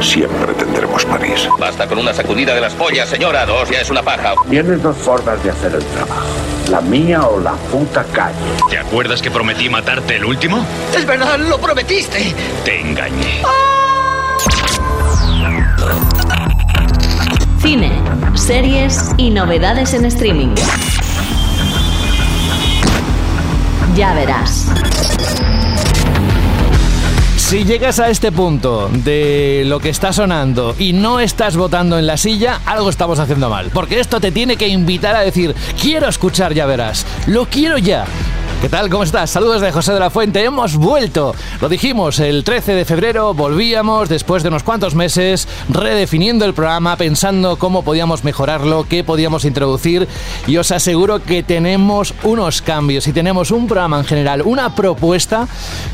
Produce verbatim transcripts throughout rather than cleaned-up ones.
siempre tendremos París. Basta con una sacudida de las pollas, señora. Dos ya es una paja. Tienes dos formas de hacer el trabajo. La mía o la puta calle. ¿Te acuerdas que prometí matarte el último? Es verdad, lo prometiste. Te engañé. Cine, series y novedades en streaming. Ya verás. Si llegas a este punto de lo que está sonando y no estás votando en la silla, algo estamos haciendo mal. Porque esto te tiene que invitar a decir, quiero escuchar Ya Verás, lo quiero ya. ¿Qué tal? ¿Cómo estás? Saludos de José de la Fuente. Hemos vuelto. Lo dijimos, el trece de febrero volvíamos después de unos cuantos meses redefiniendo el programa, pensando cómo podíamos mejorarlo, qué podíamos introducir, y os aseguro que tenemos unos cambios y tenemos un programa en general, una propuesta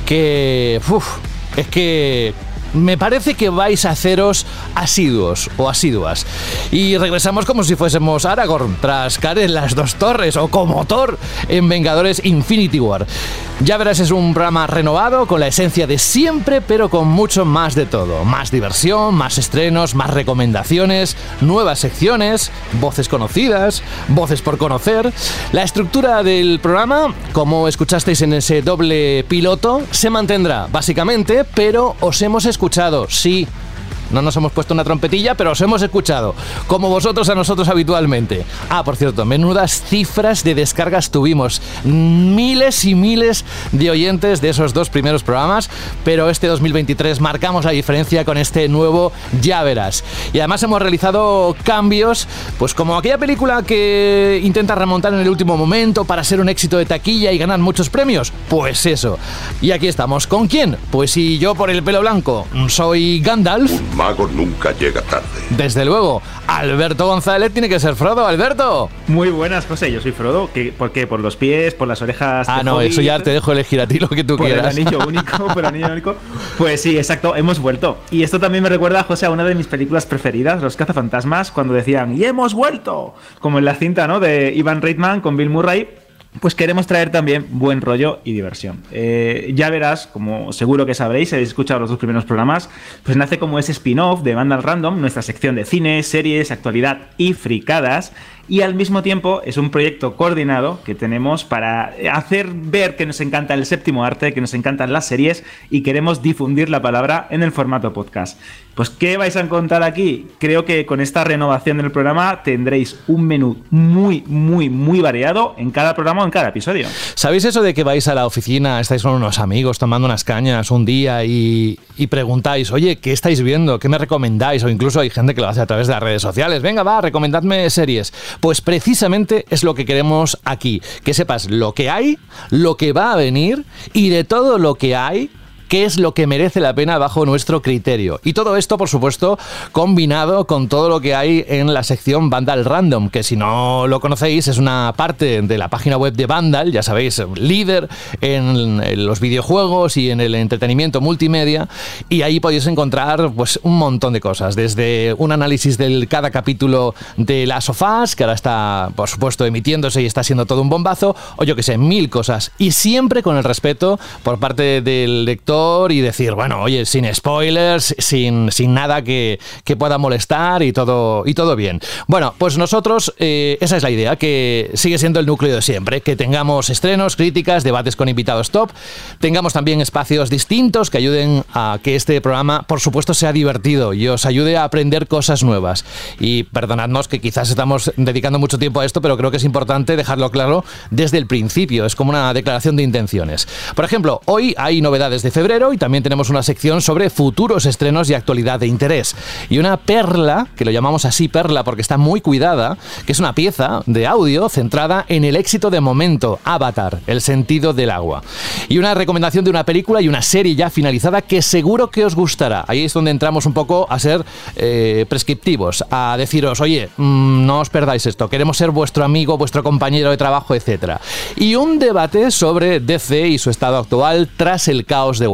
que... Uf, es que... me parece que vais a haceros asiduos o asiduas. Y regresamos como si fuésemos Aragorn tras caer en las dos torres, o como Thor en Vengadores Infinity War. Ya Verás es un programa renovado con la esencia de siempre, pero con mucho más de todo. Más diversión, más estrenos, más recomendaciones, nuevas secciones, voces conocidas, voces por conocer. La estructura del programa, como escuchasteis en ese doble piloto, se mantendrá básicamente, pero os hemos escuchado escuchado, sí. No nos hemos puesto una trompetilla, pero os hemos escuchado, como vosotros a nosotros habitualmente. Ah, por cierto, menudas cifras de descargas tuvimos. Miles y miles de oyentes de esos dos primeros programas, pero este dos mil veintitrés marcamos la diferencia con este nuevo Ya Verás. Y además hemos realizado cambios, pues como aquella película que intenta remontar en el último momento para ser un éxito de taquilla y ganar muchos premios. Pues eso. Y aquí estamos. ¿Con quién? Pues si yo por el pelo blanco soy Gandalf... mago nunca llega tarde. Desde luego, Alberto González tiene que ser Frodo. ¡Alberto! Muy buenas, José, yo soy Frodo. ¿Qué, ¿Por qué? ¿Por los pies? ¿Por las orejas? Ah, no, Hobbit? Eso ya te dejo elegir a ti lo que tú por quieras. El anillo único, por el anillo único. Pues sí, exacto, hemos vuelto. Y esto también me recuerda, José, a una de mis películas preferidas, Los Cazafantasmas, cuando decían ¡y hemos vuelto! Como en la cinta, ¿no?, de Ivan Reitman con Bill Murray. Pues queremos traer también buen rollo y diversión. Eh, Ya Verás, como seguro que sabréis, si habéis escuchado los dos primeros programas, pues nace como ese spin-off de Vandal Random, nuestra sección de cine, series, actualidad y fricadas. Y al mismo tiempo es un proyecto coordinado que tenemos para hacer ver que nos encanta el séptimo arte, que nos encantan las series y queremos difundir la palabra en el formato podcast. Pues, ¿qué vais a encontrar aquí? Creo que con esta renovación del programa tendréis un menú muy, muy, muy variado en cada programa o en cada episodio. ¿Sabéis eso de que vais a la oficina, estáis con unos amigos tomando unas cañas un día y, y preguntáis, oye, ¿qué estáis viendo? ¿Qué me recomendáis? O incluso hay gente que lo hace a través de las redes sociales. Venga, va, recomendadme series. Pues precisamente es lo que queremos aquí. Que sepas lo que hay, lo que va a venir y de todo lo que hay, qué es lo que merece la pena bajo nuestro criterio. Y todo esto, por supuesto, combinado con todo lo que hay en la sección Vandal Random, que si no lo conocéis es una parte de la página web de Vandal, ya sabéis, líder en, en los videojuegos y en el entretenimiento multimedia, y ahí podéis encontrar pues un montón de cosas, desde un análisis de cada capítulo de Last of Us, que ahora está, por supuesto, emitiéndose y está siendo todo un bombazo, o yo que sé, mil cosas, y siempre con el respeto por parte del lector y decir, bueno, oye, sin spoilers, sin, sin nada que, que pueda molestar y todo, y todo bien. Bueno, pues nosotros, eh, esa es la idea, que sigue siendo el núcleo de siempre, que tengamos estrenos, críticas, debates con invitados top, tengamos también espacios distintos que ayuden a que este programa, por supuesto, sea divertido y os ayude a aprender cosas nuevas. Y perdonadnos que quizás estamos dedicando mucho tiempo a esto, pero creo que es importante dejarlo claro desde el principio, es como una declaración de intenciones. Por ejemplo, hoy hay novedades de febrero, y también tenemos una sección sobre futuros estrenos y actualidad de interés. Y una perla, que lo llamamos así perla porque está muy cuidada, que es una pieza de audio centrada en el éxito de momento, Avatar, el sentido del agua. Y una recomendación de una película y una serie ya finalizada que seguro que os gustará. Ahí es donde entramos un poco a ser eh, prescriptivos, a deciros, oye, mmm, no os perdáis esto, queremos ser vuestro amigo, vuestro compañero de trabajo, etcétera. Y un debate sobre D C y su estado actual tras el caos de Warner.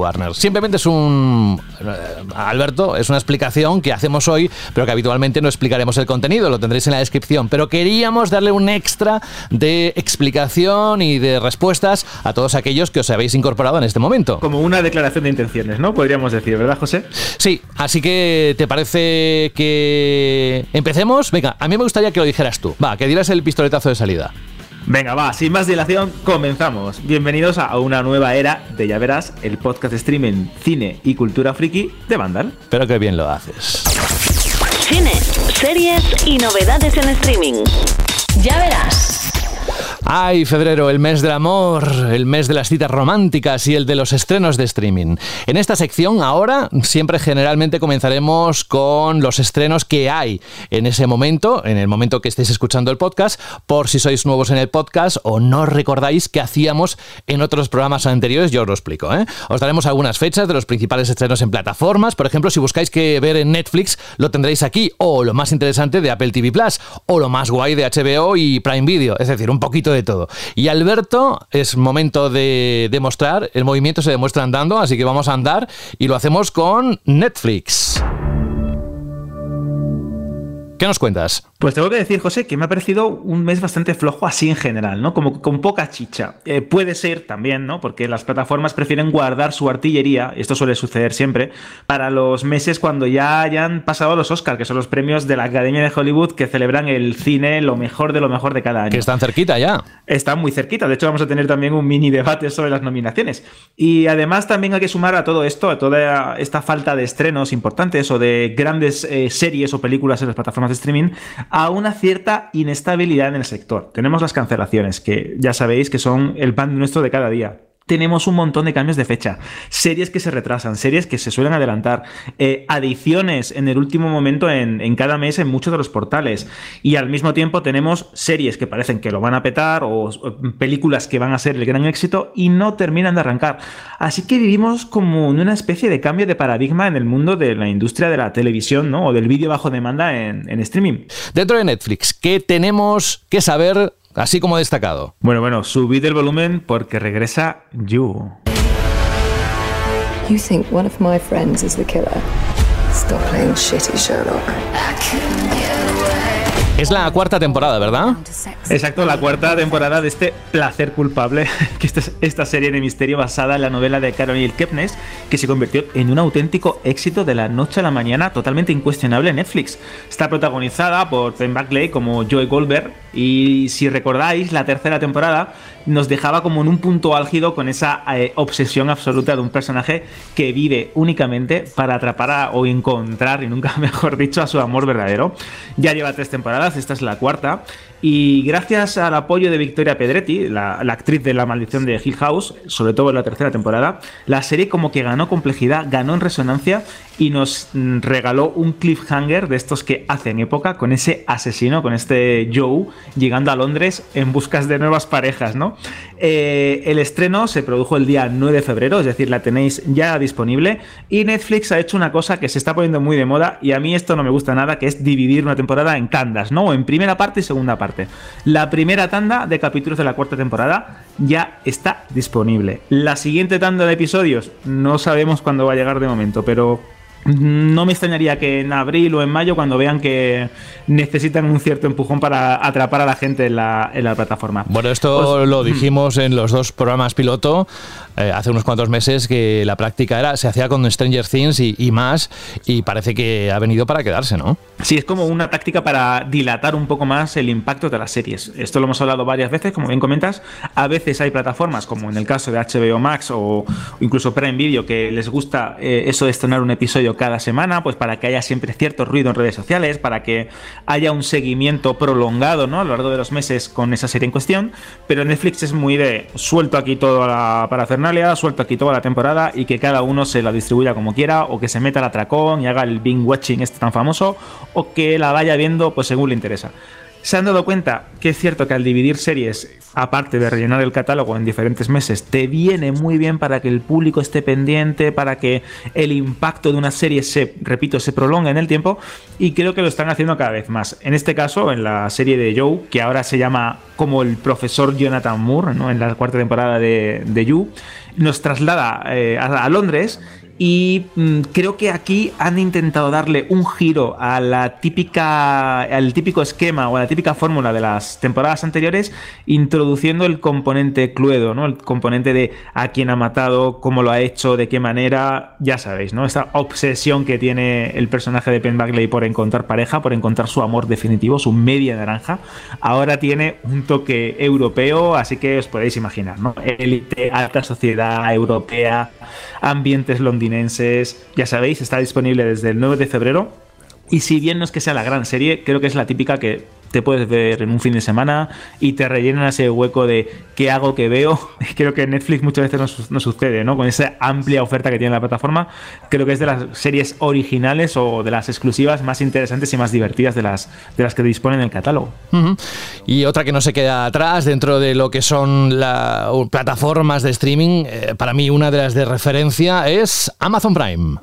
Warner. Simplemente es un... Alberto, es una explicación que hacemos hoy, pero que habitualmente no explicaremos el contenido, lo tendréis en la descripción, pero queríamos darle un extra de explicación y de respuestas a todos aquellos que os habéis incorporado en este momento. Como una declaración de intenciones, ¿no? Podríamos decir, ¿verdad, José? Sí, así que ¿te parece que empecemos? Venga, a mí me gustaría que lo dijeras tú. Va, que dieras el pistoletazo de salida. Venga, va, sin más dilación, comenzamos. Bienvenidos a una nueva era de Ya Verás, el podcast de streaming, cine y cultura friki de Vandal. Pero qué bien lo haces. Cine, series y novedades en streaming. Ya Verás. Ay, febrero, el mes del amor, el mes de las citas románticas y el de los estrenos de streaming. En esta sección ahora siempre generalmente comenzaremos con los estrenos que hay en ese momento, en el momento que estéis escuchando el podcast, por si sois nuevos en el podcast o no recordáis qué hacíamos en otros programas anteriores, yo os lo explico, ¿eh? Os daremos algunas fechas de los principales estrenos en plataformas, por ejemplo, si buscáis qué ver en Netflix, lo tendréis aquí, o lo más interesante de Apple T V Plus, o lo más guay de H B O y Prime Video, es decir, un poquito de todo. Y Alberto, es momento de demostrar, el movimiento se demuestra andando, así que vamos a andar y lo hacemos con Netflix. ¿Qué nos cuentas? Pues tengo que decir, José, que me ha parecido un mes bastante flojo así en general, ¿no? Como con poca chicha. Eh, puede ser también, ¿no? Porque las plataformas prefieren guardar su artillería, y esto suele suceder siempre, para los meses cuando ya hayan pasado los Oscar, que son los premios de la Academia de Hollywood que celebran el cine, lo mejor de lo mejor de cada año. Que están cerquita ya. Están muy cerquita. De hecho, vamos a tener también un mini debate sobre las nominaciones. Y además también hay que sumar a todo esto, a toda esta falta de estrenos importantes o de grandes eh, series o películas en las plataformas de streaming, a una cierta inestabilidad en el sector. Tenemos las cancelaciones, que ya sabéis que son el pan nuestro de cada día. Tenemos un montón de cambios de fecha, series que se retrasan, series que se suelen adelantar, eh, adiciones en el último momento en, en cada mes en muchos de los portales, y al mismo tiempo tenemos series que parecen que lo van a petar o, o películas que van a ser el gran éxito y no terminan de arrancar. Así que vivimos como en una especie de cambio de paradigma en el mundo de la industria de la televisión, ¿no? O del vídeo bajo demanda en, en streaming. Dentro de Netflix, ¿qué tenemos que saber así como destacado? Bueno, bueno, subid el volumen porque regresa You. You think one of my friends is the killer? Stop playing shitty, Sherlock. Es la cuarta temporada, ¿verdad? Exacto, la cuarta temporada de este Placer Culpable, que esta, esta serie de misterio basada en la novela de Caroline Kepnes, que se convirtió en un auténtico éxito de la noche a la mañana, totalmente incuestionable en Netflix. Está protagonizada por Penn Badgley como Joey Goldberg, y si recordáis, la tercera temporada nos dejaba como en un punto álgido con esa eh, obsesión absoluta de un personaje que vive únicamente para atrapar a, o encontrar, y nunca mejor dicho, a su amor verdadero. Ya lleva tres temporadas, esta es la cuarta, y gracias al apoyo de Victoria Pedretti, la, la actriz de La Maldición de Hill House, sobre todo en la tercera temporada, la serie como que ganó complejidad, ganó en resonancia y nos regaló un cliffhanger de estos que hacen época con ese asesino, con este Joe, llegando a Londres en busca de nuevas parejas, ¿no? Eh, el estreno se produjo el día nueve de febrero, es decir, la tenéis ya disponible, y Netflix ha hecho una cosa que se está poniendo muy de moda, y a mí esto no me gusta nada, que es dividir una temporada en tandas, ¿no? En primera parte y segunda parte. La primera tanda de capítulos de la cuarta temporada ya está disponible. La siguiente tanda de episodios no sabemos cuándo va a llegar de momento, pero no me extrañaría que en abril o en mayo, cuando vean que necesitan un cierto empujón para atrapar a la gente en la, en la plataforma. Bueno, esto pues, lo dijimos en los dos programas piloto eh, hace unos cuantos meses, que la práctica era se hacía con Stranger Things y, y más, y parece que ha venido para quedarse, ¿no? Sí, es como una táctica para dilatar un poco más el impacto de las series. Esto lo hemos hablado varias veces, como bien comentas. A veces hay plataformas, como en el caso de H B O Max o incluso Prime Video, que les gusta eh, eso de estrenar un episodio cada semana, pues para que haya siempre cierto ruido en redes sociales, para que haya un seguimiento prolongado, ¿no?, a lo largo de los meses con esa serie en cuestión. Pero Netflix es muy de suelto aquí toda la parafernalia, suelto aquí toda la temporada y que cada uno se la distribuya como quiera, o que se meta al atracón y haga el binge watching este tan famoso, o que la vaya viendo pues según le interesa. se han dado cuenta que es cierto que al dividir series, aparte de rellenar el catálogo en diferentes meses, te viene muy bien para que el público esté pendiente, para que el impacto de una serie se, repito, se prolongue en el tiempo, y creo que lo están haciendo cada vez más. En este caso, en la serie de Joe, que ahora se llama como el profesor Jonathan Moore, ¿no? En la cuarta temporada de, de You, nos traslada eh, a, a Londres. Y mmm, creo que aquí han intentado darle un giro a la típica, al típico esquema o a la típica fórmula de las temporadas anteriores, introduciendo el componente Cluedo, ¿no? El componente de a quién ha matado, cómo lo ha hecho, de qué manera, ya sabéis, ¿no? Esta obsesión que tiene el personaje de Penn Badgley por encontrar pareja, por encontrar su amor definitivo, su media naranja, ahora tiene un toque europeo, así que os podéis imaginar, ¿no? Élite, alta sociedad europea, ambientes londinenses. Ya sabéis, está disponible desde el nueve de febrero. Y si bien no es que sea la gran serie, creo que es la típica que te puedes ver en un fin de semana y te rellenan ese hueco de qué hago, qué veo. Creo que en Netflix muchas veces no, no sucede, ¿no? Con esa amplia oferta que tiene la plataforma, creo que es de las series originales o de las exclusivas más interesantes y más divertidas de las, de las que disponen en el catálogo. Uh-huh. Y otra que no se queda atrás dentro de lo que son las plataformas de streaming, eh, para mí una de las de referencia es Amazon Prime.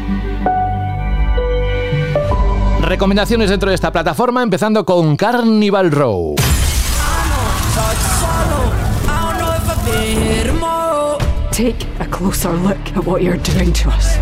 Recomendaciones dentro de esta plataforma, empezando con Carnival Row. Take a closer look at what you're doing to us.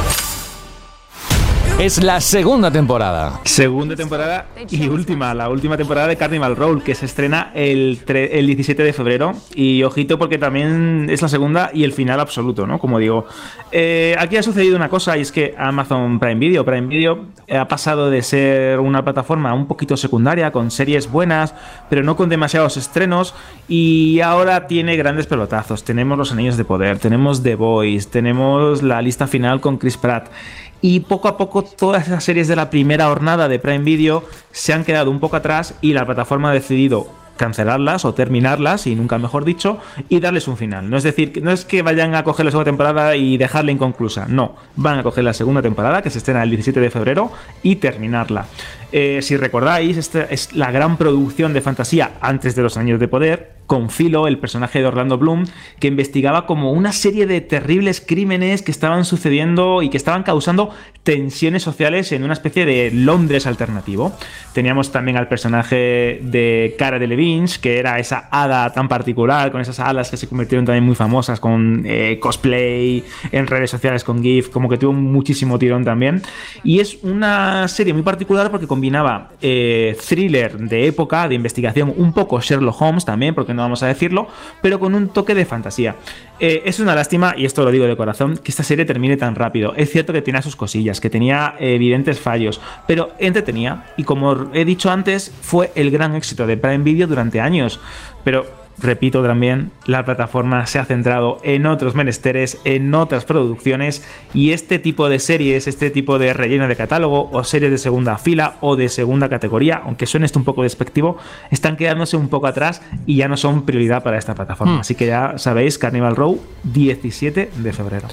Es la segunda temporada. Segunda temporada y última, la última temporada de Carnival Row, que se estrena el, tre- el diecisiete de febrero. Y ojito porque también es la segunda y el final absoluto, ¿no? Como digo. Eh, aquí ha sucedido una cosa, y es que Amazon Prime Video, Prime Video ha pasado de ser una plataforma un poquito secundaria, con series buenas, pero no con demasiados estrenos, y ahora tiene grandes pelotazos. Tenemos Los Anillos de Poder, tenemos The Boys, tenemos La Lista Final con Chris Pratt. Y poco a poco todas esas series de la primera jornada de Prime Video se han quedado un poco atrás y la plataforma ha decidido cancelarlas o terminarlas, y nunca mejor dicho, y darles un final. No es decir, no es que vayan a coger la segunda temporada y dejarla inconclusa, no, van a coger la segunda temporada, que se estrena el diecisiete de febrero, y terminarla. Eh, si recordáis, esta es la gran producción de fantasía antes de Los Anillos de Poder, con Philo, el personaje de Orlando Bloom, que investigaba como una serie de terribles crímenes que estaban sucediendo y que estaban causando tensiones sociales en una especie de Londres alternativo. Teníamos también al personaje de Cara Delevingne, que era esa hada tan particular, con esas alas que se convirtieron también muy famosas con eh, cosplay, en redes sociales con GIF, como que tuvo muchísimo tirón también. Y es una serie muy particular porque combinaba eh, thriller de época, de investigación, un poco Sherlock Holmes también, porque no vamos a decirlo, pero con un toque de fantasía. Eh, es una lástima, y esto lo digo de corazón, que esta serie termine tan rápido. Es cierto que tenía sus cosillas, que tenía evidentes fallos, pero entretenía, y como he dicho antes, fue el gran éxito de Prime Video durante años. Pero repito también, la plataforma se ha centrado en otros menesteres, en otras producciones, y este tipo de series, este tipo de relleno de catálogo o series de segunda fila o de segunda categoría, aunque suene esto un poco despectivo, están quedándose un poco atrás y ya no son prioridad para esta plataforma. Mm. Así que ya sabéis, Carnival Row, diecisiete de febrero.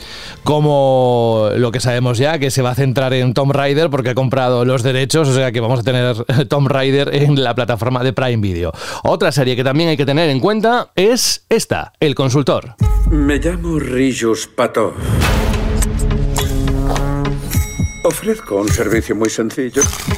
Como lo que sabemos ya, que se va a centrar en Tomb Raider porque ha comprado los derechos, o sea que vamos a tener Tomb Raider en la plataforma de Prime Video. Otra serie que también hay que tener en cuenta es esta, El Consultor. Me llamo Rijus Patov. Ofrezco un servicio muy sencillo.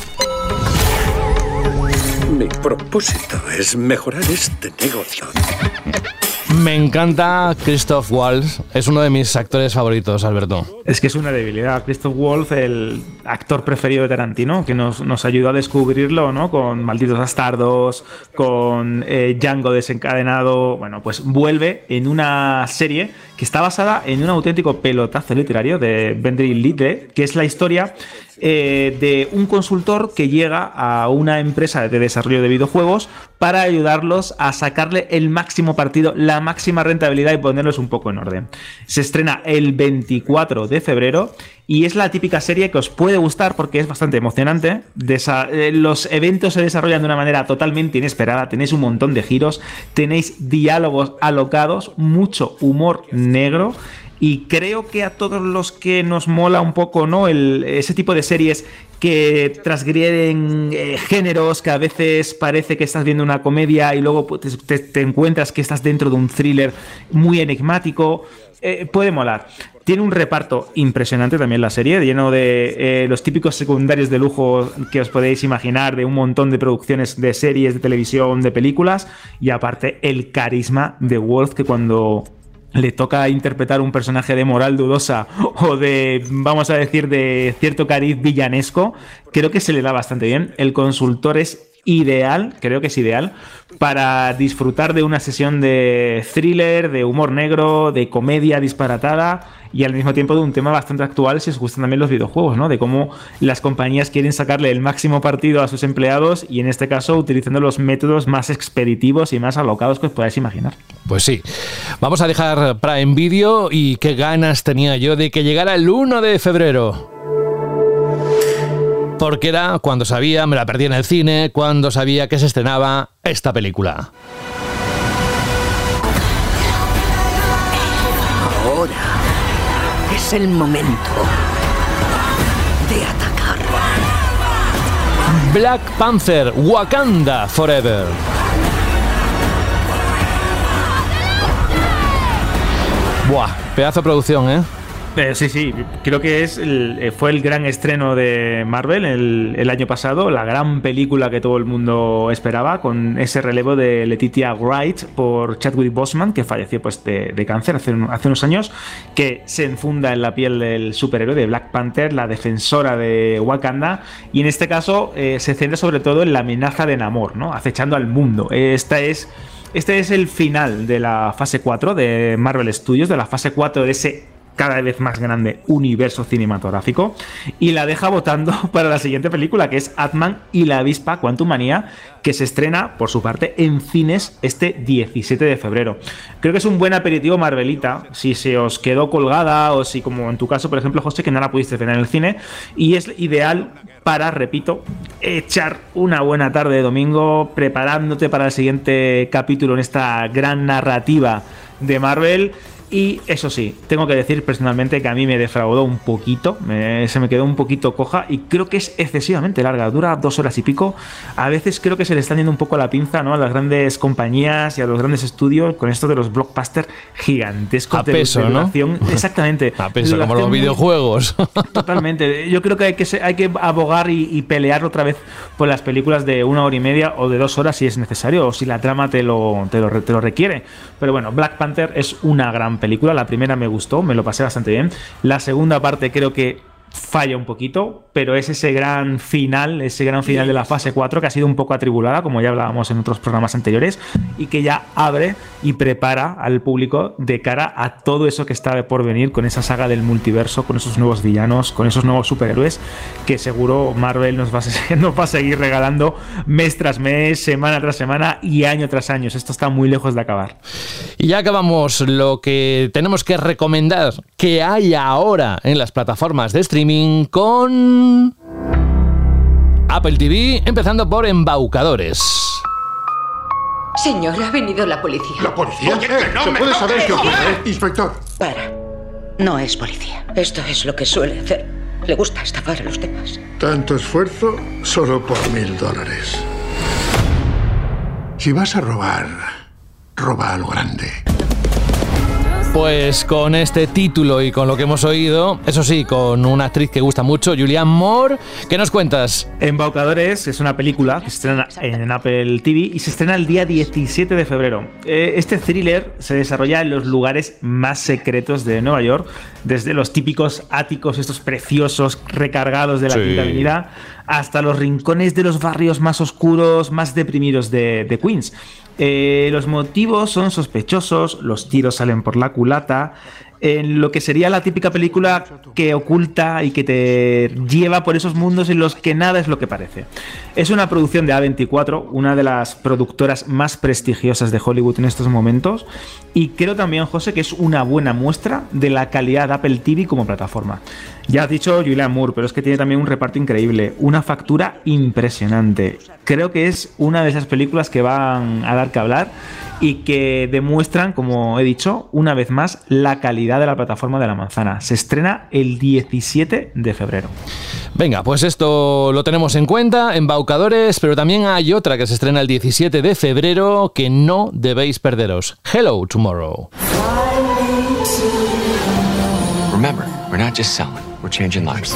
Mi propósito es mejorar este negocio. Me encanta Christoph Waltz, es uno de mis actores favoritos, Alberto. Es que es una debilidad. Christoph Waltz, el actor preferido de Tarantino, que nos, nos ayudó a descubrirlo, ¿no? Con Malditos Bastardos, con eh, Django Desencadenado. Bueno, pues vuelve en una serie que está basada en un auténtico pelotazo literario de Bendy Lidle, que es la historia eh, de un consultor que llega a una empresa de desarrollo de videojuegos para ayudarlos a sacarle el máximo partido, la máxima rentabilidad y ponerlos un poco en orden. Se estrena el veinticuatro de febrero y es la típica serie que os puede gustar porque es bastante emocionante. Desa- eh, los eventos se desarrollan de una manera totalmente inesperada, tenéis un montón de giros, tenéis diálogos alocados, mucho humor negro y creo que a todos los que nos mola un poco, ¿no?, el, ese tipo de series que transgreden eh, géneros, que a veces parece que estás viendo una comedia y luego te, te, te encuentras que estás dentro de un thriller muy enigmático, eh, puede molar. Tiene un reparto impresionante también la serie, lleno de eh, los típicos secundarios de lujo que os podéis imaginar, de un montón de producciones de series, de televisión, de películas, y aparte el carisma de Wolf, que cuando le toca interpretar un personaje de moral dudosa o de, vamos a decir, de cierto cariz villanesco, creo que se le da bastante bien. El consultor es ideal, creo que es ideal, para disfrutar de una sesión de thriller, de humor negro, de comedia disparatada y al mismo tiempo de un tema bastante actual si os gustan también los videojuegos, ¿no? De cómo las compañías quieren sacarle el máximo partido a sus empleados y en este caso utilizando los métodos más expeditivos y más alocados que os podáis imaginar. Pues sí. Vamos a dejar Prime Video y qué ganas tenía yo de que llegara el uno de febrero. Porque era cuando sabía, me la perdí en el cine, cuando sabía que se estrenaba esta película. Ahora es el momento de atacar. Black Panther, Wakanda Forever. Buah, pedazo de producción, ¿eh? Eh, sí, sí, creo que es el, fue el gran estreno de Marvel el, el año pasado, la gran película que todo el mundo esperaba, con ese relevo de Letitia Wright por Chadwick Boseman, que falleció pues, de, de cáncer hace, un, hace unos años, que se enfunda en la piel del superhéroe de Black Panther, la defensora de Wakanda, y en este caso eh, se centra sobre todo en la amenaza de Namor, ¿no?, acechando al mundo. Esta es... Este es el final de la fase cuatro de Marvel Studios, de la fase cuatro de ese cada vez más grande universo cinematográfico, y la deja votando para la siguiente película, que es Ant-Man y la avispa Quantumania, que se estrena por su parte en cines este diecisiete de febrero. Creo que es un buen aperitivo Marvelita si se os quedó colgada o si, como en tu caso por ejemplo, José, que no la pudiste tener en el cine, y es ideal para, repito, echar una buena tarde de domingo preparándote para el siguiente capítulo en esta gran narrativa de Marvel. Y eso sí, tengo que decir personalmente que a mí me defraudó un poquito, me, se me quedó un poquito coja y creo que es excesivamente larga, dura dos horas y pico. A veces creo que se le está yendo un poco la pinza, ¿no?, a las grandes compañías y a los grandes estudios con esto de los blockbusters gigantescos a de, peso, de duración. ¿No? Exactamente. A peso, como los videojuegos. Totalmente. Yo creo que hay que, hay que abogar y, y pelear otra vez por las películas de una hora y media o de dos horas si es necesario o si la trama te lo, te lo, te lo requiere. Pero bueno, Black Panther es una gran película. La primera me gustó, me lo pasé bastante bien. La segunda parte creo que falla un poquito, pero es ese gran final, ese gran final de la fase cuatro que ha sido un poco atribulada, como ya hablábamos en otros programas anteriores, y que ya abre y prepara al público de cara a todo eso que está por venir con esa saga del multiverso, con esos nuevos villanos, con esos nuevos superhéroes que seguro Marvel nos va a, nos va a seguir regalando mes tras mes, semana tras semana y año tras año. Esto está muy lejos de acabar. Y ya acabamos lo que tenemos que recomendar que hay ahora en las plataformas de streaming con Apple T V, empezando por Embaucadores. Señor, ha venido la policía. ¿La policía? Oye, eh, que no ¿Se me puede toques, saber qué ocurre, ya. inspector? Para. No es policía. Esto es lo que suele hacer. Le gusta estafar a los demás. Tanto esfuerzo solo por mil dólares. Si vas a robar, roba a lo grande. Pues con este título y con lo que hemos oído, eso sí, con una actriz que gusta mucho, Julianne Moore, ¿qué nos cuentas? Embaucadores es una película que se estrena en Apple T V y se estrena el día diecisiete de febrero. Este thriller se desarrolla en los lugares más secretos de Nueva York, desde los típicos áticos, estos preciosos recargados de la Sí. Quinta Avenida, hasta los rincones de los barrios más oscuros, más deprimidos de, de Queens. Eh, los motivos son sospechosos, los tiros salen por la culata, en lo que sería la típica película que oculta y que te lleva por esos mundos en los que nada es lo que parece. Es una producción de A veinticuatro, una de las productoras más prestigiosas de Hollywood en estos momentos, y creo también, José, que es una buena muestra de la calidad de Apple T V como plataforma. Ya has dicho Julianne Moore, pero es que tiene también un reparto increíble, una factura impresionante. Creo que es una de esas películas que van a dar que hablar y que demuestran, como he dicho, una vez más, la calidad exclusividad de la plataforma de la manzana. Se estrena el diecisiete de febrero. Venga, pues esto lo tenemos en cuenta, embaucadores, pero también hay otra que se estrena el diecisiete de febrero que no debéis perderos. Hello Tomorrow. Remember, we're not just selling, we're changing lives.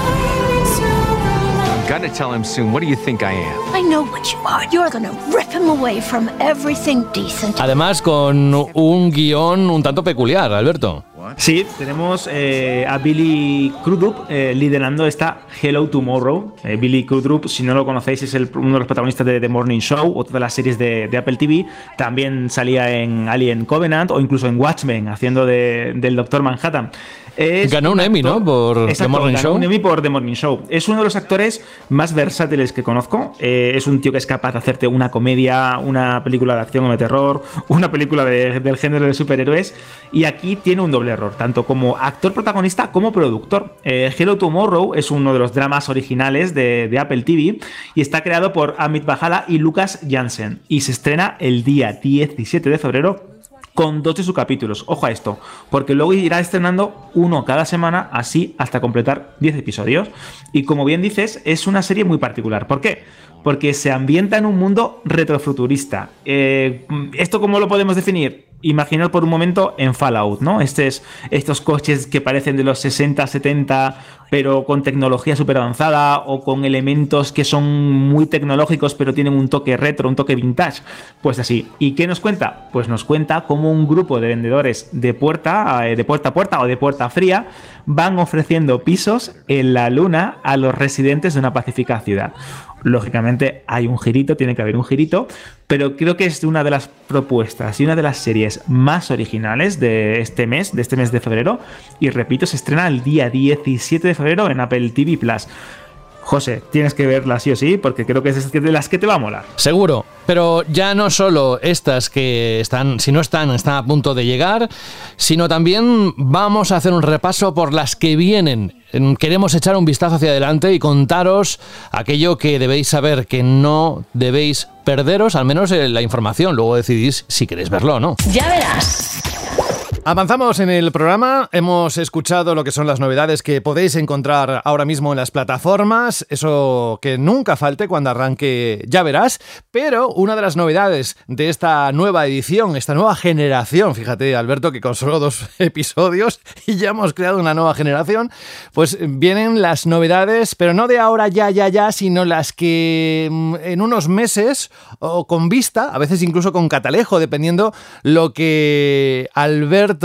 I'm gonna tell him soon. What do you think I am? I know what you are. You're gonna rip him away from everything decent. Además, con un guión un tanto peculiar, Alberto. Sí, tenemos eh, a Billy Crudup eh, liderando esta Hello Tomorrow. Eh, Billy Crudup, si no lo conocéis, es el, uno de los protagonistas de The Morning Show, otra de las series de, de Apple T V. También salía en Alien Covenant o incluso en Watchmen, haciendo de, del Doctor Manhattan. Es ganó un, un Emmy, ¿no? Por exacto, The Morning ganó Show. Un Emmy por The Morning Show. Es uno de los actores más versátiles que conozco. Eh, es un tío que es capaz de hacerte una comedia, una película de acción o de terror, una película de, del género de superhéroes. Y aquí tiene un doble error, tanto como actor protagonista como productor. Eh, Hello Tomorrow es uno de los dramas originales de, de Apple T V y está creado por Amit Bajala y Lucas Jansen. Y se estrena el día diecisiete de febrero. Con dos de sus capítulos. Ojo a esto, porque luego irá estrenando uno cada semana, así hasta completar diez episodios. Y como bien dices, es una serie muy particular. ¿Por qué? Porque se ambienta en un mundo retrofuturista. Eh, ¿Esto cómo lo podemos definir? Imaginar por un momento en Fallout, ¿no? Este es, estos coches que parecen de los sesenta, setenta, pero con tecnología súper avanzada o con elementos que son muy tecnológicos pero tienen un toque retro, un toque vintage. Pues así. ¿Y qué nos cuenta? Pues nos cuenta cómo un grupo de vendedores de puerta, de puerta a puerta o de puerta fría van ofreciendo pisos en la luna a los residentes de una pacífica ciudad. Lógicamente hay un girito, tiene que haber un girito, pero creo que es una de las propuestas y una de las series más originales de este mes, de este mes de febrero. Y repito, se estrena el día diecisiete de febrero en Apple T V Plus. José, tienes que verla sí o sí, porque creo que es de las que te va a molar. Seguro, pero ya no solo estas que están, si no están, están a punto de llegar, sino también vamos a hacer un repaso por las que vienen. Queremos echar un vistazo hacia adelante y contaros aquello que debéis saber, que no debéis perderos, al menos la información. Luego decidís si queréis verlo o no. Ya verás. Avanzamos en el programa, hemos escuchado lo que son las novedades que podéis encontrar ahora mismo en las plataformas, eso que nunca falte cuando arranque Ya Verás, pero una de las novedades de esta nueva edición, esta nueva generación, fíjate Alberto que con solo dos episodios y ya hemos creado una nueva generación, pues vienen las novedades, pero no de ahora ya, ya, ya, sino las que en unos meses o con vista, a veces incluso con catalejo, dependiendo lo que Alberto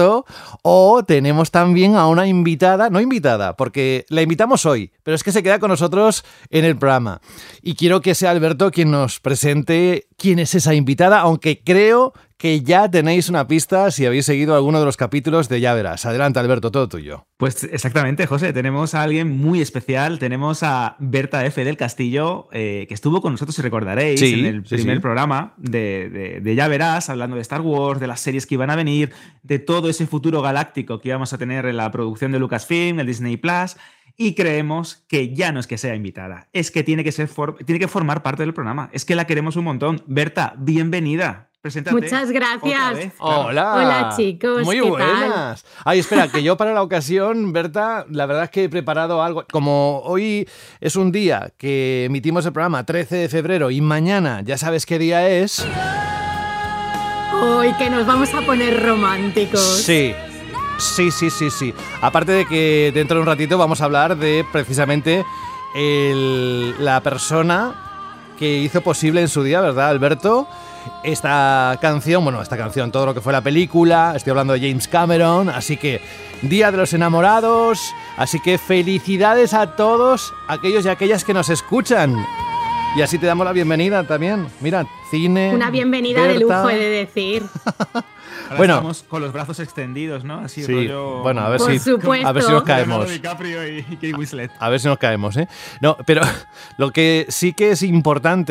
o tenemos también a una invitada, no invitada, porque la invitamos hoy, pero es que se queda con nosotros en el programa. Y quiero que sea Alberto quien nos presente quién es esa invitada, aunque creo que ya tenéis una pista si habéis seguido alguno de los capítulos de Ya Verás. Adelante, Alberto, todo tuyo. Pues exactamente, José, tenemos a alguien muy especial, tenemos a Berta F. del Castillo, eh, que estuvo con nosotros, si recordaréis, sí, en el sí, primer sí. programa de, de, de Ya Verás, hablando de Star Wars, de las series que iban a venir, de todo ese futuro galáctico que íbamos a tener en la producción de Lucasfilm, el Disney Plus. Y creemos que ya no es que sea invitada, es que tiene que, ser for- tiene que formar parte del programa. Es que la queremos un montón. Berta, bienvenida. Preséntate. Muchas gracias. Vez, claro. Hola. Hola, chicos. Muy ¿qué buenas. tal? Ay, espera, que yo para la ocasión, Berta, la verdad es que he preparado algo. Como hoy es un día que emitimos el programa trece de febrero y mañana ya sabes qué día es. Hoy que nos vamos a poner románticos. Sí. Sí, sí, sí, sí. Aparte de que dentro de un ratito vamos a hablar de precisamente el, la persona que hizo posible en su día, ¿verdad, Alberto? Esta canción, bueno, esta canción, todo lo que fue la película, estoy hablando de James Cameron, así que Día de los Enamorados, así que felicidades a todos aquellos y aquellas que nos escuchan. Y así te damos la bienvenida también. Mira, cine. Una bienvenida Berta. De lujo, he de decir. Ahora bueno, estamos con los brazos extendidos, ¿no? Así sí, rollo... bueno, a ver Por si supuesto. a ver si nos caemos. Leonardo DiCaprio y Kate Winslet. A ver si nos caemos, ¿eh? No, pero lo que sí que es importante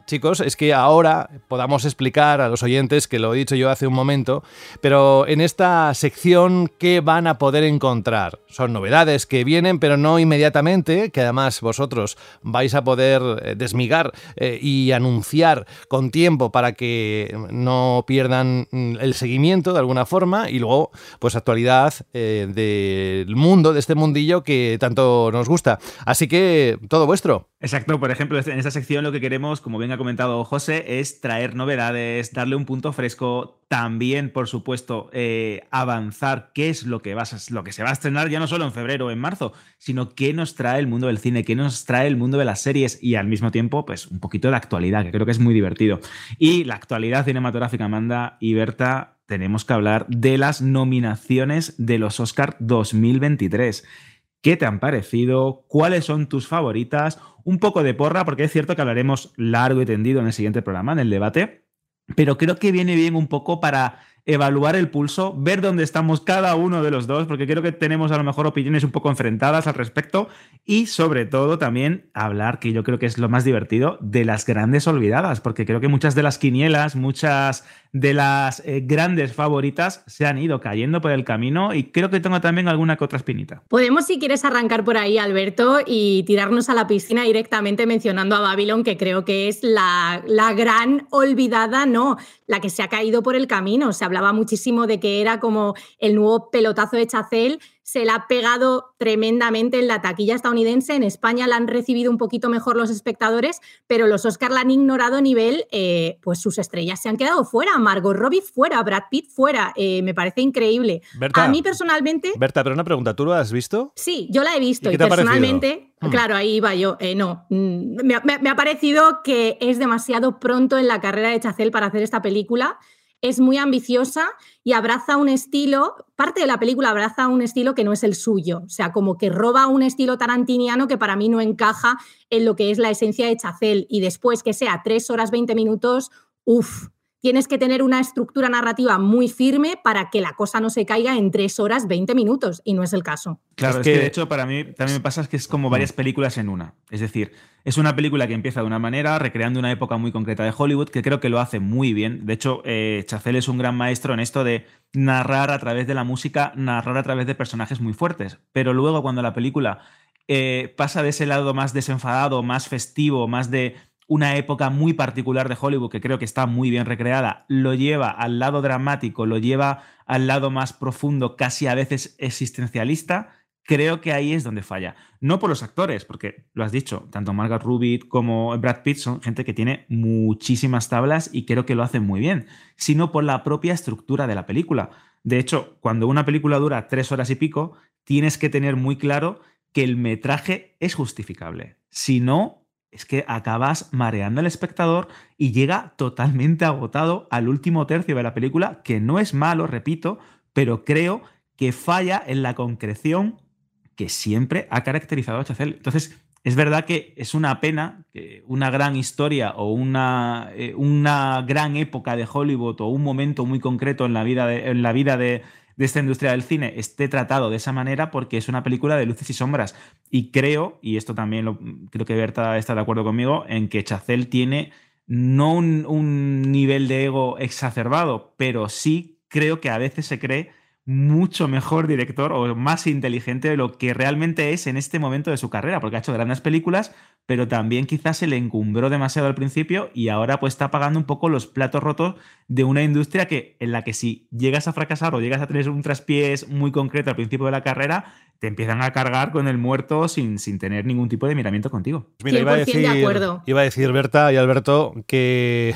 chicos, es que ahora podamos explicar a los oyentes, que lo he dicho yo hace un momento, pero en esta sección, ¿qué van a poder encontrar? Son novedades que vienen, pero no inmediatamente, que además vosotros vais a poder desmigar eh, y anunciar con tiempo para que no pierdan el seguimiento de alguna forma, y luego, pues actualidad eh, del mundo, de este mundillo que tanto nos gusta. Así que, todo vuestro. Exacto, por ejemplo, en esta sección lo que queremos, como bien ha comentado José, es traer novedades, darle un punto fresco, también, por supuesto, eh, avanzar qué es lo que, vas a, lo que se va a estrenar ya no solo en febrero o en marzo, sino qué nos trae el mundo del cine, qué nos trae el mundo de las series y al mismo tiempo, pues un poquito de actualidad, que creo que es muy divertido. Y la actualidad cinematográfica, Amanda y Berta, tenemos que hablar de las nominaciones de los Oscar dos mil veintitrés. ¿Qué te han parecido? ¿Cuáles son tus favoritas? Un poco de porra, porque es cierto que hablaremos largo y tendido en el siguiente programa, en el debate, pero creo que viene bien un poco para evaluar el pulso, ver dónde estamos cada uno de los dos, porque creo que tenemos a lo mejor opiniones un poco enfrentadas al respecto, y sobre todo también hablar, que yo creo que es lo más divertido, de las grandes olvidadas, porque creo que muchas de las quinielas, muchas de las eh, grandes favoritas se han ido cayendo por el camino, y creo que tengo también alguna que otra espinita. Podemos, si quieres, arrancar por ahí, Alberto, y tirarnos a la piscina directamente mencionando a Babylon, que creo que es la, la gran olvidada, no, la que se ha caído por el camino. Se hablaba muchísimo de que era como el nuevo pelotazo de Chazelle, se la ha pegado tremendamente en la taquilla estadounidense. En España la han recibido un poquito mejor los espectadores, pero los Oscar la han ignorado a nivel, eh, pues sus estrellas se han quedado fuera. Margot Robbie fuera, Brad Pitt fuera. Eh, me parece increíble. Berta, a mí personalmente... Berta, pero una pregunta, ¿tú lo has visto? Sí, yo la he visto. ¿Y, y qué te personalmente, ha parecido? Claro, ahí iba yo. Eh, no, me, me, me ha parecido que es demasiado pronto en la carrera de Chazelle para hacer esta película. Es muy ambiciosa y abraza un estilo, parte de la película abraza un estilo que no es el suyo, o sea, como que roba un estilo tarantiniano que para mí no encaja en lo que es la esencia de Chazelle, y después que sea tres horas veinte minutos, uff, tienes que tener una estructura narrativa muy firme para que la cosa no se caiga en tres horas veinte minutos, y no es el caso. Claro, es, es que, que de hecho para mí también me pasa es que es como varias películas en una, es decir, es una película que empieza de una manera, recreando una época muy concreta de Hollywood, que creo que lo hace muy bien. De hecho, eh, Chazelle es un gran maestro en esto de narrar a través de la música, narrar a través de personajes muy fuertes. Pero luego, cuando la película eh, pasa de ese lado más desenfadado, más festivo, más de una época muy particular de Hollywood, que creo que está muy bien recreada, lo lleva al lado dramático, lo lleva al lado más profundo, casi a veces existencialista, creo que ahí es donde falla. No por los actores, porque lo has dicho, tanto Margot Robbie como Brad Pitt son gente que tiene muchísimas tablas y creo que lo hacen muy bien, sino por la propia estructura de la película. De hecho, cuando una película dura tres horas y pico, tienes que tener muy claro que el metraje es justificable. Si no, es que acabas mareando al espectador y llega totalmente agotado al último tercio de la película, que no es malo, repito, pero creo que falla en la concreción que siempre ha caracterizado a Chazelle. Entonces, es verdad que es una pena que una gran historia o una, eh, una gran época de Hollywood o un momento muy concreto en la vida de, en la vida de, de esta industria del cine esté tratado de esa manera, porque es una película de luces y sombras. Y creo, y esto también lo, creo que Berta está de acuerdo conmigo, en que Chazelle tiene no un, un nivel de ego exacerbado, pero sí creo que a veces se cree mucho mejor director o más inteligente de lo que realmente es en este momento de su carrera, porque ha hecho grandes películas, pero también quizás se le encumbró demasiado al principio y ahora pues está pagando un poco los platos rotos de una industria que, en la que si llegas a fracasar o llegas a tener un traspiés muy concreto al principio de la carrera, te empiezan a cargar con el muerto sin, sin tener ningún tipo de miramiento contigo. Mira, iba a decir, de acuerdo. Iba a decir Berta y Alberto que...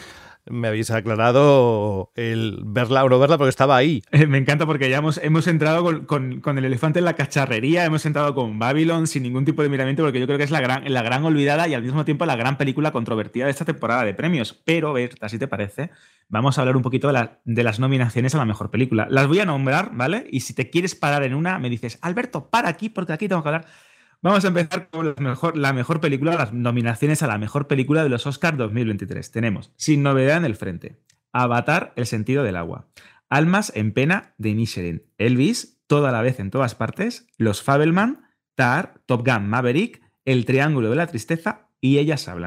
me habéis aclarado el verla o no verla porque estaba ahí. Eh, me encanta porque ya hemos, hemos entrado con, con, con el elefante en la cacharrería, hemos entrado con Babylon sin ningún tipo de miramiento, porque yo creo que es la gran, la gran olvidada y al mismo tiempo la gran película controvertida de esta temporada de premios. Pero, Berta, si te parece, vamos a hablar un poquito de, la, de las nominaciones a la mejor película. Las voy a nombrar, ¿vale? Y si te quieres parar en una, me dices, Alberto, para aquí porque aquí tengo que hablar. Vamos a empezar con la mejor, la mejor película, las nominaciones a la mejor película de los Oscar dos mil veintitrés. Tenemos Sin novedad en el frente, Avatar, El sentido del agua, Almas en pena de Inisherin, Elvis, Toda la vez en todas partes, Los Fabelman, Tar, Top Gun Maverick, El triángulo de la tristeza y Ellas hablan.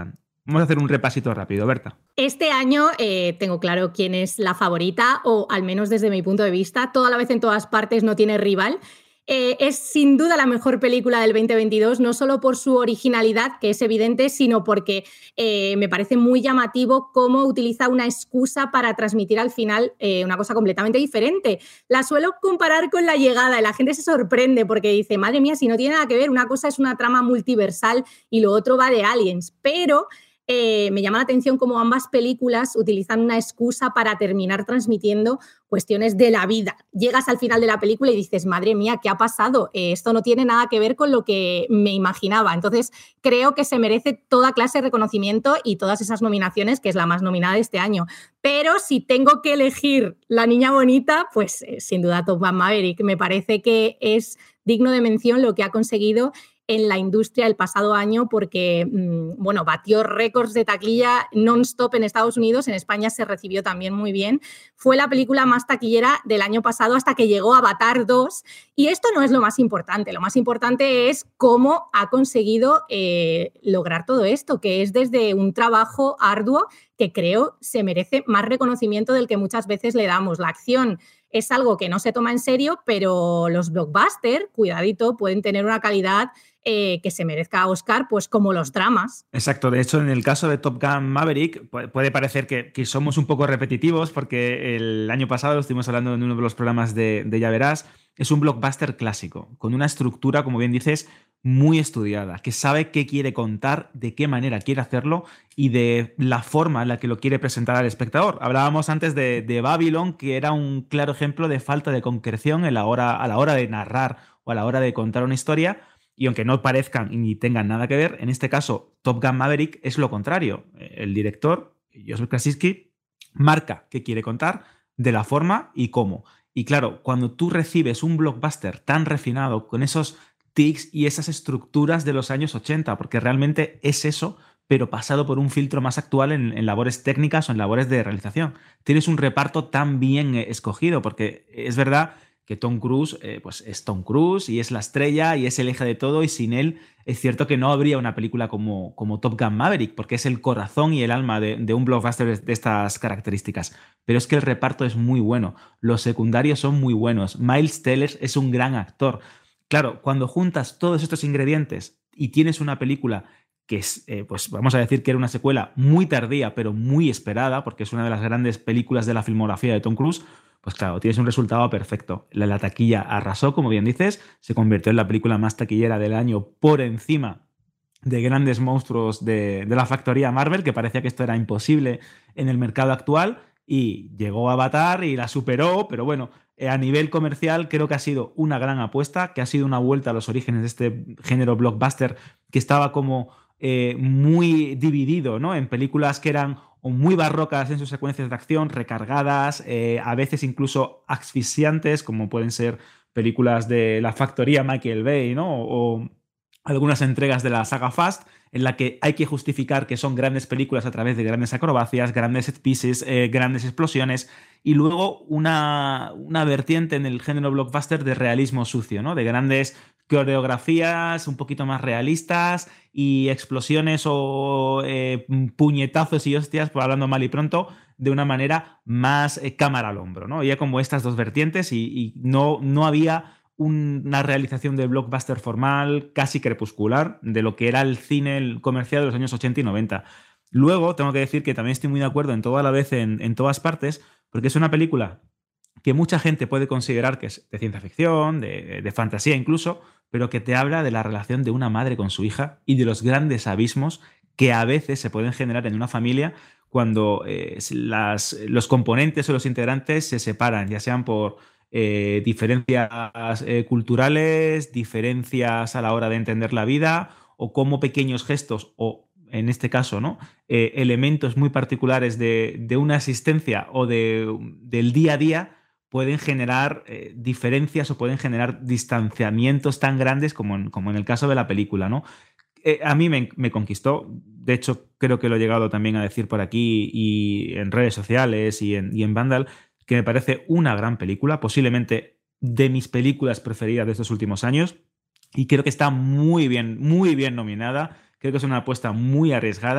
Vamos a hacer un repasito rápido, Berta. Este año eh, tengo claro quién es la favorita, o al menos desde mi punto de vista, Toda la vez en todas partes no tiene rival. Eh, es sin duda la mejor película del veinte veintidós, no solo por su originalidad, que es evidente, sino porque eh, me parece muy llamativo cómo utiliza una excusa para transmitir al final eh, una cosa completamente diferente. La suelo comparar con La llegada y la gente se sorprende porque dice, madre mía, si no tiene nada que ver, una cosa es una trama multiversal y lo otro va de aliens, pero... Eh, me llama la atención cómo ambas películas utilizan una excusa para terminar transmitiendo cuestiones de la vida. Llegas al final de la película y dices, madre mía, ¿qué ha pasado? Eh, esto no tiene nada que ver con lo que me imaginaba. Entonces, creo que se merece toda clase de reconocimiento y todas esas nominaciones, que es la más nominada de este año. Pero si tengo que elegir La niña bonita, pues eh, sin duda Top Gun Maverick. Me parece que es digno de mención lo que ha conseguido en la industria el pasado año porque, bueno, batió récords de taquilla non-stop en Estados Unidos, en España se recibió también muy bien. Fue la película más taquillera del año pasado hasta que llegó Avatar dos y esto no es lo más importante, lo más importante es cómo ha conseguido eh, lograr todo esto, que es desde un trabajo arduo que creo se merece más reconocimiento del que muchas veces le damos. La acción es algo que no se toma en serio, pero los blockbusters, cuidadito, pueden tener una calidad eh, que se merezca Oscar, pues como los dramas. Exacto, de hecho en el caso de Top Gun Maverick puede parecer que, que somos un poco repetitivos porque el año pasado lo estuvimos hablando en uno de los programas de, de Ya Verás, es un blockbuster clásico, con una estructura, como bien dices, muy estudiada, que sabe qué quiere contar, de qué manera quiere hacerlo y de la forma en la que lo quiere presentar al espectador. Hablábamos antes de, de Babylon, que era un claro ejemplo de falta de concreción en la hora, a la hora de narrar o a la hora de contar una historia, y aunque no parezcan ni tengan nada que ver, en este caso Top Gun Maverick es lo contrario. El director, Joseph Krasinski, marca qué quiere contar, de la forma y cómo. Y claro, cuando tú recibes un blockbuster tan refinado, con esos tics y esas estructuras de los años ochenta, porque realmente es eso, pero pasado por un filtro más actual en, en labores técnicas o en labores de realización. Tienes un reparto tan bien escogido, porque es verdad que Tom Cruise eh, pues es Tom Cruise y es la estrella y es el eje de todo, y sin él es cierto que no habría una película como, como Top Gun Maverick, porque es el corazón y el alma de, de un blockbuster de estas características. Pero es que el reparto es muy bueno, los secundarios son muy buenos, Miles Teller es un gran actor. Claro, cuando juntas todos estos ingredientes y tienes una película que es, eh, pues vamos a decir que era una secuela muy tardía, pero muy esperada, porque es una de las grandes películas de la filmografía de Tom Cruise, pues claro, tienes un resultado perfecto. La, la taquilla arrasó, como bien dices, se convirtió en la película más taquillera del año por encima de grandes monstruos de, de la factoría Marvel, que parecía que esto era imposible en el mercado actual, y llegó Avatar y la superó, pero bueno, a nivel comercial creo que ha sido una gran apuesta, que ha sido una vuelta a los orígenes de este género blockbuster que estaba como eh, muy dividido, ¿no? En películas que eran o muy barrocas en sus secuencias de acción, recargadas, eh, a veces incluso asfixiantes, como pueden ser películas de la factoría Michael Bay, ¿no? O, o algunas entregas de la saga Fast, en la que hay que justificar que son grandes películas a través de grandes acrobacias, grandes set pieces, eh, grandes explosiones, y luego una, una vertiente en el género blockbuster de realismo sucio, ¿no? De grandes coreografías un poquito más realistas y explosiones o eh, puñetazos y hostias, por hablando mal y pronto, de una manera más eh, cámara al hombro, ¿no? Había como estas dos vertientes y, y no, no había una realización de blockbuster formal casi crepuscular de lo que era el cine comercial de los años ochenta y noventa. Luego, tengo que decir que también estoy muy de acuerdo en toda la vez, en, en todas partes, porque es una película que mucha gente puede considerar que es de ciencia ficción, de, de fantasía incluso, pero que te habla de la relación de una madre con su hija y de los grandes abismos que a veces se pueden generar en una familia cuando eh, las, los componentes o los integrantes se separan, ya sean por eh, diferencias eh, culturales, diferencias a la hora de entender la vida, o cómo pequeños gestos o, en este caso, ¿no? eh, elementos muy particulares de, de una existencia o de, del día a día pueden generar eh, diferencias o pueden generar distanciamientos tan grandes como en, como en el caso de la película, ¿no? Eh, a mí me, me conquistó. De hecho, creo que lo he llegado también a decir por aquí y en redes sociales y en, y en Vandal, que me parece una gran película, posiblemente de mis películas preferidas de estos últimos años, y creo que está muy bien, muy bien nominada. Creo que es una apuesta muy arriesgada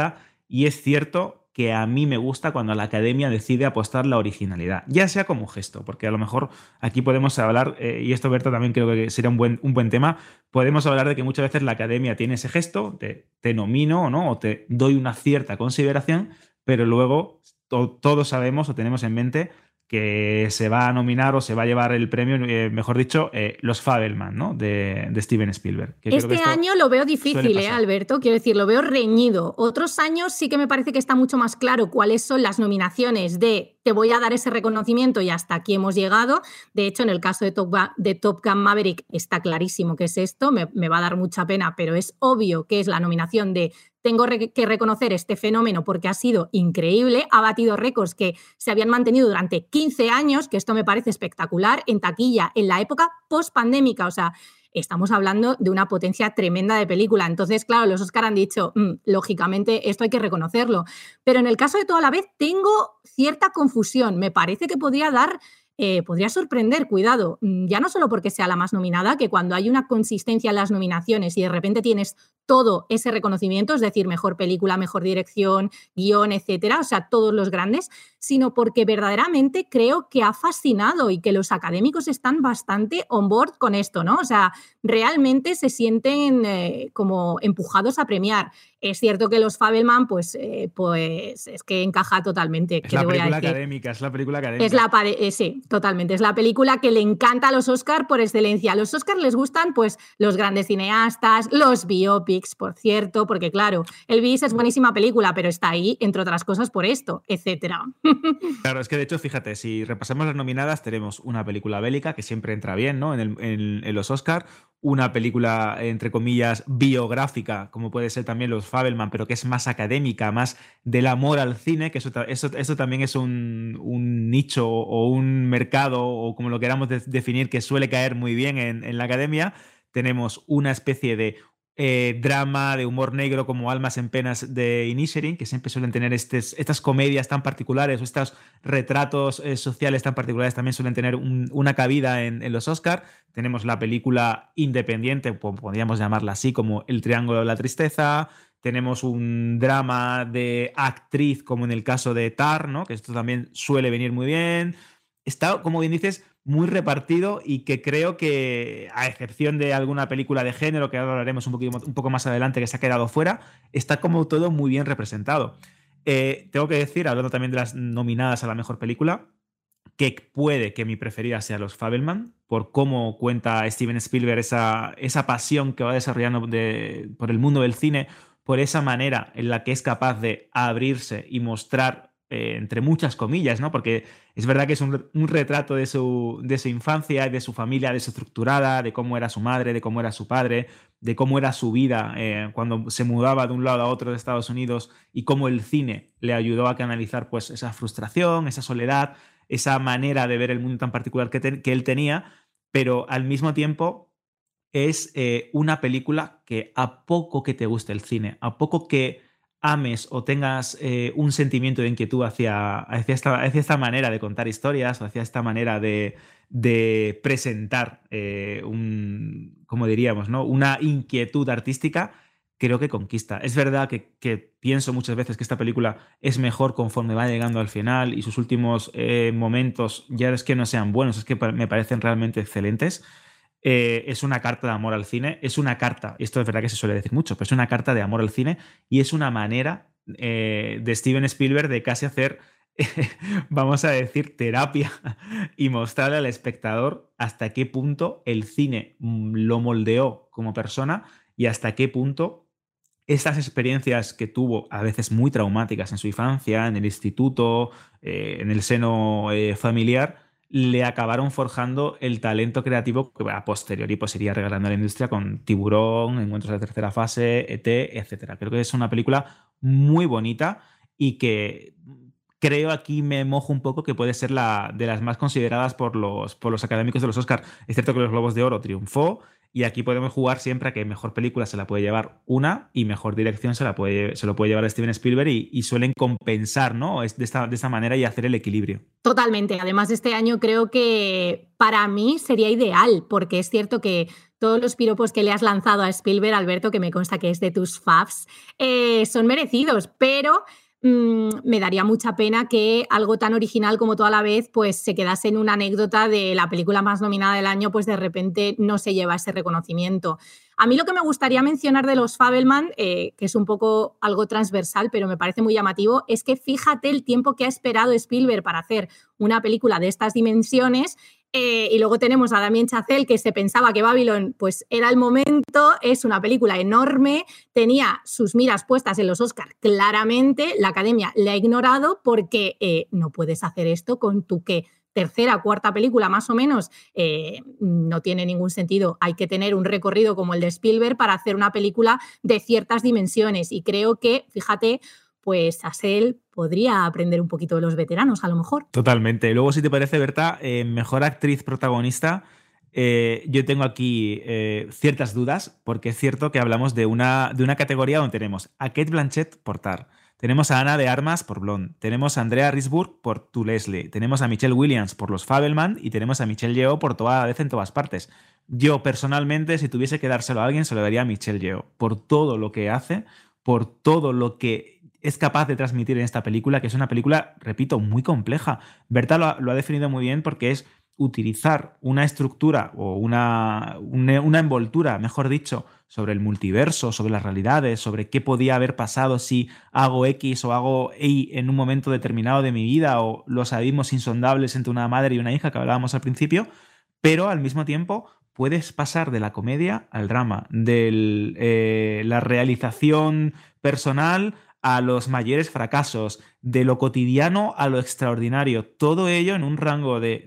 y es cierto que a mí me gusta cuando la academia decide apostar la originalidad, ya sea como gesto, porque a lo mejor aquí podemos hablar, eh, y esto Berto también creo que sería un buen, un buen tema, podemos hablar de que muchas veces la academia tiene ese gesto, te, te nomino, ¿no? O te doy una cierta consideración, pero luego to, todos sabemos o tenemos en mente que se va a nominar o se va a llevar el premio, eh, mejor dicho, eh, los Fabelman, ¿no? de, de Steven Spielberg. Que este creo que año lo veo difícil, ¿eh, Alberto? Quiero decir, lo veo reñido. Otros años sí que me parece que está mucho más claro cuáles son las nominaciones de te voy a dar ese reconocimiento y hasta aquí hemos llegado. De hecho, en el caso de Top Gun, de Top Gun Maverick está clarísimo que es esto, me, me va a dar mucha pena, pero es obvio que es la nominación de tengo re- que reconocer este fenómeno porque ha sido increíble, ha batido récords que se habían mantenido durante quince años, que esto me parece espectacular, en taquilla, en la época post-pandémica, o sea, estamos hablando de una potencia tremenda de película. Entonces, claro, los Oscar han dicho, mmm, lógicamente, esto hay que reconocerlo. Pero en el caso de Todo a la vez, tengo cierta confusión. Me parece que podría dar... Eh, podría sorprender, cuidado, ya no solo porque sea la más nominada, que cuando hay una consistencia en las nominaciones y de repente tienes todo ese reconocimiento, es decir, mejor película, mejor dirección, guión, etcétera, o sea, todos los grandes, sino porque verdaderamente creo que ha fascinado y que los académicos están bastante on board con esto, ¿no? O sea, realmente se sienten eh, como empujados a premiar. Es cierto que los Fabelman, pues, eh, pues es que encaja totalmente. Es la película académica, es la película académica. Es la eh, sí, totalmente. Es la película que le encanta a los Oscar por excelencia. A los Oscar les gustan, pues, los grandes cineastas, los biopics, por cierto, porque, claro, el bis es buenísima película, pero está ahí, entre otras cosas, por esto, etcétera. Claro, es que de hecho, fíjate, si repasamos las nominadas, tenemos una película bélica, que siempre entra bien, ¿no? En, el, en, en los Oscar, una película, entre comillas, biográfica, como puede ser también los Fabelman, pero que es más académica, más del amor al cine, que eso, eso, eso también es un, un nicho o un mercado, o como lo queramos de, definir, que suele caer muy bien en, en la academia. Tenemos una especie de eh, drama, de humor negro, como Almas en Penas de Inisherin, que siempre suelen tener estes, estas comedias tan particulares o estos retratos eh, sociales tan particulares, también suelen tener un, una cabida en, en los Oscar. Tenemos la película independiente, podríamos llamarla así, como El Triángulo de la Tristeza. Tenemos un drama de actriz, como en el caso de Tar, ¿no? Que esto también suele venir muy bien. Está, como bien dices, muy repartido y que creo que, a excepción de alguna película de género, que ahora hablaremos un, poquito, un poco más adelante, que se ha quedado fuera, está como todo muy bien representado. Eh, tengo que decir, hablando también de las nominadas a la mejor película, que puede que mi preferida sea Los Fabelman, por cómo cuenta Steven Spielberg esa, esa pasión que va desarrollando de, por el mundo del cine, por esa manera en la que es capaz de abrirse y mostrar, eh, entre muchas comillas, ¿no? Porque es verdad que es un, un retrato de su, de su infancia, de su familia desestructurada, de cómo era su madre, de cómo era su padre, de cómo era su vida eh, cuando se mudaba de un lado a otro de Estados Unidos y cómo el cine le ayudó a canalizar, pues, esa frustración, esa soledad, esa manera de ver el mundo tan particular que, te, que él tenía, pero al mismo tiempo es eh, una película que, a poco que te guste el cine, a poco que ames o tengas eh, un sentimiento de inquietud hacia, hacia, esta, hacia esta manera de contar historias, hacia esta manera de, de presentar eh, un, como diríamos, ¿no? Una inquietud artística, creo que conquista. Es verdad que, que pienso muchas veces que esta película es mejor conforme va llegando al final y sus últimos eh, momentos ya es que no sean buenos, es que me parecen realmente excelentes. Eh, es una carta de amor al cine, es una carta, y esto es verdad que se suele decir mucho, pero es una carta de amor al cine y es una manera eh, de Steven Spielberg de casi hacer, eh, vamos a decir, terapia y mostrarle al espectador hasta qué punto el cine lo moldeó como persona y hasta qué punto estas experiencias que tuvo, a veces muy traumáticas en su infancia, en el instituto, eh, en el seno eh, familiar, le acabaron forjando el talento creativo que a posteriori pues iría regalando a la industria con Tiburón, Encuentros de la Tercera Fase, E T, etcétera. Creo que es una película muy bonita y que creo, aquí me mojo un poco, que puede ser la de las más consideradas por los, por los académicos de los Oscar. Es cierto que los Globos de Oro triunfó, Y aquí podemos jugar siempre a que mejor película se la puede llevar una y mejor dirección se, la puede, se lo puede llevar Steven Spielberg y, y suelen compensar, ¿no? Es de, esta, de esta manera y hacer el equilibrio. Totalmente. Además, este año creo que para mí sería ideal, porque es cierto que todos los piropos que le has lanzado a Spielberg, Alberto, que me consta que es de tus faves, eh, son merecidos, pero mmm, me daría mucha pena que algo tan original como Toda la vez pues se quedase en una anécdota de la película más nominada del año, pues de repente no se lleva ese reconocimiento. A mí lo que me gustaría mencionar de los Fabelman, eh, que es un poco algo transversal, pero me parece muy llamativo, es que fíjate el tiempo que ha esperado Spielberg para hacer una película de estas dimensiones. Eh, y luego tenemos a Damien Chazelle, que se pensaba que Babylon pues, era el momento, es una película enorme, tenía sus miras puestas en los Oscars claramente, la Academia le ha ignorado porque eh, no puedes hacer esto con tu que tercera, cuarta película más o menos, eh, no tiene ningún sentido. Hay que tener un recorrido como el de Spielberg para hacer una película de ciertas dimensiones y creo que, fíjate, pues Chazelle podría aprender un poquito de los veteranos, a lo mejor. Totalmente. Luego, si te parece, Berta, eh, mejor actriz protagonista, eh, yo tengo aquí eh, ciertas dudas, porque es cierto que hablamos de una, de una categoría donde tenemos a Cate Blanchett por Tar, tenemos a Ana de Armas por Blonde, tenemos a Andrea Riseborough por To Leslie, tenemos a Michelle Williams por Los Fabelman y tenemos a Michelle Yeoh por Toda la vez en todas partes. Yo, personalmente, si tuviese que dárselo a alguien, se lo daría a Michelle Yeoh, por todo lo que hace, por todo lo que es capaz de transmitir en esta película, que es una película, repito, muy compleja. Berta lo ha, lo ha definido muy bien porque es utilizar una estructura o una, una, una envoltura, mejor dicho, sobre el multiverso, sobre las realidades, sobre qué podía haber pasado si hago X o hago Y en un momento determinado de mi vida, o los abismos insondables entre una madre y una hija que hablábamos al principio, pero al mismo tiempo puedes pasar de la comedia al drama, de eh, la realización personal a los mayores fracasos, de lo cotidiano a lo extraordinario, todo ello en un rango de,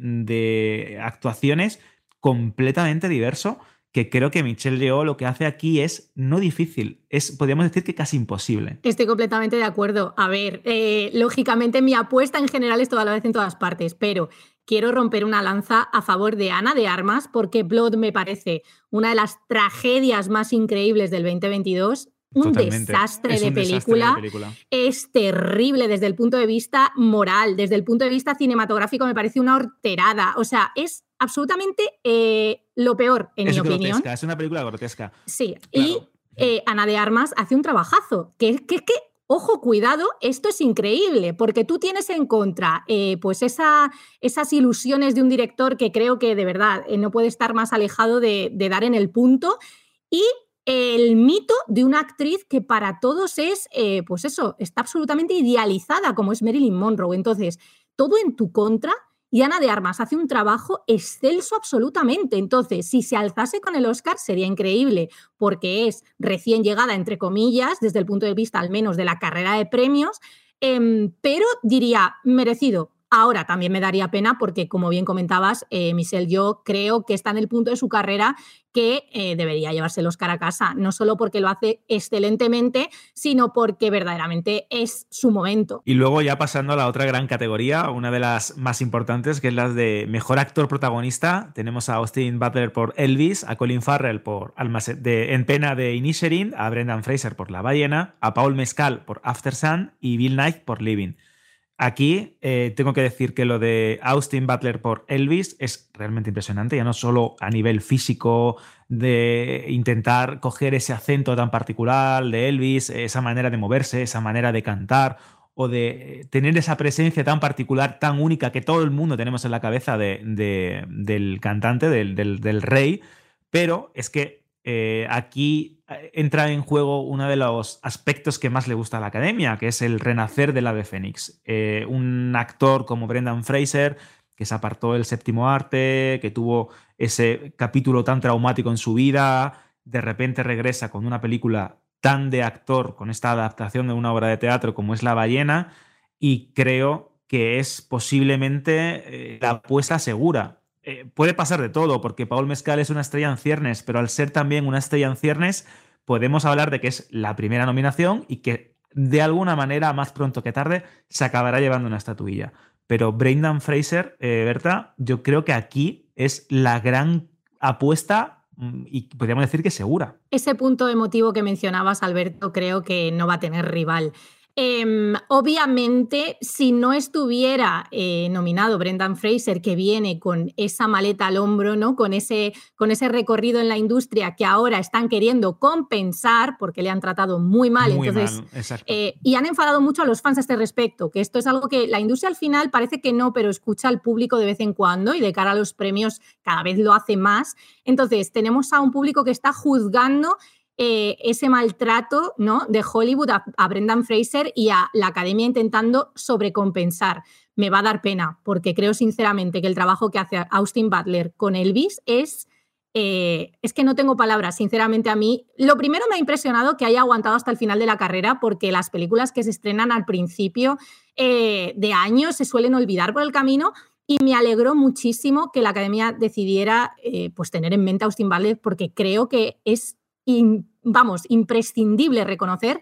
de actuaciones completamente diverso, que creo que Michelle Yeoh lo que hace aquí es no difícil, es, podríamos decir que casi imposible. Estoy completamente de acuerdo. A ver, eh, lógicamente mi apuesta en general es Toda la vez en todas partes, pero quiero romper una lanza a favor de Ana de Armas, porque Blood me parece una de las tragedias más increíbles del veinte veintidós. Un desastre, de, un película. desastre de película. Es terrible desde el punto de vista moral, desde el punto de vista cinematográfico me parece una horterada. O sea, es absolutamente eh, lo peor, en es mi grotesca, opinión. Es una película grotesca. Sí, claro. Y eh, Ana de Armas hace un trabajazo, que es que, que, ojo, cuidado, esto es increíble, porque tú tienes en contra eh, pues esa, esas ilusiones de un director que creo que de verdad eh, no puede estar más alejado de, de dar en el punto, y el mito de una actriz que para todos es, eh, pues eso, está absolutamente idealizada, como es Marilyn Monroe. Entonces, todo en tu contra, y Ana de Armas hace un trabajo excelso absolutamente. Entonces, si se alzase con el Oscar sería increíble, porque es recién llegada, entre comillas, desde el punto de vista al menos de la carrera de premios, eh, pero diría, merecido. Ahora también me daría pena porque, como bien comentabas, eh, Michelle Yeoh creo que está en el punto de su carrera que eh, debería llevarse el Oscar a casa, no solo porque lo hace excelentemente, sino porque verdaderamente es su momento. Y luego ya pasando a la otra gran categoría, una de las más importantes, que es la de Mejor Actor Protagonista, tenemos a Austin Butler por Elvis, a Colin Farrell por Almas de, En Pena de Inisherin, a Brendan Fraser por La Ballena, a Paul Mescal por After Sun y Bill Nighy por Living. Aquí eh, tengo que decir que lo de Austin Butler por Elvis es realmente impresionante, ya no solo a nivel físico, de intentar coger ese acento tan particular de Elvis, esa manera de moverse, esa manera de cantar, o de tener esa presencia tan particular, tan única que todo el mundo tenemos en la cabeza de, de, del cantante, del, del, del rey, pero es que Eh, aquí entra en juego uno de los aspectos que más le gusta a la Academia, que es el renacer del ave fénix. Eh, un actor como Brendan Fraser, que se apartó del séptimo arte, que tuvo ese capítulo tan traumático en su vida, de repente regresa con una película tan de actor, con esta adaptación de una obra de teatro como es La Ballena, y creo que es posiblemente eh, la apuesta segura. Eh, puede pasar de todo, porque Paul Mescal es una estrella en ciernes, pero al ser también una estrella en ciernes, podemos hablar de que es la primera nominación y que de alguna manera, más pronto que tarde, se acabará llevando una estatuilla. Pero Brendan Fraser, eh, Berta, yo creo que aquí es la gran apuesta y podríamos decir que segura. Ese punto emotivo que mencionabas, Alberto, creo que no va a tener rival. Eh, obviamente, si no estuviera eh, nominado Brendan Fraser, que viene con esa maleta al hombro, ¿no? con, ese, con ese recorrido en la industria que ahora están queriendo compensar porque le han tratado muy mal, muy entonces, mal, exacto. Eh, y han enfadado mucho a los fans a este respecto, que esto es algo que la industria al final parece que no, pero escucha al público de vez en cuando y de cara a los premios cada vez lo hace más. Entonces, tenemos a un público que está juzgando Eh, ese maltrato, ¿no? de Hollywood a, a Brendan Fraser y a la Academia intentando sobrecompensar. Me va a dar pena, porque creo sinceramente que el trabajo que hace Austin Butler con Elvis es, eh, es que no tengo palabras, sinceramente a mí. Lo primero me ha impresionado que haya aguantado hasta el final de la carrera, porque las películas que se estrenan al principio eh, de años se suelen olvidar por el camino. Y me alegró muchísimo que la Academia decidiera eh, pues tener en mente a Austin Butler, porque creo que es In, vamos, imprescindible reconocer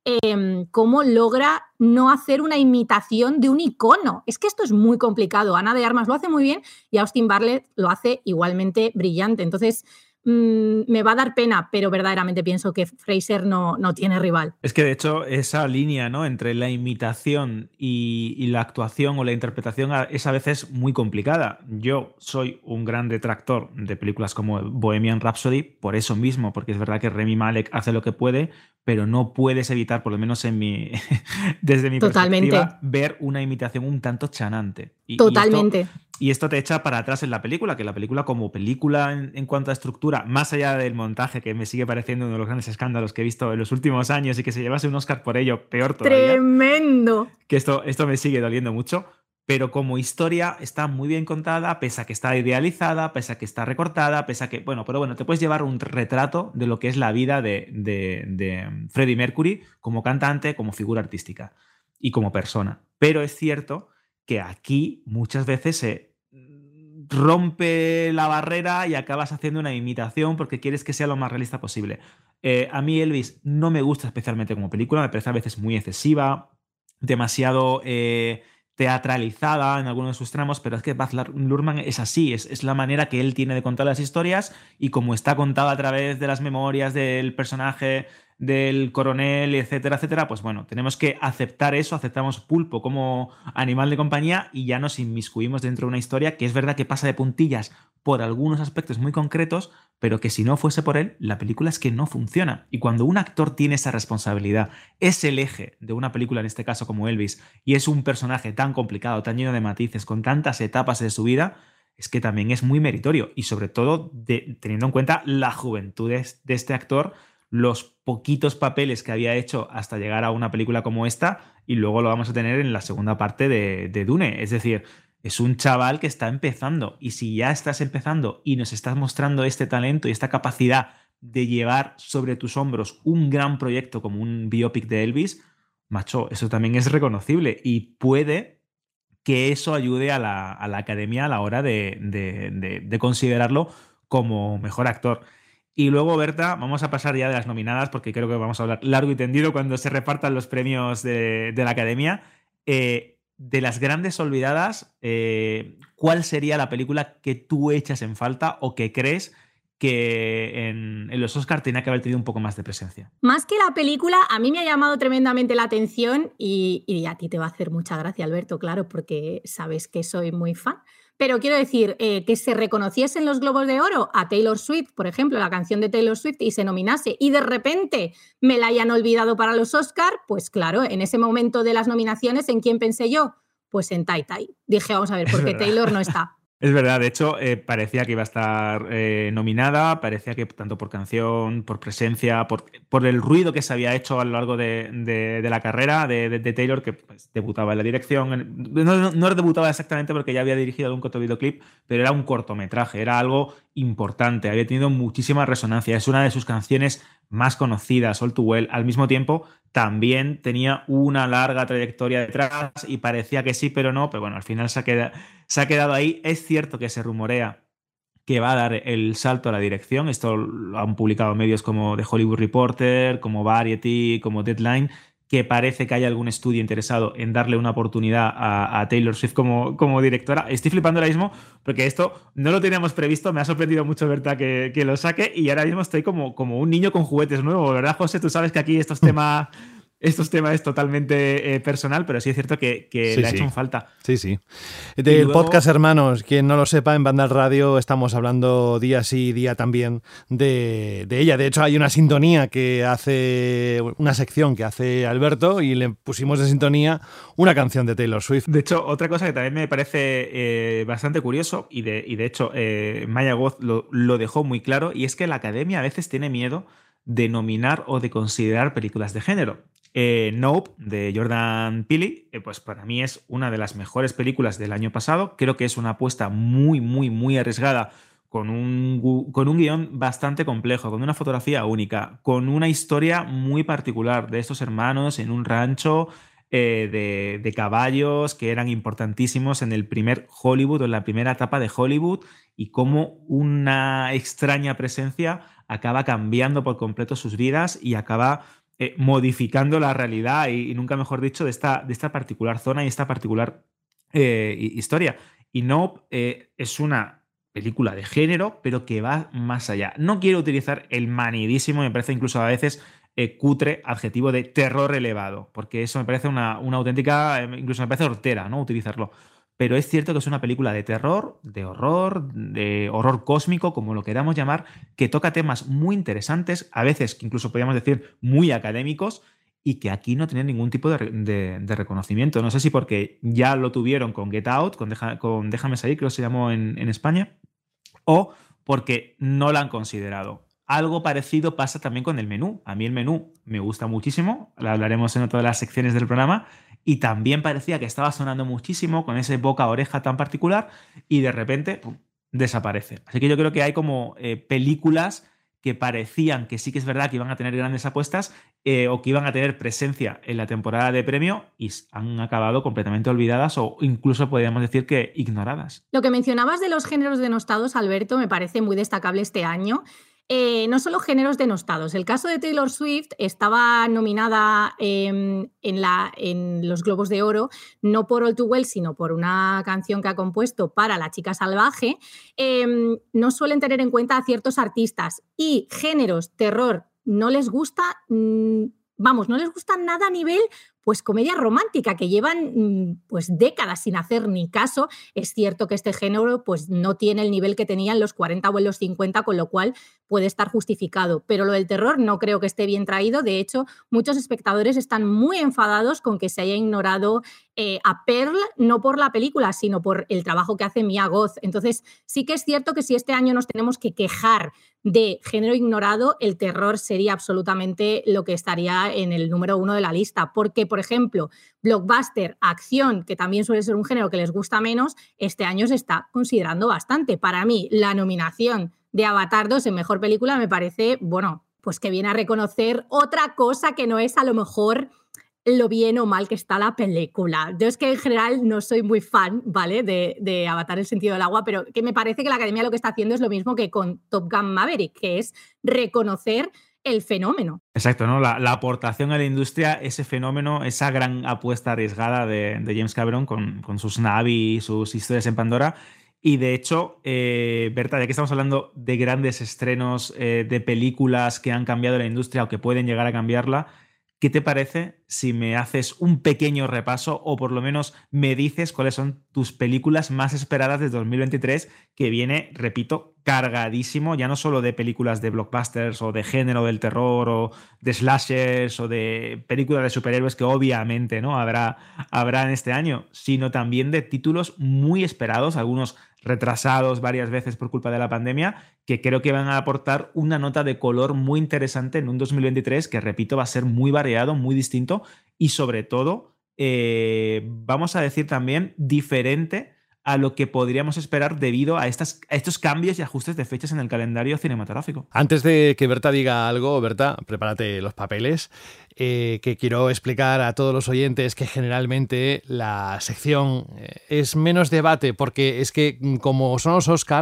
eh, cómo logra no hacer una imitación de un icono. Es que esto es muy complicado. Ana de Armas lo hace muy bien y Austin Butler lo hace igualmente brillante. Entonces, mmm, me va a dar pena, pero verdaderamente pienso que Fraser no, no tiene rival. Es que, de hecho, esa línea, ¿no? entre la imitación y, y la actuación o la interpretación es a veces muy complicada. Yo soy un gran detractor de películas como Bohemian Rhapsody por eso mismo, porque es verdad que Rami Malek hace lo que puede, pero no puedes evitar, por lo menos en mi, desde mi Totalmente. perspectiva, ver una imitación un tanto chanante. Y, Totalmente. Y esto, y esto te echa para atrás en la película, que la película como película en, en cuanto a estructura, más allá del montaje, que me sigue pareciendo uno de los grandes escándalos que he visto en los últimos años y que se llevase un Oscar por ello, peor todavía. ¡Tremendo! Que esto, esto me sigue doliendo mucho. Pero como historia está muy bien contada, pese a que está idealizada, pese a que está recortada, pese a que... Bueno, pero bueno, te puedes llevar un retrato de lo que es la vida de, de, de Freddie Mercury como cantante, como figura artística y como persona. Pero es cierto que aquí muchas veces se rompe la barrera y acabas haciendo una imitación porque quieres que sea lo más realista posible. Eh, a mí Elvis no me gusta especialmente como película, me parece a veces muy excesiva, demasiado... Eh, teatralizada en algunos de sus tramos, pero es que Baz Luhrmann es así, es, es la manera que él tiene de contar las historias y como está contada a través de las memorias del personaje del coronel, etcétera, etcétera, pues bueno, tenemos que aceptar eso, aceptamos Pulpo como animal de compañía y ya nos inmiscuimos dentro de una historia que es verdad que pasa de puntillas por algunos aspectos muy concretos, pero que si no fuese por él, la película es que no funciona. Y cuando un actor tiene esa responsabilidad, es el eje de una película, en este caso como Elvis, y es un personaje tan complicado, tan lleno de matices, con tantas etapas de su vida, es que también es muy meritorio. Y sobre todo de, teniendo en cuenta la juventud de, de este actor, los poquitos papeles que había hecho hasta llegar a una película como esta, y luego lo vamos a tener en la segunda parte de, de Dune. Es decir, es un chaval que está empezando, y si ya estás empezando y nos estás mostrando este talento y esta capacidad de llevar sobre tus hombros un gran proyecto como un biopic de Elvis, macho, eso también es reconocible y puede que eso ayude a la, a la Academia a la hora de, de, de, de considerarlo como mejor actor. Y luego, Berta, vamos a pasar ya de las nominadas porque creo que vamos a hablar largo y tendido cuando se repartan los premios de, de la Academia. Eh, de las grandes olvidadas, eh, ¿cuál sería la película que tú echas en falta o que crees que en, en los Oscars tenía que haber tenido un poco más de presencia? Más que la película, a mí me ha llamado tremendamente la atención y, y a ti te va a hacer mucha gracia, Alberto, claro, porque sabes que soy muy fan. Pero quiero decir, eh, que se reconociesen los Globos de Oro a Taylor Swift, por ejemplo, la canción de Taylor Swift, y se nominase, y de repente me la hayan olvidado para los Oscar, pues claro, en ese momento de las nominaciones, ¿en quién pensé yo? Pues en Tai Tai. Dije, vamos a ver, porque Taylor no está. Es verdad, de hecho, eh, parecía que iba a estar eh, nominada, parecía que tanto por canción, por presencia, por, por el ruido que se había hecho a lo largo de, de, de la carrera de, de, de Taylor, que pues, debutaba en la dirección. No, no, no debutaba exactamente porque ya había dirigido algún corto videoclip, pero era un cortometraje, era algo importante, había tenido muchísima resonancia. Es una de sus canciones más conocidas, All Too Well. Al mismo tiempo, también tenía una larga trayectoria detrás y parecía que sí, pero no, pero bueno, al final se ha quedado, se ha quedado ahí. Es cierto que se rumorea que va a dar el salto a la dirección. Esto lo han publicado medios como The Hollywood Reporter, como Variety, como Deadline, que parece que hay algún estudio interesado en darle una oportunidad a, a Taylor Swift como, como directora. Estoy flipando ahora mismo porque esto no lo teníamos previsto, me ha sorprendido mucho, Berta, que, que lo saque, y ahora mismo estoy como, como un niño con juguetes nuevos, ¿verdad, José? Tú sabes que aquí estos temas... Estos temas es totalmente eh, personal, pero sí es cierto que, que sí, le ha sí. hecho falta. Sí, sí. Del luego... podcast, hermanos, quien no lo sepa, en Vandal Radio estamos hablando día sí, día también de, de ella. De hecho, hay una sintonía que hace, una sección que hace Alberto, y le pusimos de sintonía una canción de Taylor Swift. De hecho, otra cosa que también me parece eh, bastante curioso, y de, y de hecho eh, Maya Goth lo, lo dejó muy claro, y es que la Academia a veces tiene miedo de nominar o de considerar películas de género. Eh, Nope, de Jordan Peele, eh, pues para mí es una de las mejores películas del año pasado. Creo que es una apuesta muy, muy, muy arriesgada, con un, con un guión bastante complejo, con una fotografía única, con una historia muy particular de estos hermanos en un rancho eh, de, de caballos que eran importantísimos en el primer Hollywood o en la primera etapa de Hollywood, y cómo una extraña presencia acaba cambiando por completo sus vidas y acaba Eh, modificando la realidad y, y nunca mejor dicho, de esta, de esta particular zona y esta particular eh, historia. Y Nope eh, es una película de género, pero que va más allá. No quiero utilizar el manidísimo, me parece incluso a veces eh, cutre, adjetivo de terror elevado, porque eso me parece una, una auténtica, eh, incluso me parece hortera, ¿no?, utilizarlo. Pero es cierto que es una película de terror, de horror, de horror cósmico, como lo queramos llamar, que toca temas muy interesantes, a veces incluso podríamos decir muy académicos, y que aquí no tienen ningún tipo de, de, de reconocimiento. No sé si porque ya lo tuvieron con Get Out, con, Deja, con Déjame salir, creo que se llamó en, en España, o porque no la han considerado. Algo parecido pasa también con el menú. A mí el menú me gusta muchísimo, lo hablaremos en otra de las secciones del programa, y también parecía que estaba sonando muchísimo con ese boca a oreja tan particular, y de repente pum, desaparece. Así que yo creo que hay como eh, películas que parecían que sí que es verdad que iban a tener grandes apuestas eh, o que iban a tener presencia en la temporada de premio, y han acabado completamente olvidadas o incluso podríamos decir que ignoradas. Lo que mencionabas de los géneros denostados, Alberto, me parece muy destacable este año. Eh, no solo géneros denostados. El caso de Taylor Swift estaba nominada eh, en, la, en los Globos de Oro, no por All Too Well, sino por una canción que ha compuesto para La Chica Salvaje. Eh, no suelen tener en cuenta a ciertos artistas, y géneros, terror, no les gusta, mmm, vamos, no les gusta nada a nivel pues comedia romántica, que llevan pues décadas sin hacer ni caso. Es cierto que este género pues no tiene el nivel que tenía en los cuarenta o en los cincuenta, con lo cual puede estar justificado, pero lo del terror no creo que esté bien traído. De hecho, muchos espectadores están muy enfadados con que se haya ignorado eh, a Pearl, no por la película, sino por el trabajo que hace Mia Goth. Entonces, sí que es cierto que si este año nos tenemos que quejar de género ignorado, el terror sería absolutamente lo que estaría en el número uno de la lista, porque, por ejemplo, blockbuster, acción, que también suele ser un género que les gusta menos, este año se está considerando bastante. Para mí, la nominación de Avatar dos en Mejor Película me parece, bueno, pues que viene a reconocer otra cosa que no es a lo mejor lo bien o mal que está la película. Yo es que en general no soy muy fan, ¿vale?, de, de Avatar el sentido del agua, pero que me parece que la Academia lo que está haciendo es lo mismo que con Top Gun Maverick, que es reconocer el fenómeno. Exacto, ¿no? La, la aportación a la industria, ese fenómeno, esa gran apuesta arriesgada de, de James Cameron con, con sus Na'vi y sus historias en Pandora. Y de hecho, eh, Berta, ya que estamos hablando de grandes estrenos eh, de películas que han cambiado la industria o que pueden llegar a cambiarla, ¿qué te parece si me haces un pequeño repaso o por lo menos me dices cuáles son tus películas más esperadas de dos mil veintitrés, que viene, repito, cargadísimo, ya no solo de películas de blockbusters o de género del terror o de slashers o de películas de superhéroes que obviamente no habrá, habrá en este año, sino también de títulos muy esperados, algunos retrasados varias veces por culpa de la pandemia, que creo que van a aportar una nota de color muy interesante en un dos mil veintitrés que, repito, va a ser muy variado, muy distinto y sobre todo, eh, vamos a decir también, diferente a lo que podríamos esperar debido a, estas, a estos cambios y ajustes de fechas en el calendario cinematográfico. Antes de que Berta diga algo, Berta, prepárate los papeles, eh, que quiero explicar a todos los oyentes que generalmente la sección es menos debate, porque es que como son los Oscars,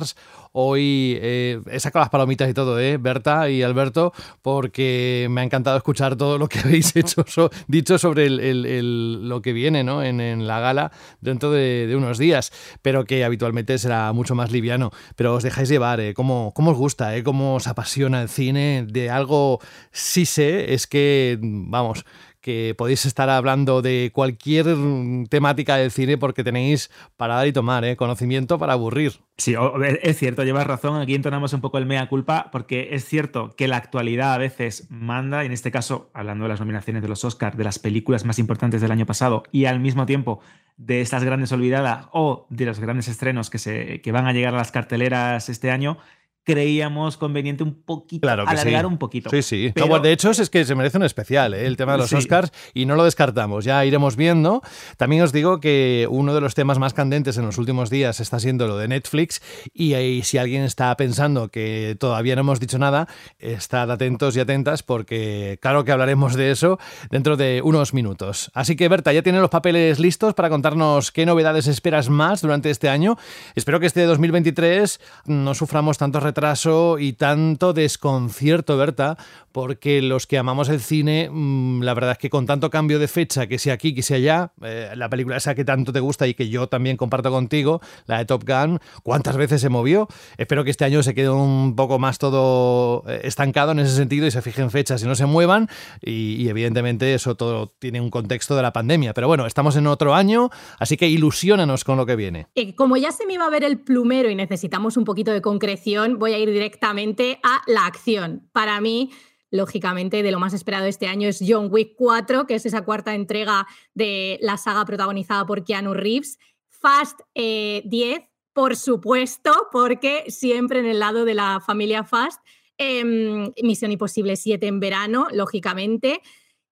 hoy eh, he sacado las palomitas y todo, ¿eh? Berta y Alberto, porque me ha encantado escuchar todo lo que habéis hecho, so, dicho sobre el, el, el, lo que viene, ¿no? en, en la gala dentro de, de unos días, pero que habitualmente será mucho más liviano. Pero os dejáis llevar, ¿eh? ¿Cómo, cómo os gusta? ¿eh? ¿Cómo os apasiona el cine? De algo sí sé, es que, vamos, que podéis estar hablando de cualquier temática del cine porque tenéis para dar y tomar, ¿eh? Conocimiento para aburrir. Sí, es cierto, llevas razón. Aquí entonamos un poco el mea culpa porque es cierto que la actualidad a veces manda, y en este caso, hablando de las nominaciones de los Oscars, de las películas más importantes del año pasado y al mismo tiempo de estas grandes olvidadas o de los grandes estrenos que, se, que van a llegar a las carteleras este año, creíamos conveniente un poquito, claro que alargar sí. un poquito. Sí, sí. Pero... No, pues de hecho es que se merece un especial, ¿eh? El tema de los sí. Oscars, y no lo descartamos, ya iremos viendo. También os digo que uno de los temas más candentes en los últimos días está siendo lo de Netflix, y, y si alguien está pensando que todavía no hemos dicho nada, estad atentos y atentas porque claro que hablaremos de eso dentro de unos minutos. Así que Berta, ya tiene los papeles listos para contarnos qué novedades esperas más durante este año. Espero que este dos mil veintitrés no suframos tantos retrasos y tanto desconcierto, Berta, porque los que amamos el cine, la verdad es que con tanto cambio de fecha, que sea aquí, que sea allá, eh, la película esa que tanto te gusta y que yo también comparto contigo, la de Top Gun, ¿cuántas veces se movió? Espero que este año se quede un poco más todo estancado en ese sentido y se fijen fechas y no se muevan, y, y evidentemente eso todo tiene un contexto de la pandemia, pero bueno, estamos en otro año, así que ilusiónanos con lo que viene. Eh, como ya se me iba a ver el plumero y necesitamos un poquito de concreción, voy a ir directamente a la acción. Para mí, lógicamente, de lo más esperado este año es John Wick cuatro, que es esa cuarta entrega de la saga protagonizada por Keanu Reeves. Fast eh, diez, por supuesto, porque siempre en el lado de la familia Fast. Eh, Misión Imposible siete en verano, lógicamente.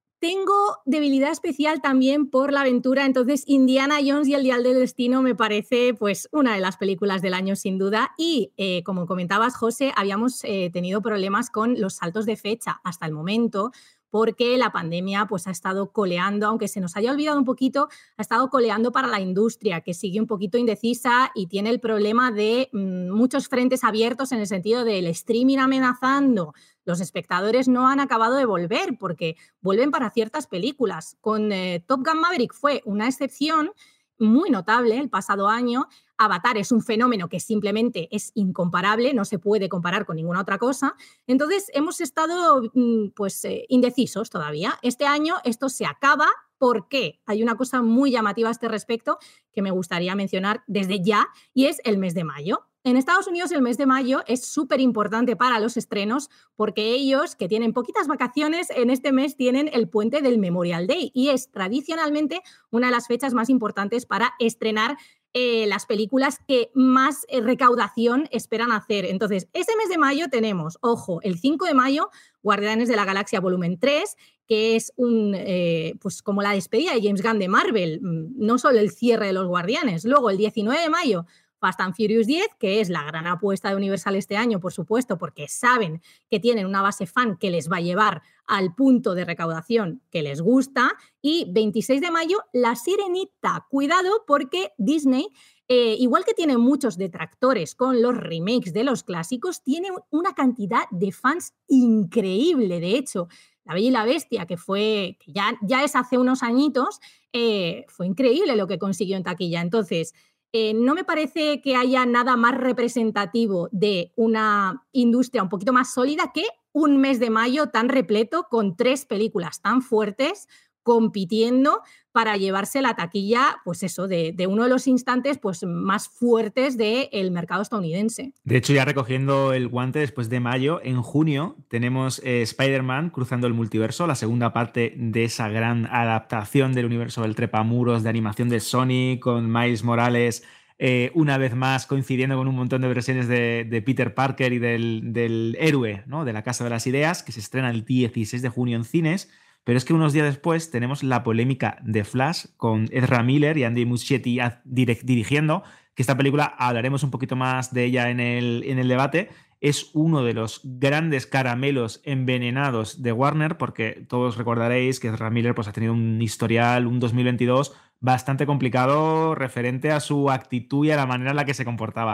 Tengo debilidad especial también por la aventura, entonces Indiana Jones y el Dial del Destino me parece pues una de las películas del año sin duda, y eh, como comentabas, José, habíamos eh, tenido problemas con los saltos de fecha hasta el momento porque la pandemia pues, ha estado coleando, aunque se nos haya olvidado un poquito, ha estado coleando para la industria, que sigue un poquito indecisa y tiene el problema de mmm, muchos frentes abiertos en el sentido del streaming amenazando. Los espectadores no han acabado de volver porque vuelven para ciertas películas. Con eh, Top Gun Maverick fue una excepción muy notable el pasado año. Avatar es un fenómeno que simplemente es incomparable, no se puede comparar con ninguna otra cosa. Entonces hemos estado pues, eh, indecisos todavía. Este año esto se acaba. ¿Por qué? Hay una cosa muy llamativa a este respecto que me gustaría mencionar desde ya, y es el mes de mayo. En Estados Unidos el mes de mayo es súper importante para los estrenos porque ellos, que tienen poquitas vacaciones, en este mes tienen el puente del Memorial Day y es tradicionalmente una de las fechas más importantes para estrenar eh, las películas que más eh, recaudación esperan hacer. Entonces, ese mes de mayo tenemos, ojo, el cinco de mayo, Guardianes de la Galaxia volumen tres, que es un, eh, pues como la despedida de James Gunn de Marvel, no solo el cierre de los Guardianes. Luego, el diecinueve de mayo, Fast and Furious diez, que es la gran apuesta de Universal este año, por supuesto, porque saben que tienen una base fan que les va a llevar al punto de recaudación que les gusta. Y veintiséis de mayo, La Sirenita. Cuidado porque Disney, eh, igual que tiene muchos detractores con los remakes de los clásicos, tiene una cantidad de fans increíble. De hecho, La Bella y la Bestia, que fue que ya, ya es hace unos añitos, eh, fue increíble lo que consiguió en taquilla. Entonces, Eh, no me parece que haya nada más representativo de una industria un poquito más sólida que un mes de mayo tan repleto con tres películas tan fuertes compitiendo para llevarse la taquilla, pues eso, de, de uno de los instantes pues, más fuertes del mercado estadounidense. De hecho, ya recogiendo el guante después de mayo, en junio tenemos eh, Spider-Man Cruzando el Multiverso, la segunda parte de esa gran adaptación del universo del trepamuros de animación de Sony, con Miles Morales eh, una vez más coincidiendo con un montón de versiones de, de Peter Parker y del, del héroe, ¿no? De la Casa de las Ideas, que se estrena el dieciséis de junio en cines. Pero es que unos días después tenemos la polémica de Flash con Ezra Miller y Andy Muschietti dirigiendo, que esta película hablaremos un poquito más de ella en el, en el debate. Es uno de los grandes caramelos envenenados de Warner, porque todos recordaréis que Ezra Miller pues, ha tenido un historial, un dos mil veintidós bastante complicado referente a su actitud y a la manera en la que se comportaba.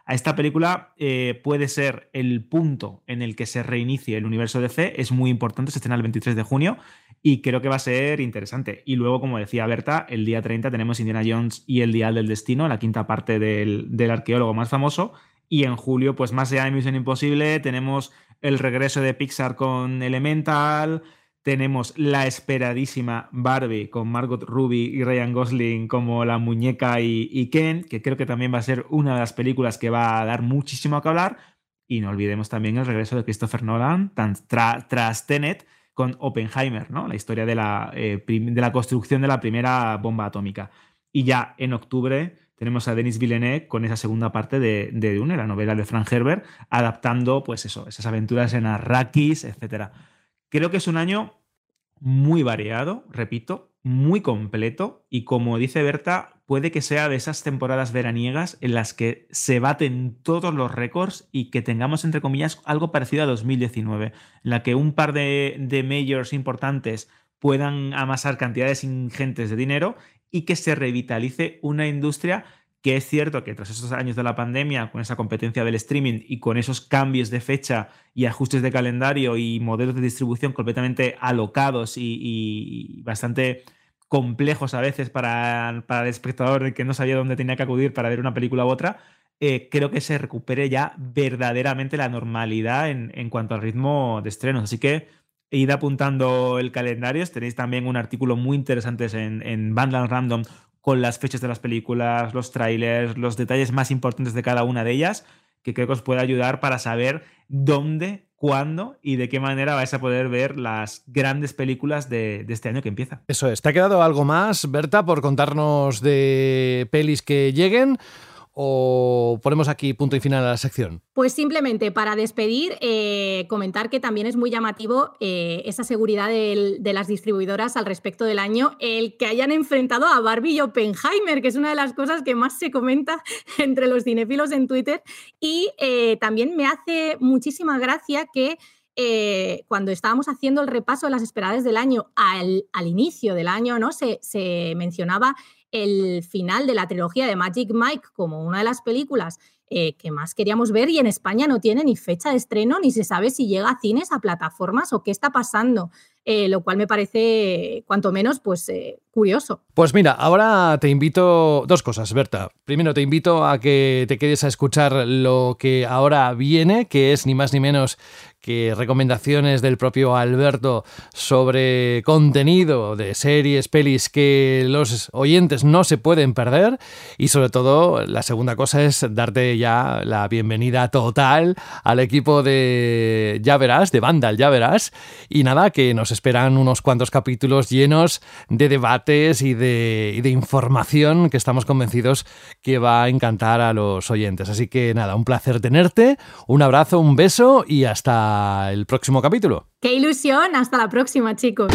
a esta película eh, puede ser el punto en el que se reinicie el universo D C. Es muy importante, se estrena el veintitrés de junio y creo que va a ser interesante. Y luego, como decía Berta, el día treinta tenemos Indiana Jones y el Dial del Destino, la quinta parte del, del arqueólogo más famoso. Y en julio, pues más allá de Misión Imposible, tenemos el regreso de Pixar con Elemental, tenemos la esperadísima Barbie con Margot Robbie y Ryan Gosling como la muñeca y, y Ken, que creo que también va a ser una de las películas que va a dar muchísimo que hablar. Y no olvidemos también el regreso de Christopher Nolan tra- tras Tenet con Oppenheimer, ¿no? La historia de la, eh, prim- de la construcción de la primera bomba atómica. Y ya en octubre tenemos a Denis Villeneuve con esa segunda parte de, de Dune, la novela de Frank Herbert, adaptando pues eso, esas aventuras en Arrakis, etcétera. Creo que es un año muy variado, repito, muy completo, y como dice Berta, puede que sea de esas temporadas veraniegas en las que se baten todos los récords y que tengamos, entre comillas, algo parecido a dos mil diecinueve, en la que un par de, de majors importantes puedan amasar cantidades ingentes de dinero y que se revitalice una industria que es cierto que tras esos años de la pandemia, con esa competencia del streaming y con esos cambios de fecha y ajustes de calendario y modelos de distribución completamente alocados y, y bastante complejos a veces para, para el espectador que no sabía dónde tenía que acudir para ver una película u otra, eh, creo que se recupere ya verdaderamente la normalidad en, en cuanto al ritmo de estrenos. Así que id apuntando el calendario. Tenéis también un artículo muy interesante en, en Vandal Random con las fechas de las películas, los trailers, los detalles más importantes de cada una de ellas, que creo que os puede ayudar para saber dónde, cuándo y de qué manera vais a poder ver las grandes películas de, de este año que empieza. Eso es. ¿Te ha quedado algo más, Berta, por contarnos de pelis que lleguen? ¿O ponemos aquí punto y final a la sección? Pues simplemente para despedir, eh, comentar que también es muy llamativo eh, esa seguridad de, de las distribuidoras al respecto del año, el que hayan enfrentado a Barbie y Oppenheimer, que es una de las cosas que más se comenta entre los cinéfilos en Twitter. Y eh, también me hace muchísima gracia que Eh, cuando estábamos haciendo el repaso de las esperadas del año, al, al inicio del año, ¿no? se, se mencionaba el final de la trilogía de Magic Mike como una de las películas eh, que más queríamos ver, y en España no tiene ni fecha de estreno, ni se sabe si llega a cines, a plataformas o qué está pasando, eh, lo cual me parece cuanto menos pues eh, curioso. Pues mira, ahora te invito dos cosas, Berta. Primero te invito a que te quedes a escuchar lo que ahora viene, que es ni más ni menos que recomendaciones del propio Alberto sobre contenido de series, pelis que los oyentes no se pueden perder. Y sobre todo, la segunda cosa es darte ya la bienvenida total al equipo de Ya Verás, de Vandal Ya Verás. Y nada, que nos esperan unos cuantos capítulos llenos de debates y de, y de información que estamos convencidos que va a encantar a los oyentes. Así que nada, un placer tenerte, un abrazo, un beso y hasta el próximo capítulo. ¡Qué ilusión! Hasta la próxima, chicos.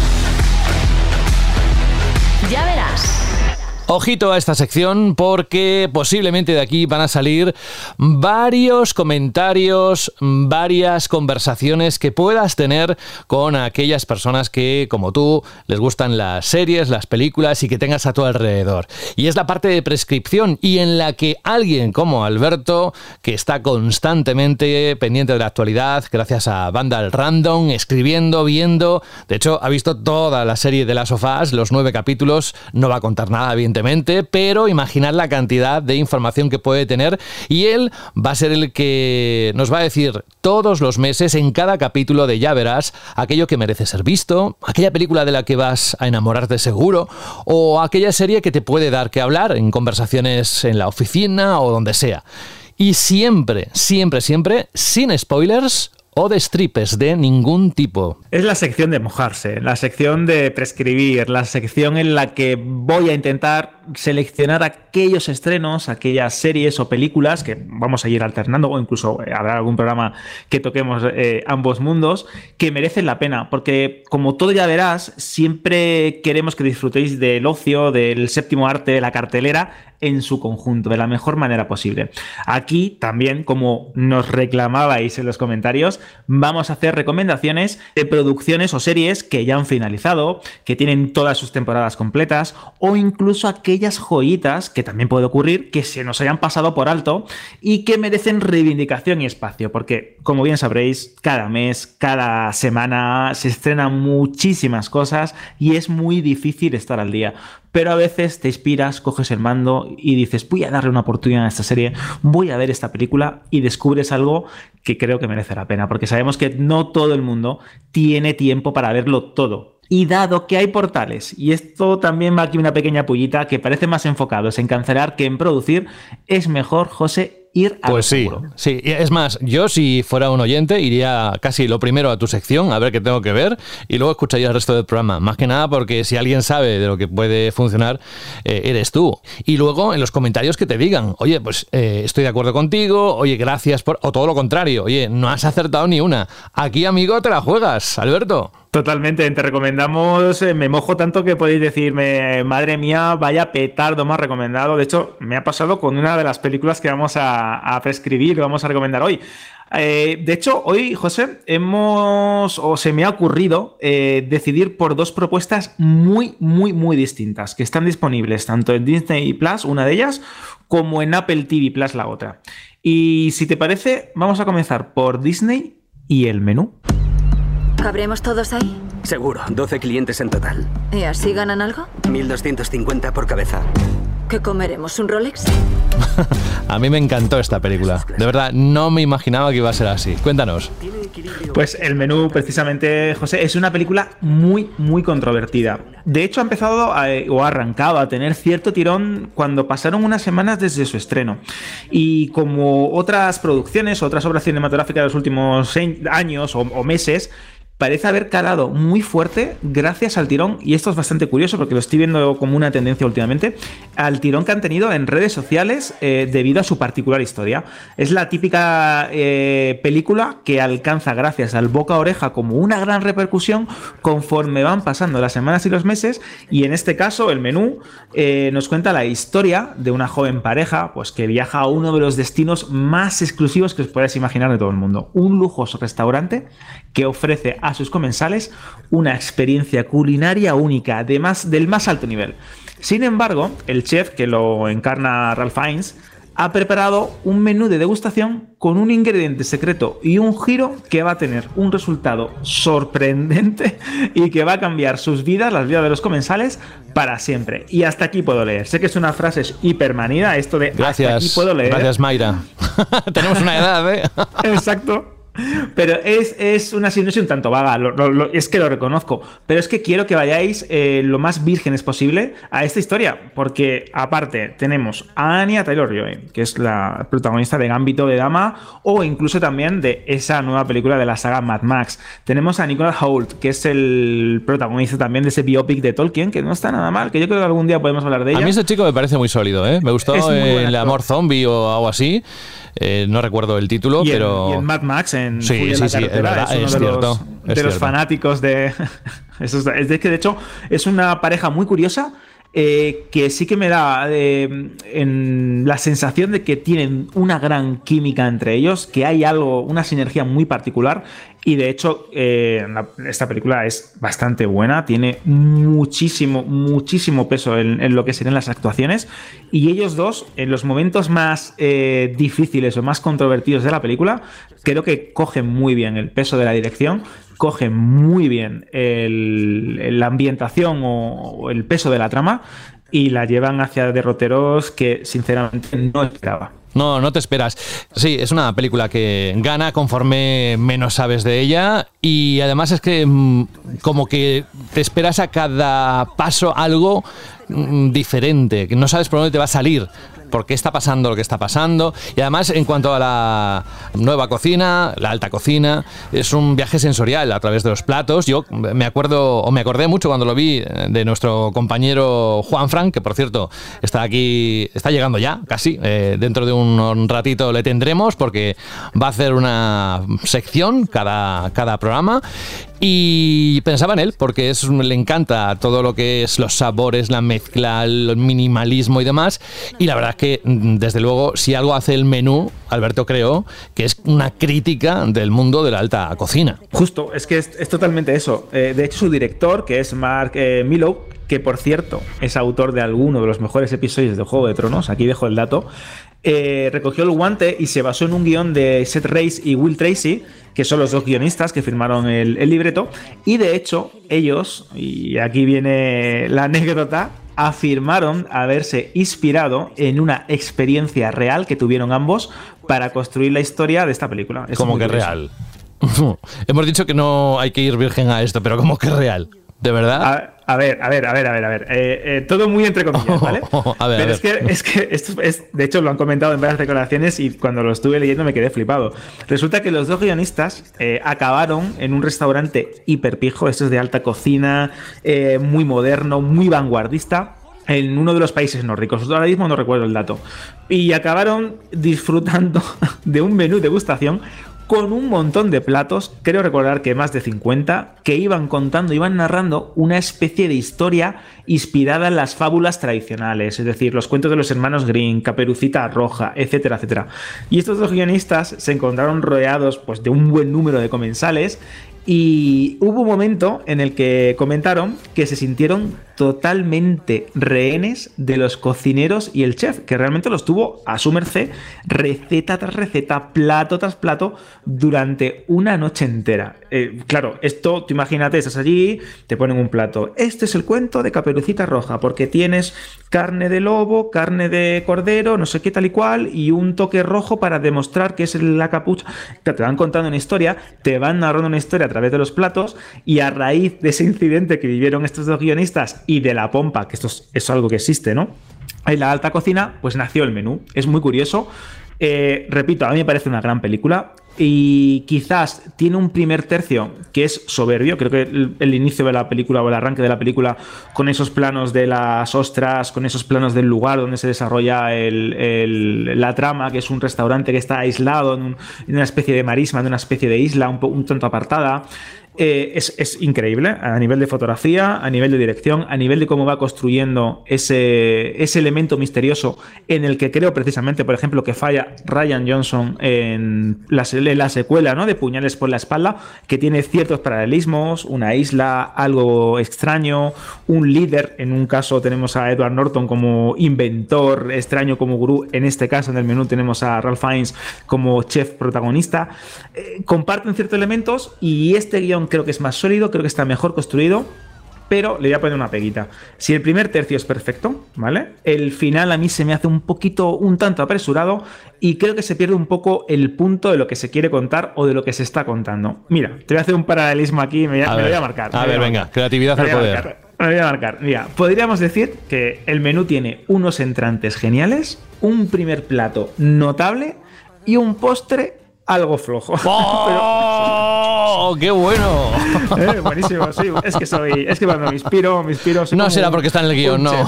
Ya verás. Ojito a esta sección porque posiblemente de aquí van a salir varios comentarios, varias conversaciones que puedas tener con aquellas personas que, como tú, les gustan las series, las películas y que tengas a tu alrededor. Y es la parte de prescripción y en la que alguien como Alberto, que está constantemente pendiente de la actualidad, gracias a Vandal Random, escribiendo, viendo, de hecho ha visto toda la serie de Last of Us, los nueve capítulos, no va a contar nada, evidentemente, pero imaginad la cantidad de información que puede tener y él va a ser el que nos va a decir todos los meses en cada capítulo de Ya Verás aquello que merece ser visto, aquella película de la que vas a enamorarte seguro o aquella serie que te puede dar que hablar en conversaciones en la oficina o donde sea. Y siempre, siempre, siempre sin spoilers o de stripes de ningún tipo. Es la sección de mojarse, la sección de prescribir, la sección en la que voy a intentar seleccionar aquellos estrenos, aquellas series o películas que vamos a ir alternando, o incluso habrá algún programa que toquemos eh, ambos mundos, que merecen la pena, porque como todo Ya Verás, siempre queremos que disfrutéis del ocio, del séptimo arte, de la cartelera, en su conjunto, de la mejor manera posible. Aquí también, como nos reclamabais en los comentarios, vamos a hacer recomendaciones de producciones o series que ya han finalizado, que tienen todas sus temporadas completas, o incluso aquellas joyitas, que también puede ocurrir, que se nos hayan pasado por alto y que merecen reivindicación y espacio, porque, como bien sabréis, cada mes, cada semana se estrenan muchísimas cosas y es muy difícil estar al día. Pero a veces te inspiras, coges el mando y dices, voy a darle una oportunidad a esta serie, voy a ver esta película, y descubres algo que creo que merece la pena, porque sabemos que no todo el mundo tiene tiempo para verlo todo. Y dado que hay portales, y esto también va aquí una pequeña pullita, que parece más enfocados en cancelar que en producir, es mejor, José, ir a Pues sí, seguro. sí. Es más, yo si fuera un oyente iría casi lo primero a tu sección, a ver qué tengo que ver, y luego escucharía el resto del programa. Más que nada porque si alguien sabe de lo que puede funcionar, eh, eres tú. Y luego en los comentarios que te digan, oye, pues eh, estoy de acuerdo contigo, oye, gracias por... O todo lo contrario, oye, no has acertado ni una. Aquí, amigo, te la juegas, Alberto. Totalmente, te recomendamos, eh, me mojo tanto que podéis decirme, madre mía, vaya petardo más recomendado. De hecho, me ha pasado con una de las películas que vamos a, a prescribir, que vamos a recomendar hoy. Eh, de hecho, hoy, José, hemos, o se me ha ocurrido eh, decidir por dos propuestas muy, muy, muy distintas, que están disponibles tanto en Disney Plus, una de ellas, como en Apple T V Plus, la otra. Y si te parece, vamos a comenzar por Disney y el menú. ¿Cabremos todos ahí? Seguro, doce clientes en total. ¿Y así ganan algo? mil doscientos cincuenta por cabeza. ¿Qué comeremos? ¿Un Rolex? A mí me encantó esta película. De verdad, no me imaginaba que iba a ser así. Cuéntanos. Pues el menú, precisamente, José, es una película muy, muy controvertida. De hecho, ha empezado a, o ha arrancado a tener cierto tirón cuando pasaron unas semanas desde su estreno. Y como otras producciones, otras obras cinematográficas de los últimos años o, o meses, parece haber calado muy fuerte gracias al tirón, y esto es bastante curioso porque lo estoy viendo como una tendencia últimamente, al tirón que han tenido en redes sociales eh, debido a su particular historia. Es la típica eh, película que alcanza gracias al boca a oreja como una gran repercusión conforme van pasando las semanas y los meses, y en este caso el menú eh, nos cuenta la historia de una joven pareja pues, que viaja a uno de los destinos más exclusivos que os podáis imaginar de todo el mundo, un lujoso restaurante que ofrece a sus comensales una experiencia culinaria única, además del más alto nivel. Sin embargo, el chef, que lo encarna Ralph Fiennes, ha preparado un menú de degustación con un ingrediente secreto y un giro que va a tener un resultado sorprendente y que va a cambiar sus vidas, las vidas de los comensales, para siempre. Y hasta aquí puedo leer. Sé que es una frase hipermanida, esto de gracias, hasta aquí puedo leer. Gracias, Mayra. Tenemos una edad, ¿eh? Exacto. Pero es, es una sinopsis un tanto vaga, lo, lo, lo, es que lo reconozco, pero es que quiero que vayáis eh, lo más vírgenes posible a esta historia, porque aparte tenemos a Anya Taylor-Joy, que es la protagonista de Gambito de Dama, o incluso también de esa nueva película de la saga Mad Max. Tenemos a Nicholas Hoult, que es el protagonista también de ese biopic de Tolkien, que no está nada mal, que yo creo que algún día podemos hablar de ella. A mí ese chico me parece muy sólido, ¿eh? Me gustó eh, El amor zombie o algo así. Eh, no recuerdo el título, y pero... En, y en Mad Max, en sí, Furia sí, la sí, es verdad, es uno es de cierto, los, es de los cierto. fanáticos de... Eso es, es de que, de hecho, es una pareja muy curiosa eh, que sí que me da eh, en la sensación de que tienen una gran química entre ellos, que hay algo, una sinergia muy particular. Y de hecho, eh, esta película es bastante buena, tiene muchísimo, muchísimo peso en, en lo que serían las actuaciones. Y ellos dos, en los momentos más eh, difíciles o más controvertidos de la película, creo que cogen muy bien el peso de la dirección, cogen muy bien el, la ambientación o, o el peso de la trama y la llevan hacia derroteros que sinceramente no esperaba. No, no te esperas. Sí, es una película que gana conforme menos sabes de ella, y además es que como que te esperas a cada paso algo diferente, que no sabes por dónde te va a salir, por qué está pasando lo que está pasando. Y además, en cuanto a la nueva cocina, la alta cocina, es un viaje sensorial a través de los platos. Yo me acuerdo, o me acordé mucho cuando lo vi, de nuestro compañero Juan Fran, que por cierto está aquí, está llegando ya, casi, eh, dentro de un ratito le tendremos, porque va a hacer una sección cada, cada programa. Y pensaba en él, porque es, le encanta todo lo que es los sabores, la mezcla, el minimalismo y demás. Y la verdad es que, desde luego, si algo hace el menú, Alberto, creo que es una crítica del mundo de la alta cocina. Justo, es que es, es totalmente eso. Eh, de hecho, su director, que es Mark eh, Millow, que por cierto es autor de alguno de los mejores episodios de Juego de Tronos, aquí dejo el dato, eh, recogió el guante y se basó en un guión de Seth Reiss y Will Tracy, que son los dos guionistas que firmaron el, el libreto, y de hecho ellos, y aquí viene la anécdota, afirmaron haberse inspirado en una experiencia real que tuvieron ambos para construir la historia de esta película. Es ¿Cómo que curioso. Real? Hemos dicho que no hay que ir virgen a esto, pero ¿cómo que real? ¿De verdad? A, a ver, a ver, a ver, a ver, a ver. Eh, eh, todo muy entre comillas, ¿vale? Oh, a ver, Pero a es que, es que esto es, de hecho, lo han comentado en varias declaraciones y cuando lo estuve leyendo me quedé flipado. Resulta que los dos guionistas eh, acabaron en un restaurante hiperpijo, esto es de alta cocina, eh, muy moderno, muy vanguardista, en uno de los países nórdicos. Ahora mismo no recuerdo el dato. Y acabaron disfrutando de un menú degustación con un montón de platos, creo recordar que más de cincuenta, que iban contando, iban narrando una especie de historia inspirada en las fábulas tradicionales, es decir, los cuentos de los hermanos Grimm, Caperucita Roja, etcétera, etcétera. Y estos dos guionistas se encontraron rodeados, pues, de un buen número de comensales. Y hubo un momento en el que comentaron que se sintieron totalmente rehenes de los cocineros y el chef, que realmente los tuvo a su merced, receta tras receta, plato tras plato, durante una noche entera. Eh, claro, esto, tú imagínate, estás allí, te ponen un plato. Este es el cuento de Caperucita Roja, porque tienes carne de lobo, carne de cordero, no sé qué tal y cual, y un toque rojo para demostrar que es la capucha. Te van contando una historia, te van narrando una historia a través de los platos, y a raíz de ese incidente que vivieron estos dos guionistas y de la pompa, que esto es, es algo que existe, ¿no?, en la alta cocina, pues nació el menú. Es muy curioso. Eh, repito, a mí me parece una gran película y quizás tiene un primer tercio que es soberbio. Creo que el, el inicio de la película o el arranque de la película, con esos planos de las ostras, con esos planos del lugar donde se desarrolla el, el, la trama, que es un restaurante que está aislado en, un, en una especie de marisma, en una especie de isla un, un tanto apartada. Eh, es, es increíble a nivel de fotografía, a nivel de dirección, a nivel de cómo va construyendo ese, ese elemento misterioso en el que creo precisamente, por ejemplo, que falla Rian Johnson en la, en la secuela, ¿no?, de Puñales por la espalda, que tiene ciertos paralelismos, una isla, algo extraño, un líder. En un caso tenemos a Edward Norton como inventor, extraño como gurú. En este caso, en el menú, tenemos a Ralph Fiennes como chef protagonista. Eh, comparten ciertos elementos y este guión creo que es más sólido, creo que está mejor construido, pero le voy a poner una peguita. Si el primer tercio es perfecto, ¿vale?, el final a mí se me hace un poquito, un tanto apresurado, y creo que se pierde un poco el punto de lo que se quiere contar o de lo que se está contando. Mira, te voy a hacer un paralelismo aquí, me, me lo voy a marcar. A ver, venga, creatividad al poder. Me lo voy a marcar. Mira, podríamos decir que el menú tiene unos entrantes geniales, un primer plato notable y un postre algo flojo. ¡Oh! ¡Qué bueno! Eh, buenísimo, sí. Es que soy. Es que cuando me inspiro, me inspiro. No será porque está en el guión, no.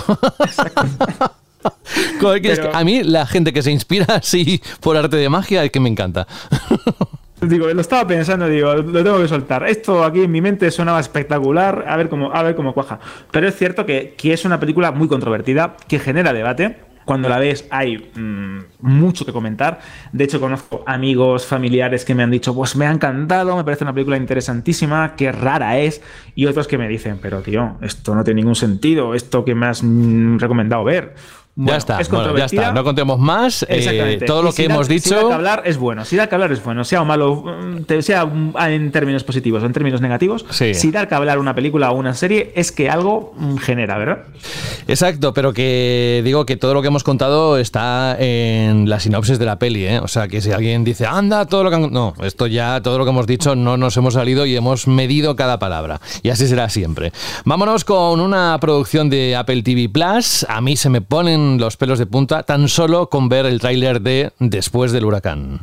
Joder, que Pero... es que a mí la gente que se inspira así por arte de magia es que me encanta. Digo, lo estaba pensando, digo, lo tengo que soltar. Esto aquí en mi mente sonaba espectacular, a ver cómo, a ver cómo cuaja. Pero es cierto que, que es una película muy controvertida, que genera debate. Cuando la ves hay mmm, mucho que comentar. De hecho, conozco amigos, familiares que me han dicho, pues me ha encantado, me parece una película interesantísima, qué rara es. Y otros que me dicen, pero tío, esto no tiene ningún sentido, esto que me has mmm, recomendado ver. Bueno, ya está, bueno, ya está, no contemos más. Eh, todo lo que si hemos da, dicho. Si da que hablar es bueno, si da que hablar es bueno, sea o malo, sea en términos positivos o en términos negativos. Sí. Si da que hablar una película o una serie es que algo genera, ¿verdad? Exacto, pero que digo que todo lo que hemos contado está en la sinopsis de la peli, ¿eh? O sea, que si alguien dice, anda, todo lo que han... No, esto ya, todo lo que hemos dicho, no nos hemos salido y hemos medido cada palabra. Y así será siempre. Vámonos con una producción de Apple T V Plus. A mí se me ponen los pelos de punta tan solo con ver el tráiler de Después del huracán.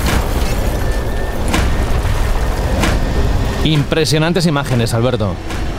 Impresionantes imágenes, Alberto.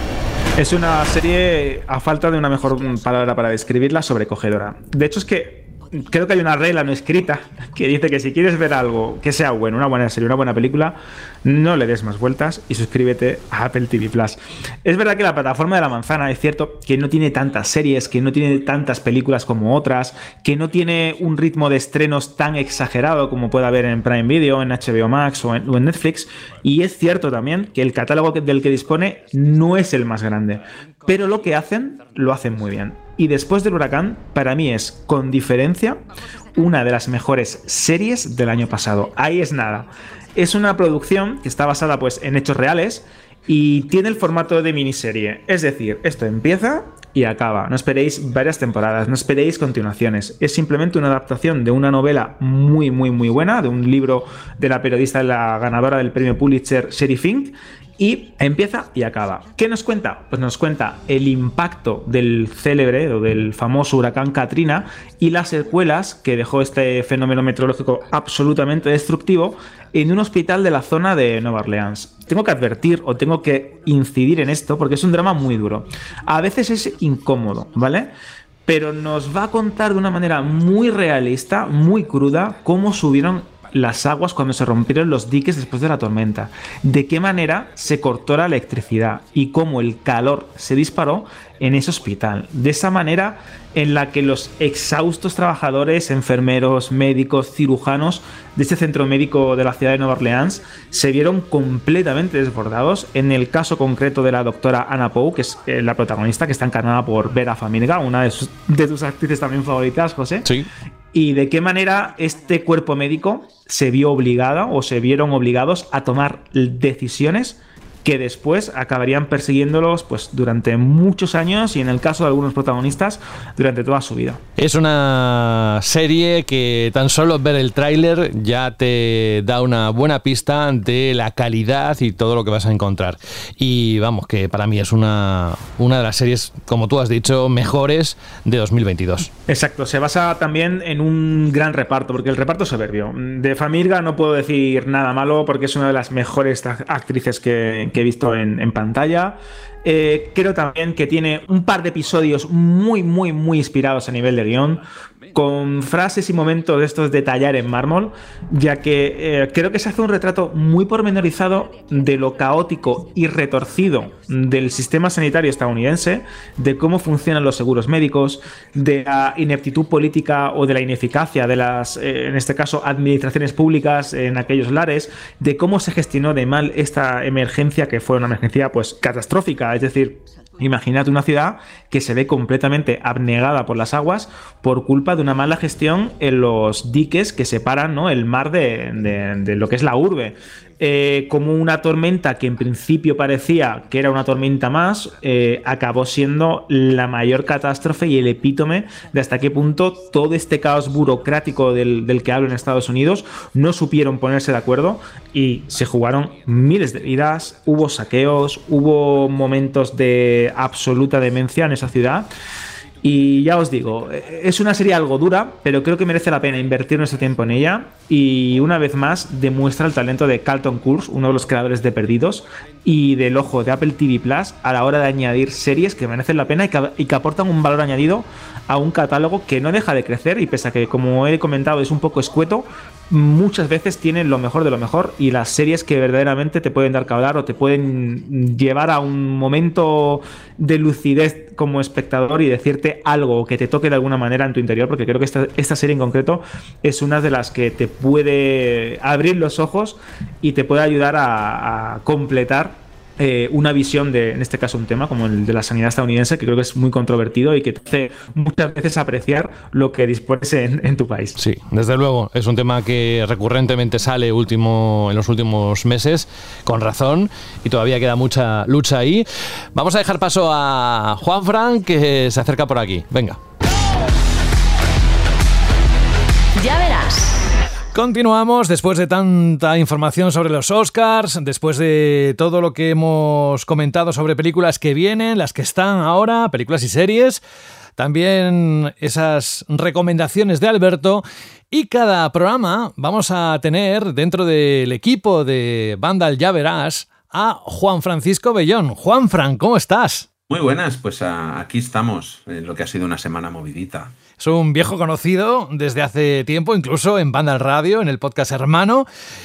Es una serie, a falta de una mejor palabra para describirla, sobrecogedora. De hecho, es que creo que hay una regla no escrita que dice que si quieres ver algo que sea bueno, una buena serie, una buena película, no le des más vueltas y suscríbete a Apple T V Plus. Es verdad que la plataforma de la manzana es cierto que no tiene tantas series, que no tiene tantas películas como otras, que no tiene un ritmo de estrenos tan exagerado como puede haber en Prime Video, en H B O Max o en, o en Netflix, y es cierto también que el catálogo del que dispone no es el más grande, pero lo que hacen, lo hacen muy bien. Y Después del huracán, para mí es, con diferencia, una de las mejores series del año pasado. Ahí es nada. Es una producción que está basada pues, en hechos reales y tiene el formato de miniserie. Es decir, esto empieza y acaba. No esperéis varias temporadas, no esperéis continuaciones. Es simplemente una adaptación de una novela muy, muy, muy buena, de un libro de la periodista, la ganadora del premio Pulitzer, Sheri Fink. Y empieza y acaba. ¿Qué nos cuenta? Pues nos cuenta el impacto del célebre o del famoso huracán Katrina y las secuelas que dejó este fenómeno meteorológico absolutamente destructivo en un hospital de la zona de Nueva Orleans. Tengo que advertir o tengo que incidir en esto porque es un drama muy duro. A veces es incómodo, ¿vale? Pero nos va a contar de una manera muy realista, muy cruda, cómo subieron las aguas cuando se rompieron los diques después de la tormenta, de qué manera se cortó la electricidad y cómo el calor se disparó en ese hospital, de esa manera en la que los exhaustos trabajadores, enfermeros, médicos, cirujanos de este centro médico de la ciudad de Nueva Orleans se vieron completamente desbordados. En el caso concreto de la doctora Anna Poe, que es la protagonista, que está encarnada por Vera Farmiga, una de, sus, de tus actrices también favoritas, José. Sí. Y de qué manera este cuerpo médico se vio obligado o se vieron obligados a tomar decisiones que después acabarían persiguiéndolos pues, durante muchos años y en el caso de algunos protagonistas durante toda su vida. Es una serie que tan solo ver el tráiler ya te da una buena pista de la calidad y todo lo que vas a encontrar. Y vamos, que para mí es una, una de las series, como tú has dicho, mejores de dos mil veintidós. Exacto, se basa también en un gran reparto, porque el reparto es soberbio. De Farmiga no puedo decir nada malo porque es una de las mejores actrices que que he visto en, en pantalla. Eh, creo también que tiene un par de episodios muy, muy, muy inspirados a nivel de guión, con frases y momentos de estos de tallar en mármol, ya que eh, creo que se hace un retrato muy pormenorizado de lo caótico y retorcido del sistema sanitario estadounidense, de cómo funcionan los seguros médicos, de la ineptitud política o de la ineficacia de las, eh, en este caso, administraciones públicas en aquellos lares, de cómo se gestionó de mal esta emergencia, que fue una emergencia pues catastrófica. Es decir, imagínate una ciudad que se ve completamente abnegada por las aguas por culpa de una mala gestión en los diques que separan, ¿no?, el mar de, de, de lo que es la urbe. Eh, como una tormenta que en principio parecía que era una tormenta más, eh, acabó siendo la mayor catástrofe y el epítome de hasta qué punto todo este caos burocrático del, del que hablo en Estados Unidos no supieron ponerse de acuerdo y se jugaron miles de vidas, hubo saqueos, hubo momentos de absoluta demencia en esa ciudad. Y ya os digo, es una serie algo dura, pero creo que merece la pena invertir nuestro tiempo en ella. Y una vez más demuestra el talento de Carlton Cuse, uno de los creadores de Perdidos, y del ojo de Apple T V Plus a la hora de añadir series que merecen la pena y que, y que aportan un valor añadido a un catálogo que no deja de crecer. Y pese a que, como he comentado, es un poco escueto, muchas veces tienen lo mejor de lo mejor y las series que verdaderamente te pueden dar que hablar o te pueden llevar a un momento de lucidez como espectador y decirte algo que te toque de alguna manera en tu interior, porque creo que esta, esta serie en concreto es una de las que te puede abrir los ojos y te puede ayudar a, a completar Eh, una visión de, en este caso, un tema como el de la sanidad estadounidense, que creo que es muy controvertido y que te hace muchas veces apreciar lo que dispones en, en tu país. Sí, desde luego, es un tema que recurrentemente sale último, en los últimos meses, con razón, y todavía queda mucha lucha ahí. Vamos a dejar paso a Juanfran, que se acerca por aquí. Venga. Ya verás. Continuamos después de tanta información sobre los Oscars, después de todo lo que hemos comentado sobre películas que vienen, las que están ahora, películas y series, también esas recomendaciones de Alberto, y cada programa vamos a tener dentro del equipo de Banda Ya Verás a Juan Francisco Bellón. Juanfran, ¿cómo estás? Muy buenas, pues a, aquí estamos, en lo que ha sido una semana movidita. Es un viejo conocido desde hace tiempo, incluso en Banda al Radio, en el podcast Hermano.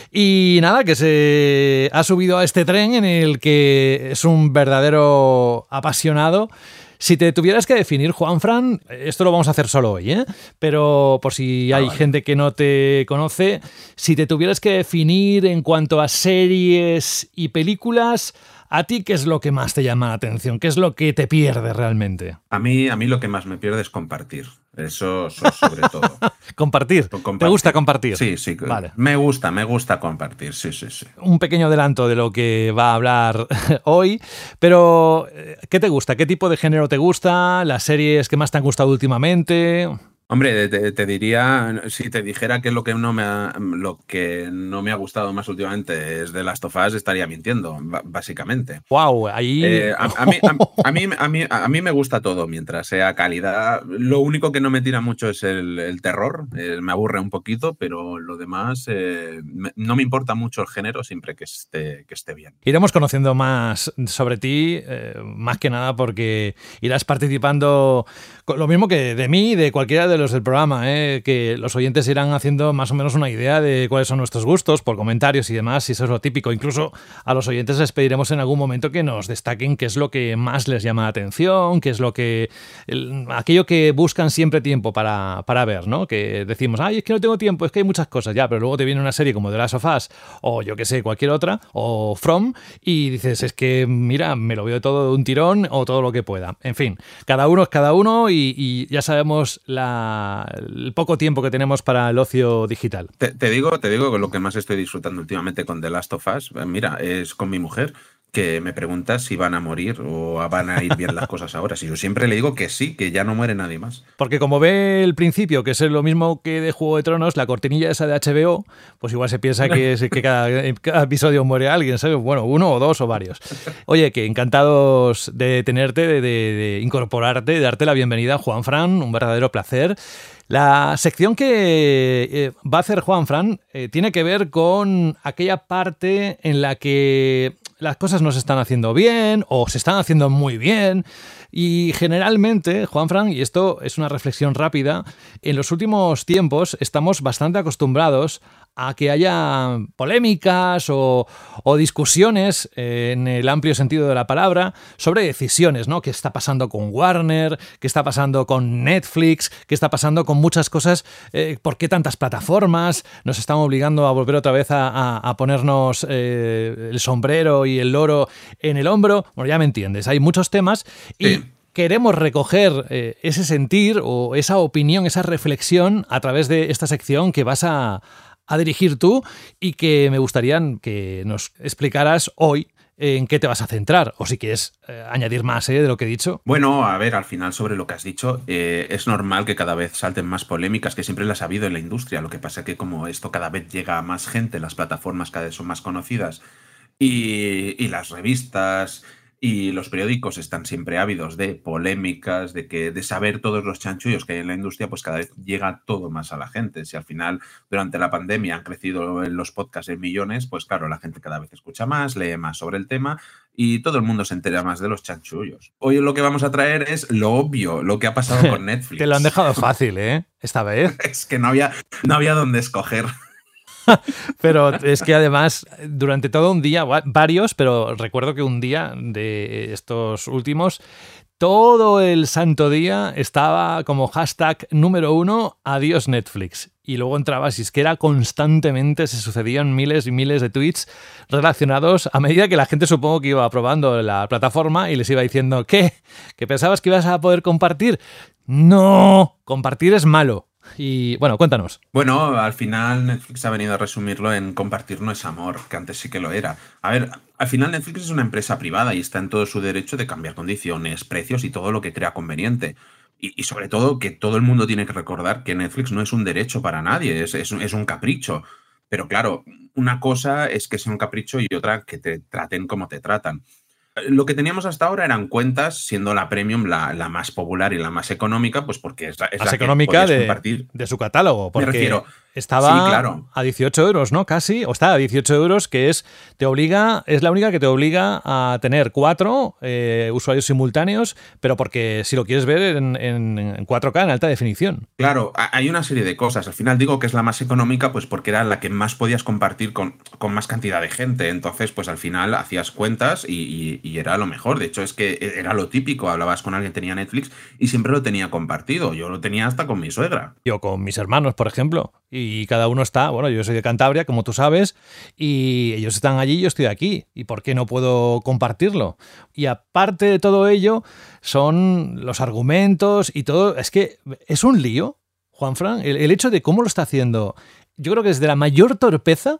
Y nada, que se ha subido a este tren en el que es un verdadero apasionado. Si te tuvieras que definir, Juanfran, esto lo vamos a hacer solo hoy, ¿eh? Pero por si hay ah, vale. gente que no te conoce, si te tuvieras que definir en cuanto a series y películas, ¿a ti qué es lo que más te llama la atención? ¿Qué es lo que te pierde realmente? A mí, a mí lo que más me pierde es compartir. Eso, eso sobre todo. ¿Compartir? compartir. ¿Te gusta compartir? Sí, sí. Vale. Me gusta, me gusta compartir, sí, sí, sí. Un pequeño adelanto de lo que va a hablar hoy, pero ¿qué te gusta? ¿Qué tipo de género te gusta? ¿Las series que más te han gustado últimamente? Hombre, te, te diría, si te dijera que lo que no me ha, lo que no me ha gustado más últimamente es The Last of Us, estaría mintiendo, básicamente. Wow, ahí eh, a, a, mí, a, a, mí, a, mí, a mí me gusta todo mientras sea calidad. Lo único que no me tira mucho es el, el terror, eh, me aburre un poquito, pero lo demás eh, me, no me importa mucho el género siempre que esté, que esté bien. Iremos conociendo más sobre ti, eh, más que nada porque irás participando con lo mismo que de mí, de cualquiera de los del programa, ¿eh? Que los oyentes irán haciendo más o menos una idea de cuáles son nuestros gustos por comentarios y demás, y eso es lo típico. Incluso a los oyentes les pediremos en algún momento que nos destaquen qué es lo que más les llama la atención, qué es lo que el, aquello que buscan siempre tiempo para, para ver, ¿no? Que decimos, ay, es que no tengo tiempo, es que hay muchas cosas ya, pero luego te viene una serie como The Last of Us o yo que sé, cualquier otra, o From, y dices, es que mira, me lo veo todo de un tirón o todo lo que pueda. En fin, cada uno es cada uno y, y ya sabemos la, el poco tiempo que tenemos para el ocio digital. Te, te digo, te digo que lo que más estoy disfrutando últimamente con The Last of Us, mira, es con mi mujer, que me pregunta si van a morir o van a ir bien las cosas ahora. Si yo siempre le digo que sí, que ya no muere nadie más. Porque como ve el principio, que es lo mismo que de Juego de Tronos, la cortinilla esa de H B O, pues igual se piensa que, es, que cada, cada episodio muere alguien, ¿sabes? Bueno, uno o dos o varios. Oye, que encantados de tenerte, de, de, de incorporarte, de darte la bienvenida, Juanfran, un verdadero placer. La sección que eh, va a hacer Juanfran eh, tiene que ver con aquella parte en la que las cosas no se están haciendo bien o se están haciendo muy bien. Y generalmente, Juanfran, y esto es una reflexión rápida, en los últimos tiempos estamos bastante acostumbrados a que haya polémicas o, o discusiones, eh, en el amplio sentido de la palabra, sobre decisiones, ¿no? ¿Qué está pasando con Warner? ¿Qué está pasando con Netflix? ¿Qué está pasando con muchas cosas? Eh, ¿Por qué tantas plataformas? Nos están obligando a volver otra vez a, a, a ponernos eh, el sombrero y el loro en el hombro. Bueno, ya me entiendes, hay muchos temas y... Sí. Queremos recoger eh, ese sentir o esa opinión, esa reflexión a través de esta sección que vas a, a dirigir tú y que me gustaría que nos explicaras hoy en qué te vas a centrar o si quieres eh, añadir más eh, de lo que he dicho. Bueno, a ver, al final sobre lo que has dicho, eh, es normal que cada vez salten más polémicas, que siempre las ha habido en la industria. Lo que pasa es que como esto cada vez llega a más gente, las plataformas cada vez son más conocidas y, y las revistas... y los periódicos están siempre ávidos de polémicas, de que de saber todos los chanchullos que hay en la industria, pues cada vez llega todo más a la gente. Si al final, durante la pandemia han crecido los podcasts en millones, pues claro, la gente cada vez escucha más, lee más sobre el tema y todo el mundo se entera más de los chanchullos. Hoy lo que vamos a traer es lo obvio, lo que ha pasado con Netflix. Te lo han dejado fácil, ¿eh? Esta vez. Es que no había, no había dónde escoger. Pero es que además, durante todo un día, varios, pero recuerdo que un día de estos últimos, todo el santo día estaba como hashtag número uno, adiós Netflix. Y luego entrabas y es que era constantemente, se sucedían miles y miles de tweets relacionados a medida que la gente supongo que iba probando la plataforma y les iba diciendo, ¿qué? ¿Que pensabas que ibas a poder compartir? No, compartir es malo. Y bueno, cuéntanos. Bueno, al final Netflix ha venido a resumirlo en compartir no es amor, que antes sí que lo era. A ver, al final Netflix es una empresa privada y está en todo su derecho de cambiar condiciones, precios y todo lo que crea conveniente. Y, y sobre todo que todo el mundo tiene que recordar que Netflix no es un derecho para nadie, es, es, es un capricho. Pero claro, una cosa es que sea un capricho y otra que te traten como te tratan. Lo que teníamos hasta ahora eran cuentas, siendo la Premium la, la más popular y la más económica, pues porque es la, es más la económica que de, compartir. de su catálogo. Porque Me refiero, estaba sí, claro. a dieciocho euros, ¿no? Casi, o está a dieciocho euros, que es, te obliga, es la única que te obliga a tener cuatro eh, usuarios simultáneos, pero porque si lo quieres ver en, en, en cuatro K, en alta definición. Claro, hay una serie de cosas. Al final digo que es la más económica, pues porque era la que más podías compartir con, con más cantidad de gente. Entonces, pues al final hacías cuentas y, y, y era lo mejor. De hecho, es que era lo típico. Hablabas con alguien que tenía Netflix y siempre lo tenía compartido. Yo lo tenía hasta con mi suegra. Yo con mis hermanos, por ejemplo. Y cada uno está, bueno, yo soy de Cantabria, como tú sabes, y ellos están allí y yo estoy aquí. ¿Y por qué no puedo compartirlo? Y aparte de todo ello, son los argumentos y todo. Es que es un lío, Juanfran, el, el hecho de cómo lo está haciendo. Yo creo que es de la mayor torpeza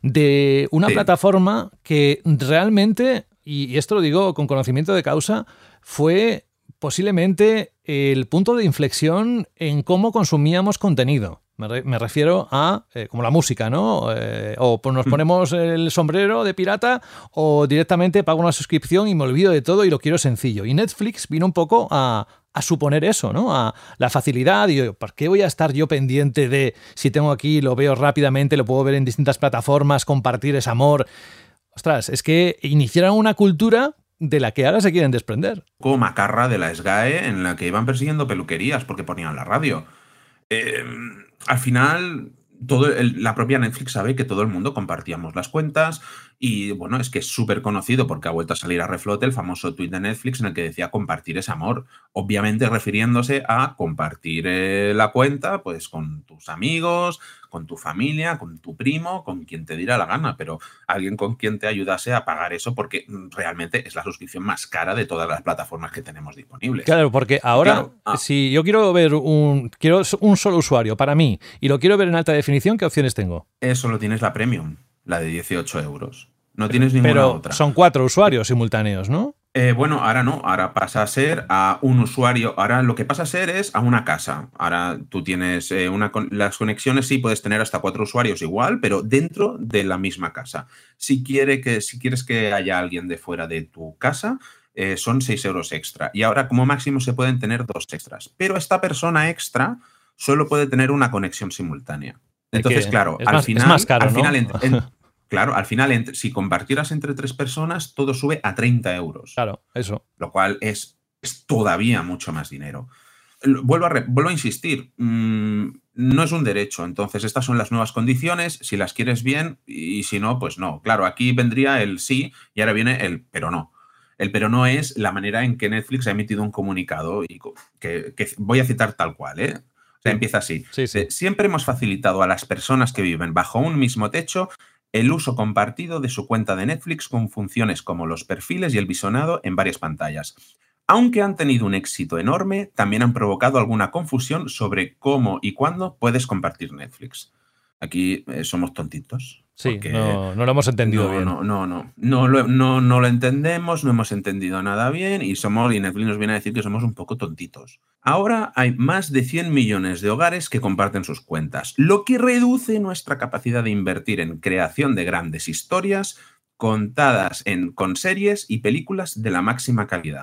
de una sí. plataforma que realmente, y esto lo digo con conocimiento de causa, fue posiblemente el punto de inflexión en cómo consumíamos contenido. Me, re, me refiero a, eh, como la música, ¿no? Eh, o nos ponemos el sombrero de pirata o directamente pago una suscripción y me olvido de todo y lo quiero sencillo. Y Netflix vino un poco a, a suponer eso, ¿no? A la facilidad. Y yo, ¿por qué voy a estar yo pendiente de si tengo aquí, lo veo rápidamente, lo puedo ver en distintas plataformas, compartir ese amor? Ostras, es que iniciaron una cultura de la que ahora se quieren desprender. Como macarra de la S G A E en la que iban persiguiendo peluquerías porque ponían la radio. Eh, al final, todo el, la propia Netflix sabe que todo el mundo compartíamos las cuentas y bueno, es que es súper conocido porque ha vuelto a salir a reflote el famoso tuit de Netflix en el que decía compartir es amor. Obviamente refiriéndose a compartir eh, la cuenta pues con tus amigos, con tu familia, con tu primo, con quien te diera la gana, pero alguien con quien te ayudase a pagar eso porque realmente es la suscripción más cara de todas las plataformas que tenemos disponibles. Claro, porque ahora, claro, ah. si yo quiero ver un, quiero un solo usuario para mí y lo quiero ver en alta definición, ¿qué opciones tengo? Eso lo tienes la Premium, la de dieciocho euros. No tienes ninguna pero otra. Son cuatro usuarios simultáneos, ¿no? Eh, bueno, ahora no, ahora pasa a ser a un usuario, ahora lo que pasa a ser es a una casa. Ahora tú tienes eh, una con las conexiones, sí puedes tener hasta cuatro usuarios igual, pero dentro de la misma casa. Si, quiere que, si quieres que haya alguien de fuera de tu casa, eh, son seis euros extra. Y ahora como máximo se pueden tener dos extras. Pero esta persona extra solo puede tener una conexión simultánea. Entonces, claro, es al más, final... Es más caro, al ¿no? final en, en, Claro, al final, entre, si compartieras entre tres personas, todo sube a treinta euros. Claro, eso. Lo cual es, es todavía mucho más dinero. Vuelvo a, re, vuelvo a insistir, mmm, no es un derecho. Entonces, estas son las nuevas condiciones. Si las quieres bien y si no, pues no. Claro, aquí vendría el sí y ahora viene el pero no. El pero no es la manera en que Netflix ha emitido un comunicado y que, que voy a citar tal cual, ¿eh? O sea, empieza así. Sí, sí. Siempre hemos facilitado a las personas que viven bajo un mismo techo el uso compartido de su cuenta de Netflix con funciones como los perfiles y el visionado en varias pantallas. Aunque han tenido un éxito enorme, también han provocado alguna confusión sobre cómo y cuándo puedes compartir Netflix. Aquí eh, somos tontitos. Sí, no, no lo hemos entendido no, bien. No, no, no. No lo, no, no lo entendemos, no hemos entendido nada bien y, somos, y Netflix nos viene a decir que somos un poco tontitos. Ahora hay más de cien millones de hogares que comparten sus cuentas, lo que reduce nuestra capacidad de invertir en creación de grandes historias contadas en, con series y películas de la máxima calidad.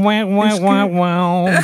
Es que,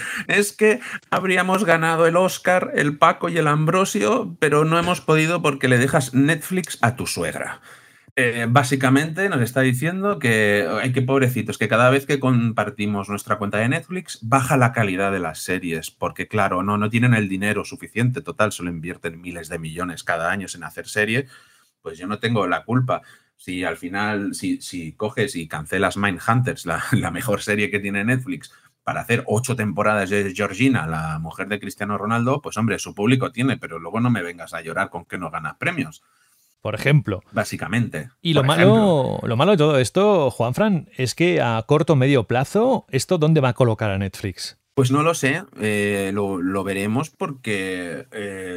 es que habríamos ganado el Oscar, el Paco y el Ambrosio, pero no hemos podido porque le dejas Netflix a tu suegra. Eh, básicamente nos está diciendo que, ay, qué pobrecitos, que cada vez que compartimos nuestra cuenta de Netflix baja la calidad de las series, porque claro, no, no tienen el dinero suficiente, total, solo invierten miles de millones cada año en hacer series, pues yo no tengo la culpa. Si al final, si, si coges y cancelas Mindhunters, la, la mejor serie que tiene Netflix, para hacer ocho temporadas de Georgina, la mujer de Cristiano Ronaldo, pues hombre, su público tiene, pero luego no me vengas a llorar con que no ganas premios. Por ejemplo. Básicamente. Y lo malo, lo malo de todo esto, Juanfran, es que a corto o medio plazo, ¿esto dónde va a colocar a Netflix? Pues no lo sé, eh, lo, lo veremos porque eh,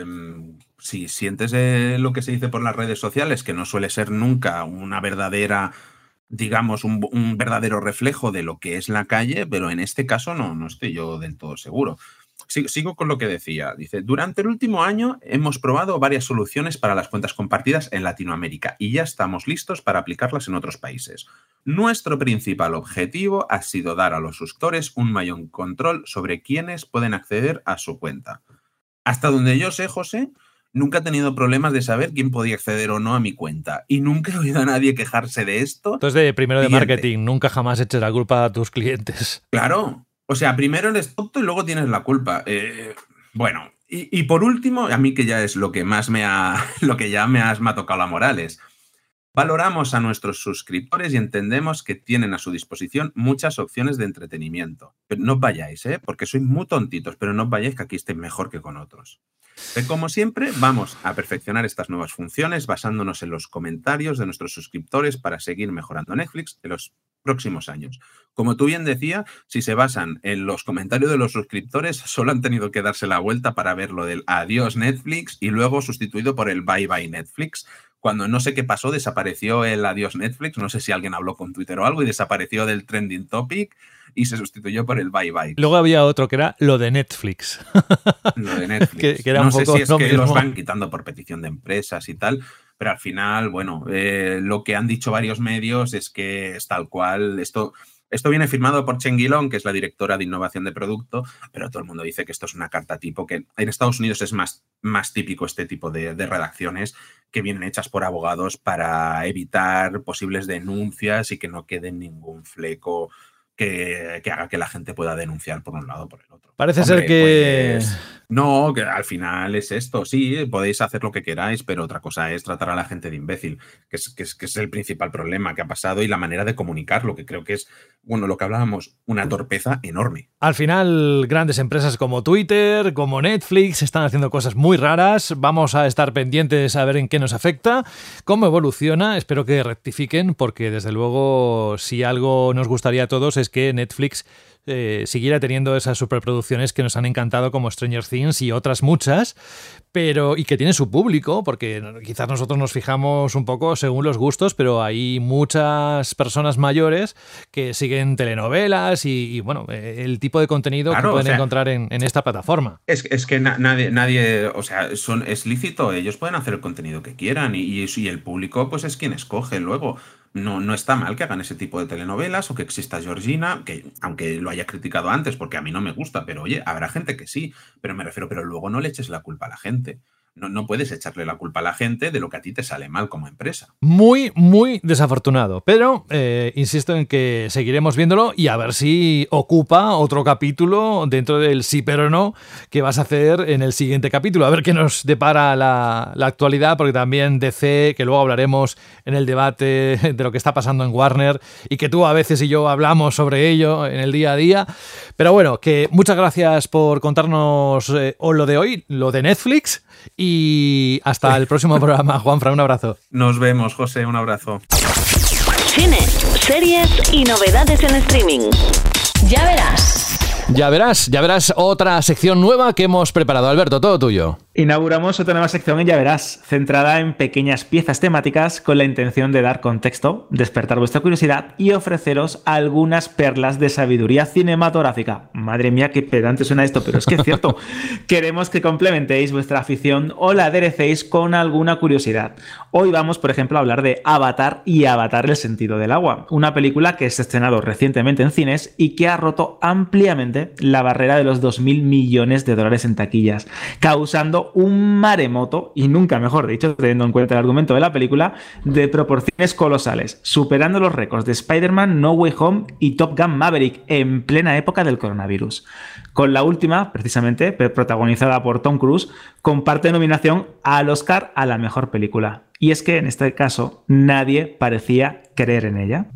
si sientes eh, lo que se dice por las redes sociales, que no suele ser nunca una verdadera, digamos, un, un verdadero reflejo de lo que es la calle, pero en este caso no, no estoy yo del todo seguro. Sigo con lo que decía. Dice, durante el último año hemos probado varias soluciones para las cuentas compartidas en Latinoamérica y ya estamos listos para aplicarlas en otros países. Nuestro principal objetivo ha sido dar a los suscriptores un mayor control sobre quiénes pueden acceder a su cuenta. Hasta donde yo sé, José, nunca he tenido problemas de saber quién podía acceder o no a mi cuenta. Y nunca he oído a nadie quejarse de esto. Entonces, de primero de Siguiente. marketing, nunca jamás eches la culpa a tus clientes. Claro. O sea, primero eres tonto y luego tienes la culpa. Eh, bueno, y, y por último, a mí que ya es lo que más me ha, lo que ya me, has, me ha tocado la moral es, valoramos a nuestros suscriptores y entendemos que tienen a su disposición muchas opciones de entretenimiento. Pero no os vayáis, ¿eh? Porque sois muy tontitos, pero no os vayáis que aquí estéis mejor que con otros. Pero como siempre, vamos a perfeccionar estas nuevas funciones basándonos en los comentarios de nuestros suscriptores para seguir mejorando Netflix en los próximos años. Como tú bien decías, si se basan en los comentarios de los suscriptores, solo han tenido que darse la vuelta para ver lo del adiós Netflix y luego sustituido por el bye bye Netflix. Cuando no sé qué pasó, desapareció el adiós Netflix, no sé si alguien habló con Twitter o algo y desapareció del trending topic y se sustituyó por el bye bye. Luego había otro que era lo de Netflix. Lo de Netflix. que, que era no un sé poco si es lo que mismo. los van quitando por petición de empresas y tal, pero al final, bueno, eh, lo que han dicho varios medios es que es tal cual, esto... Esto viene firmado por Chen Guilong, que es la directora de innovación de producto, pero todo el mundo dice que esto es una carta tipo, que en Estados Unidos es más, más típico este tipo de, de redacciones que vienen hechas por abogados para evitar posibles denuncias y que no quede ningún fleco que, que haga que la gente pueda denunciar por un lado o por el otro. Parece Hombre, ser que... Pues, no, que al final es esto, sí, podéis hacer lo que queráis, pero otra cosa es tratar a la gente de imbécil, que es, que es, que es el principal problema que ha pasado y la manera de comunicarlo, que creo que es, bueno, lo que hablábamos, una torpeza enorme. Al final, grandes empresas como Twitter, como Netflix, están haciendo cosas muy raras. Vamos a estar pendientes a ver en qué nos afecta, cómo evoluciona. Espero que rectifiquen, porque desde luego, si algo nos gustaría a todos es que Netflix eh, siguiera teniendo esas superproducciones que nos han encantado, como Stranger Things y otras muchas, pero y que tiene su público, porque quizás nosotros nos fijamos un poco según los gustos, pero hay muchas personas mayores que siguen telenovelas y, y bueno, el tipo de contenido Claro, que pueden o sea, encontrar en, en esta plataforma. Es, es que na, nadie, nadie, o sea, son, es lícito, ellos pueden hacer el contenido que quieran y, y, y el público pues es quien escoge luego. No, no está mal que hagan ese tipo de telenovelas o que exista Georgina, que aunque lo haya criticado antes porque a mí no me gusta, pero oye, habrá gente que sí, pero me refiero, pero luego no le eches la culpa a la gente. No, no puedes echarle la culpa a la gente de lo que a ti te sale mal como empresa. Muy, muy desafortunado. Pero eh, insisto en que seguiremos viéndolo y a ver si ocupa otro capítulo dentro del sí pero no que vas a hacer en el siguiente capítulo. A ver qué nos depara la, la actualidad, porque también D C, que luego hablaremos en el debate de lo que está pasando en Warner y que tú a veces y yo hablamos sobre ello en el día a día. Pero bueno, que muchas gracias por contarnos eh, lo de hoy, lo de Netflix. Y hasta el próximo programa, Juanfran, un abrazo. Nos vemos, José, un abrazo. Cine, series y novedades en streaming. Ya verás. Ya verás, ya verás otra sección nueva que hemos preparado. Alberto, todo tuyo. Inauguramos otra nueva sección en Ya Verás, centrada en pequeñas piezas temáticas con la intención de dar contexto, despertar vuestra curiosidad y ofreceros algunas perlas de sabiduría cinematográfica. Madre mía, qué pedante suena esto, pero es que es cierto. Queremos que complementéis vuestra afición o la aderecéis con alguna curiosidad. Hoy vamos, por ejemplo, a hablar de Avatar y Avatar el sentido del agua, una película que se ha estrenado recientemente en cines y que ha roto ampliamente la barrera de los dos mil millones de dólares en taquillas, causando un maremoto, y nunca mejor dicho, teniendo en cuenta el argumento de la película, de proporciones colosales, superando los récords de Spider-Man No Way Home y Top Gun Maverick en plena época del coronavirus. Con la última, precisamente, protagonizada por Tom Cruise, comparte nominación al Oscar a la mejor película. Y es que, en este caso, nadie parecía creer en ella.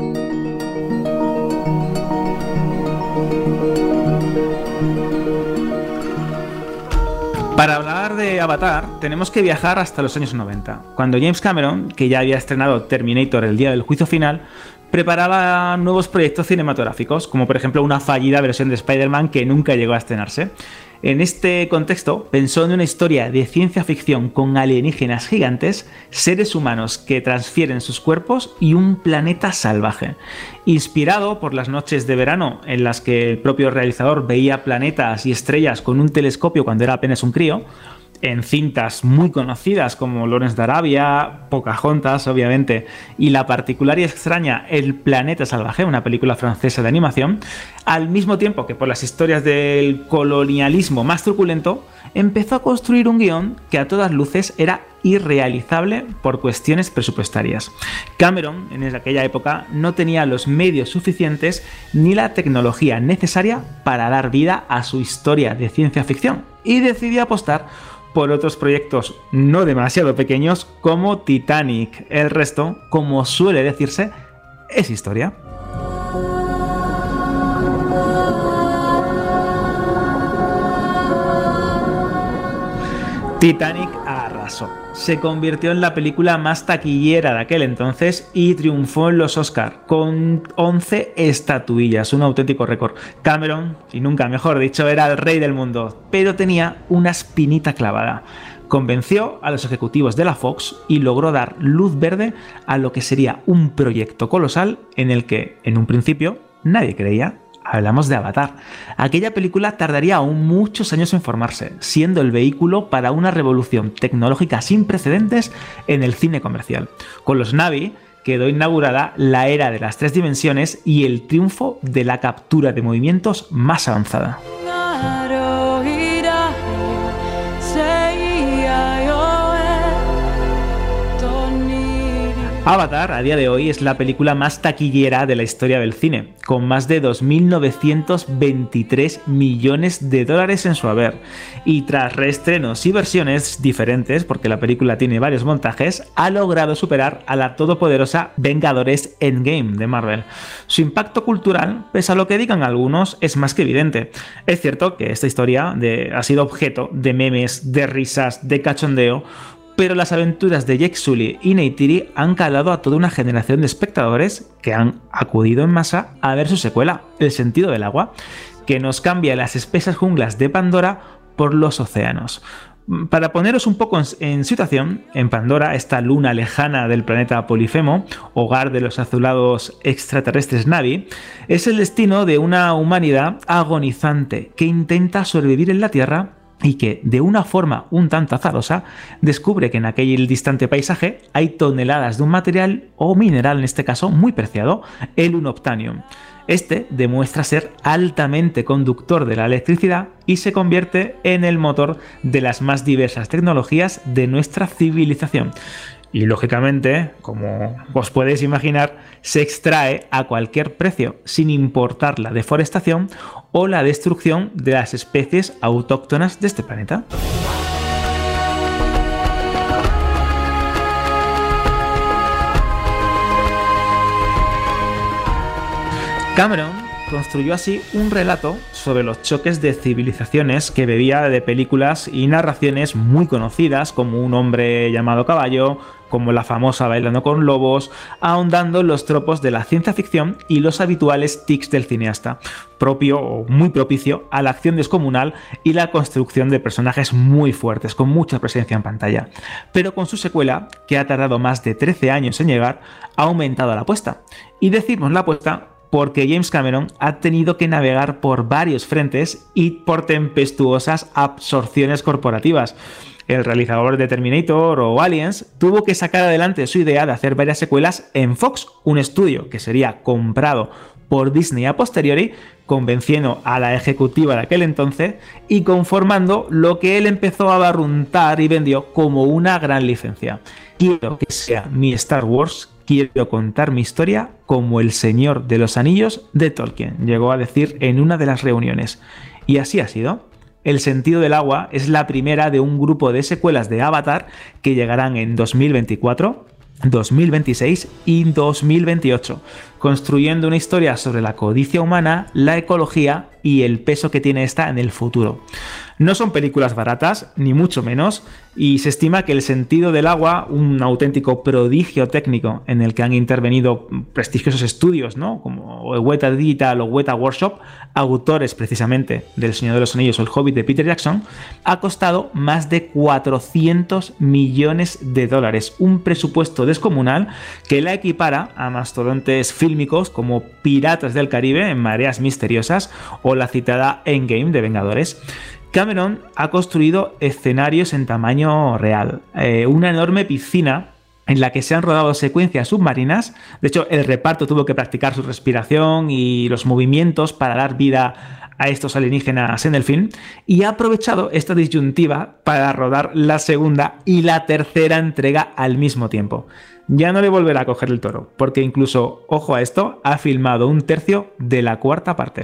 Para hablar de Avatar, tenemos que viajar hasta los años noventa, cuando James Cameron, que ya había estrenado Terminator el día del juicio final, preparaba nuevos proyectos cinematográficos, como por ejemplo una fallida versión de Spider-Man que nunca llegó a estrenarse. En este contexto, pensó en una historia de ciencia ficción con alienígenas gigantes, seres humanos que transfieren sus cuerpos y un planeta salvaje. Inspirado por las noches de verano en las que el propio realizador veía planetas y estrellas con un telescopio cuando era apenas un crío, en cintas muy conocidas como Lawrence de Arabia, Pocahontas, obviamente, y la particular y extraña El planeta salvaje, una película francesa de animación, al mismo tiempo que por las historias del colonialismo más truculento, empezó a construir un guión que a todas luces era irrealizable por cuestiones presupuestarias. Cameron, en aquella época, no tenía los medios suficientes ni la tecnología necesaria para dar vida a su historia de ciencia ficción, y decidió apostar por otros proyectos no demasiado pequeños como Titanic. El resto, como suele decirse, es historia. Titanic arrasó. Se convirtió en la película más taquillera de aquel entonces y triunfó en los Oscar con once estatuillas, un auténtico récord. Cameron, y nunca mejor dicho, era el rey del mundo, pero tenía una espinita clavada. Convenció a los ejecutivos de la Fox y logró dar luz verde a lo que sería un proyecto colosal en el que, en un principio, nadie creía. Hablamos de Avatar. Aquella película tardaría aún muchos años en formarse, siendo el vehículo para una revolución tecnológica sin precedentes en el cine comercial. Con los Na'vi quedó inaugurada la era de las tres dimensiones y el triunfo de la captura de movimientos más avanzada. Avatar, a día de hoy, es la película más taquillera de la historia del cine, con más de dos mil novecientos veintitrés millones de dólares en su haber. Y tras reestrenos y versiones diferentes, porque la película tiene varios montajes, ha logrado superar a la todopoderosa Vengadores Endgame de Marvel. Su impacto cultural, pese a lo que digan algunos, es más que evidente. Es cierto que esta historia de, ha sido objeto de memes, de risas, de cachondeo, pero las aventuras de Jake Sully y Neytiri han calado a toda una generación de espectadores que han acudido en masa a ver su secuela, El sentido del agua, que nos cambia las espesas junglas de Pandora por los océanos. Para poneros un poco en, en situación, en Pandora, esta luna lejana del planeta Polifemo, hogar de los azulados extraterrestres Na'vi, es el destino de una humanidad agonizante que intenta sobrevivir en la Tierra y que, de una forma un tanto azarosa, descubre que en aquel distante paisaje hay toneladas de un material o mineral, en este caso muy preciado, el unobtainium. Este demuestra ser altamente conductor de la electricidad y se convierte en el motor de las más diversas tecnologías de nuestra civilización. Y lógicamente, como os podéis imaginar, se extrae a cualquier precio, sin importar la deforestación o la destrucción de las especies autóctonas de este planeta. Cameron construyó así un relato sobre los choques de civilizaciones que bebía de películas y narraciones muy conocidas como Un hombre llamado caballo, como la famosa Bailando con lobos, ahondando en los tropos de la ciencia ficción y los habituales tics del cineasta, propio o muy propicio a la acción descomunal y la construcción de personajes muy fuertes, con mucha presencia en pantalla. Pero con su secuela, que ha tardado más de trece años en llegar, ha aumentado la apuesta. Y decimos la apuesta porque James Cameron ha tenido que navegar por varios frentes y por tempestuosas absorciones corporativas. El realizador de Terminator o Aliens tuvo que sacar adelante su idea de hacer varias secuelas en Fox, un estudio que sería comprado por Disney a posteriori, convenciendo a la ejecutiva de aquel entonces y conformando lo que él empezó a barruntar y vendió como una gran licencia. Quiero que sea mi Star Wars, quiero contar mi historia como El Señor de los Anillos de Tolkien, llegó a decir en una de las reuniones. Y así ha sido. El sentido del agua es la primera de un grupo de secuelas de Avatar que llegarán en dos mil veinticuatro, dos mil veintiséis y dos mil veintiocho, construyendo una historia sobre la codicia humana, la ecología y el peso que tiene esta en el futuro. No son películas baratas, ni mucho menos, y se estima que El sentido del agua, un auténtico prodigio técnico en el que han intervenido prestigiosos estudios, ¿no?, como Weta Digital o Weta Workshop, autores precisamente del Señor de los Anillos o El Hobbit de Peter Jackson, ha costado más de cuatrocientos millones de dólares, un presupuesto descomunal que la equipara a mastodontes fílmicos como Piratas del Caribe en Mareas Misteriosas o la citada Endgame de Vengadores. Cameron ha construido escenarios en tamaño real, eh, una enorme piscina en la que se han rodado secuencias submarinas. De hecho, el reparto tuvo que practicar su respiración y los movimientos para dar vida a estos alienígenas en el film, y ha aprovechado esta disyuntiva para rodar la segunda y la tercera entrega al mismo tiempo. Ya no le volverá a coger el toro, porque incluso, ojo a esto, ha filmado un tercio de la cuarta parte.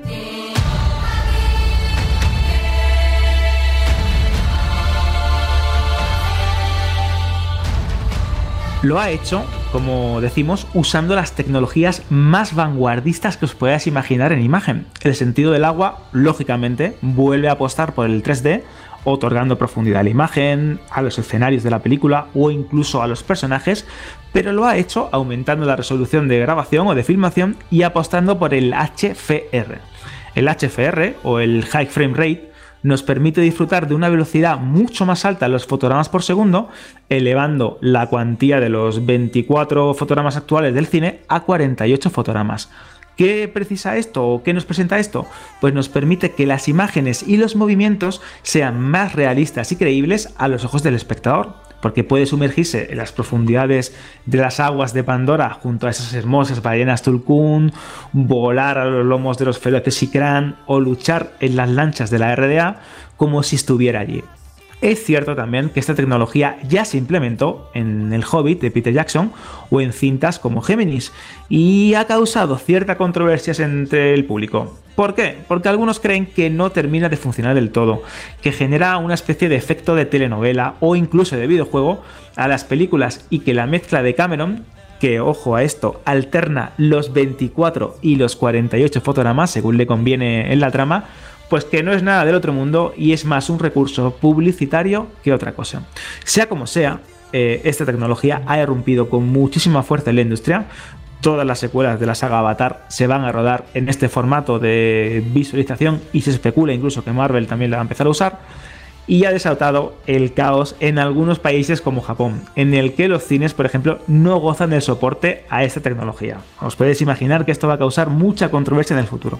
Lo ha hecho, como decimos, usando las tecnologías más vanguardistas que os podáis imaginar en imagen. El sentido del agua, lógicamente, vuelve a apostar por el tres D, otorgando profundidad a la imagen, a los escenarios de la película o incluso a los personajes, pero lo ha hecho aumentando la resolución de grabación o de filmación y apostando por el H F R. El H F R, o el High Frame Rate, nos permite disfrutar de una velocidad mucho más alta en los fotogramas por segundo, elevando la cuantía de los veinticuatro fotogramas actuales del cine a cuarenta y ocho fotogramas. ¿Qué precisa esto o qué nos presenta esto? Pues nos permite que las imágenes y los movimientos sean más realistas y creíbles a los ojos del espectador, porque puede sumergirse en las profundidades de las aguas de Pandora junto a esas hermosas ballenas Tulkun, volar a los lomos de los feroces Ikran o luchar en las lanchas de la R D A como si estuviera allí. Es cierto también que esta tecnología ya se implementó en El Hobbit de Peter Jackson o en cintas como Géminis, y ha causado ciertas controversias entre el público. ¿Por qué? Porque algunos creen que no termina de funcionar del todo, que genera una especie de efecto de telenovela o incluso de videojuego a las películas, y que la mezcla de Cameron, que ojo a esto, alterna los veinticuatro y los cuarenta y ocho fotogramas según le conviene en la trama, pues que no es nada del otro mundo y es más un recurso publicitario que otra cosa. Sea como sea, eh, esta tecnología ha irrumpido con muchísima fuerza en la industria. Todas las secuelas de la saga Avatar se van a rodar en este formato de visualización y se especula incluso que Marvel también la va a empezar a usar, y ha desatado el caos en algunos países como Japón, en el que los cines, por ejemplo, no gozan del soporte a esta tecnología. Os podéis imaginar que esto va a causar mucha controversia en el futuro.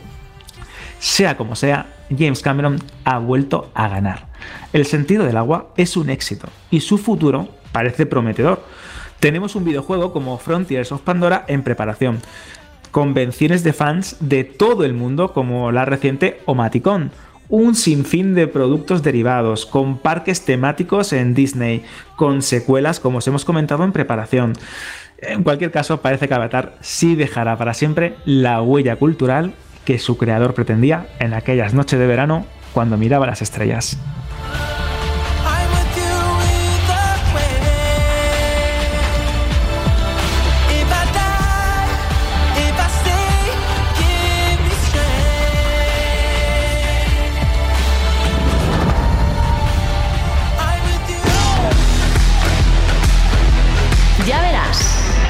Sea como sea, James Cameron ha vuelto a ganar. El sentido del agua es un éxito y su futuro parece prometedor. Tenemos un videojuego como Frontiers of Pandora en preparación, convenciones de fans de todo el mundo como la reciente Omaticon, un sinfín de productos derivados, con parques temáticos en Disney, con secuelas como os hemos comentado en preparación. En cualquier caso, parece que Avatar sí dejará para siempre la huella cultural que su creador pretendía en aquellas noches de verano cuando miraba las estrellas. Ya verás.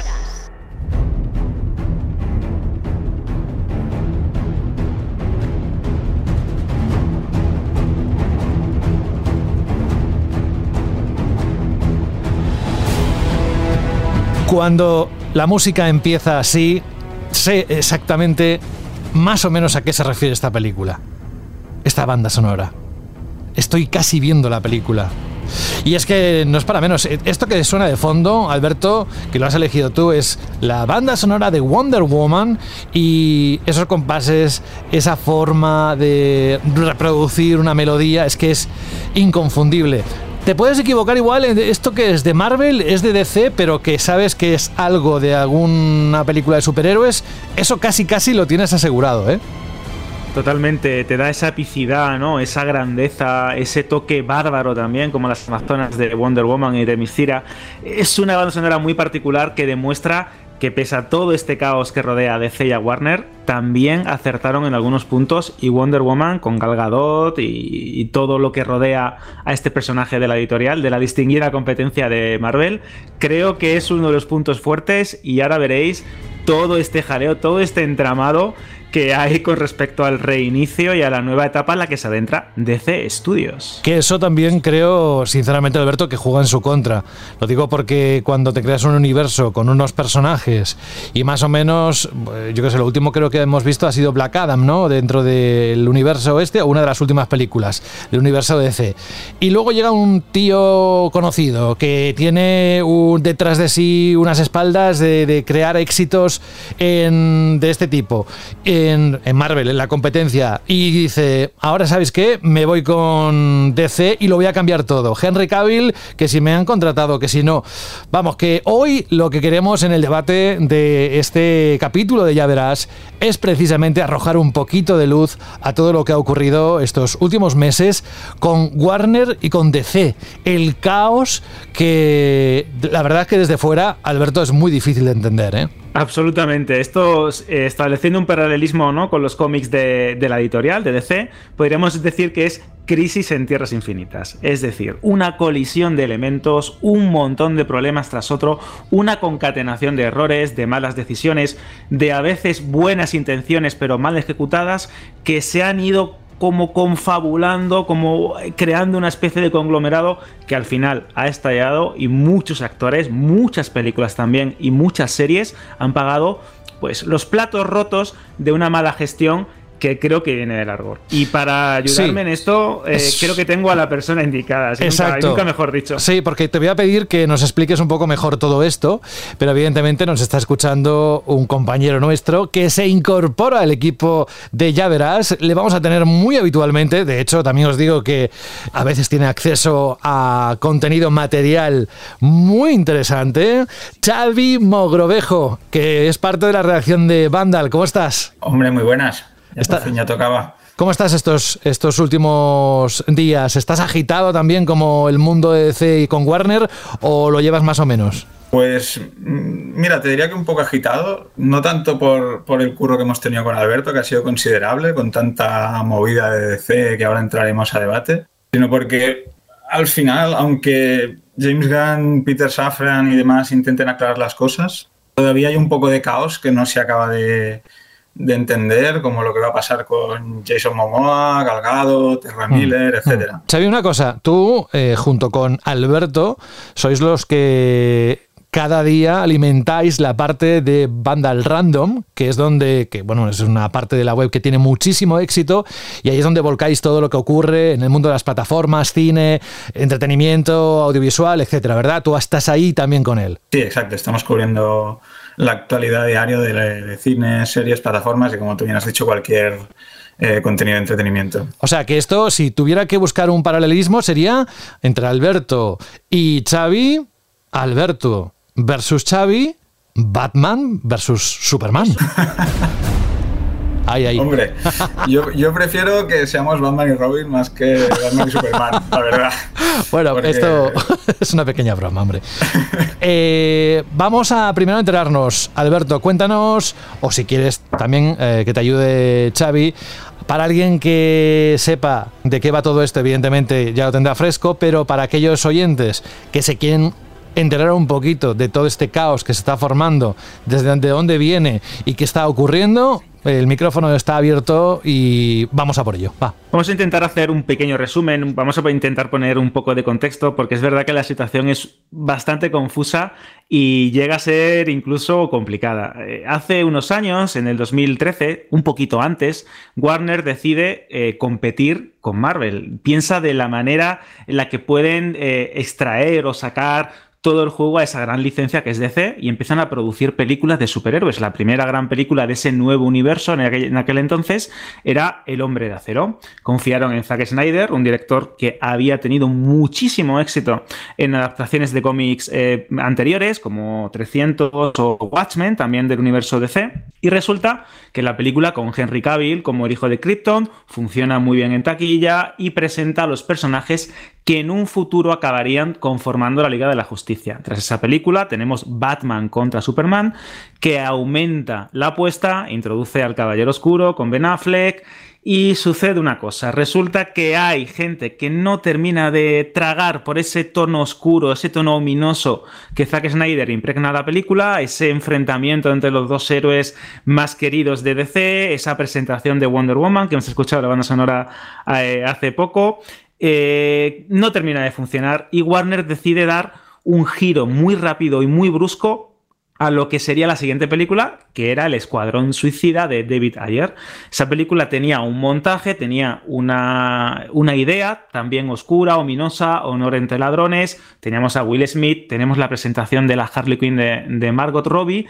Cuando la música empieza así, sé exactamente más o menos a qué se refiere esta película. Esta banda sonora. Estoy casi viendo la película. Y es que no es para menos. Esto que suena de fondo, Alberto, que lo has elegido tú, es la banda sonora de Wonder Woman, y esos compases, esa forma de reproducir una melodía, es que es inconfundible. Te puedes equivocar igual, esto que es de Marvel, es de D C, pero que sabes que es algo de alguna película de superhéroes, eso casi casi lo tienes asegurado, ¿eh? Totalmente, te da esa epicidad, ¿no? Esa grandeza, ese toque bárbaro también, como las Amazonas de Wonder Woman y de Themyscira. Es una banda sonora muy particular que demuestra que pese a todo este caos que rodea a D C y a Warner, también acertaron en algunos puntos, y Wonder Woman con Gal Gadot y, y todo lo que rodea a este personaje de la editorial, de la distinguida competencia de Marvel, creo que es uno de los puntos fuertes. Y ahora veréis todo este jaleo, todo este entramado que hay con respecto al reinicio y a la nueva etapa en la que se adentra D C Studios. Que eso también creo, sinceramente, Alberto, que juega en su contra. Lo digo porque cuando te creas un universo con unos personajes y más o menos, yo qué sé, lo último creo que hemos visto ha sido Black Adam, ¿no? Dentro del universo este, o una de las últimas películas del universo D C. Y luego llega un tío conocido que tiene un, detrás de sí unas espaldas de, de crear éxitos en, de este tipo. En, en Marvel, en la competencia, y dice, ahora ¿sabéis qué? Me voy con D C y lo voy a cambiar todo. Henry Cavill, que si me han contratado, que si no. Vamos, que hoy lo que queremos en el debate de este capítulo de Ya Verás es precisamente arrojar un poquito de luz a todo lo que ha ocurrido estos últimos meses con Warner y con D C. El caos que, la verdad es que desde fuera, Alberto, es muy difícil de entender, ¿eh? Absolutamente. Esto, eh, estableciendo un paralelismo, ¿no?, con los cómics de, de la editorial, de D C, podríamos decir que es crisis en tierras infinitas. Es decir, una colisión de elementos, un montón de problemas tras otro, una concatenación de errores, de malas decisiones, de a veces buenas intenciones pero mal ejecutadas, que se han ido como confabulando, como creando una especie de conglomerado que al final ha estallado, y muchos actores, muchas películas también y muchas series han pagado pues los platos rotos de una mala gestión que creo que viene de largo. Y para ayudarme sí, en esto, eh, es... creo que tengo a la persona indicada. Así Exacto. Nunca, nunca mejor dicho. Sí, porque te voy a pedir que nos expliques un poco mejor todo esto, pero evidentemente nos está escuchando un compañero nuestro que se incorpora al equipo de Ya Verás. Le vamos a tener muy habitualmente. De hecho, también os digo que a veces tiene acceso a contenido material muy interesante. Xavi Mogrovejo, que es parte de la redacción de Vandal. ¿Cómo estás? Hombre, muy buenas. Esta, fin ya tocaba. ¿Cómo estás estos, estos últimos días? ¿Estás agitado también como el mundo de D C y con Warner o lo llevas más o menos? Pues mira, te diría que un poco agitado, no tanto por, por el curro que hemos tenido con Alberto, que ha sido considerable, con tanta movida de D C que ahora entraremos a debate, sino porque al final, aunque James Gunn, Peter Safran y demás intenten aclarar las cosas, todavía hay un poco de caos que no se acaba de... de entender, como lo que va a pasar con Jason Momoa, Gal Gadot, Ezra Miller, mm. etcétera. Xavi, una cosa, tú eh, junto con Alberto sois los que cada día alimentáis la parte de Vandal Random, que es donde, que bueno, es una parte de la web que tiene muchísimo éxito, y ahí es donde volcáis todo lo que ocurre en el mundo de las plataformas, cine, entretenimiento, audiovisual, etcétera, ¿verdad? Tú estás ahí también con él. Sí, exacto, estamos cubriendo la actualidad diaria de, de cine, series, plataformas y, como tú bien has dicho, cualquier eh, contenido de entretenimiento. O sea, que esto, si tuviera que buscar un paralelismo, sería entre Alberto y Xavi, Alberto versus Xavi, Batman versus Superman. Ahí, ahí. Hombre, yo, yo prefiero que seamos Batman y Robin más que Batman y Superman, la verdad. Bueno, porque... esto es una pequeña broma, hombre. Eh, vamos a primero enterarnos. Alberto, cuéntanos, o si quieres también eh, que te ayude Xavi, para alguien que sepa de qué va todo esto, evidentemente ya lo tendrá fresco, pero para aquellos oyentes que se quieren enterar un poquito de todo este caos que se está formando, desde dónde viene y qué está ocurriendo, el micrófono está abierto y vamos a por ello. Va. Vamos a intentar hacer un pequeño resumen, vamos a intentar poner un poco de contexto, porque es verdad que la situación es bastante confusa y llega a ser incluso complicada. Eh, hace unos años, en el dos mil trece, un poquito antes, Warner decide eh, competir con Marvel. Piensa de la manera en la que pueden eh, extraer o sacar todo el juego a esa gran licencia que es D C, y empiezan a producir películas de superhéroes. La primera gran película de ese nuevo universo en aquel, en aquel entonces era El Hombre de Acero. Confiaron en Zack Snyder, un director que había tenido muchísimo éxito en adaptaciones de cómics eh, anteriores, como trescientos o Watchmen, también del universo D C, y resulta que la película, con Henry Cavill como el hijo de Krypton, funciona muy bien en taquilla y presenta a los personajes que en un futuro acabarían conformando la Liga de la Justicia. Tras esa película tenemos Batman contra Superman, que aumenta la apuesta, introduce al Caballero Oscuro con Ben Affleck Y sucede una cosa, resulta que hay gente que no termina de tragar por ese tono oscuro, ese tono ominoso que Zack Snyder impregna a la película, ese enfrentamiento entre los dos héroes más queridos de D C, esa presentación de Wonder Woman que hemos escuchado la banda sonora eh, hace poco, eh, no termina de funcionar y Warner decide dar un giro muy rápido y muy brusco a lo que sería la siguiente película, que era El Escuadrón Suicida de David Ayer. Esa película tenía un montaje, tenía una, una idea también oscura, ominosa, honor entre ladrones, teníamos a Will Smith, tenemos la presentación de la Harley Quinn de, de Margot Robbie,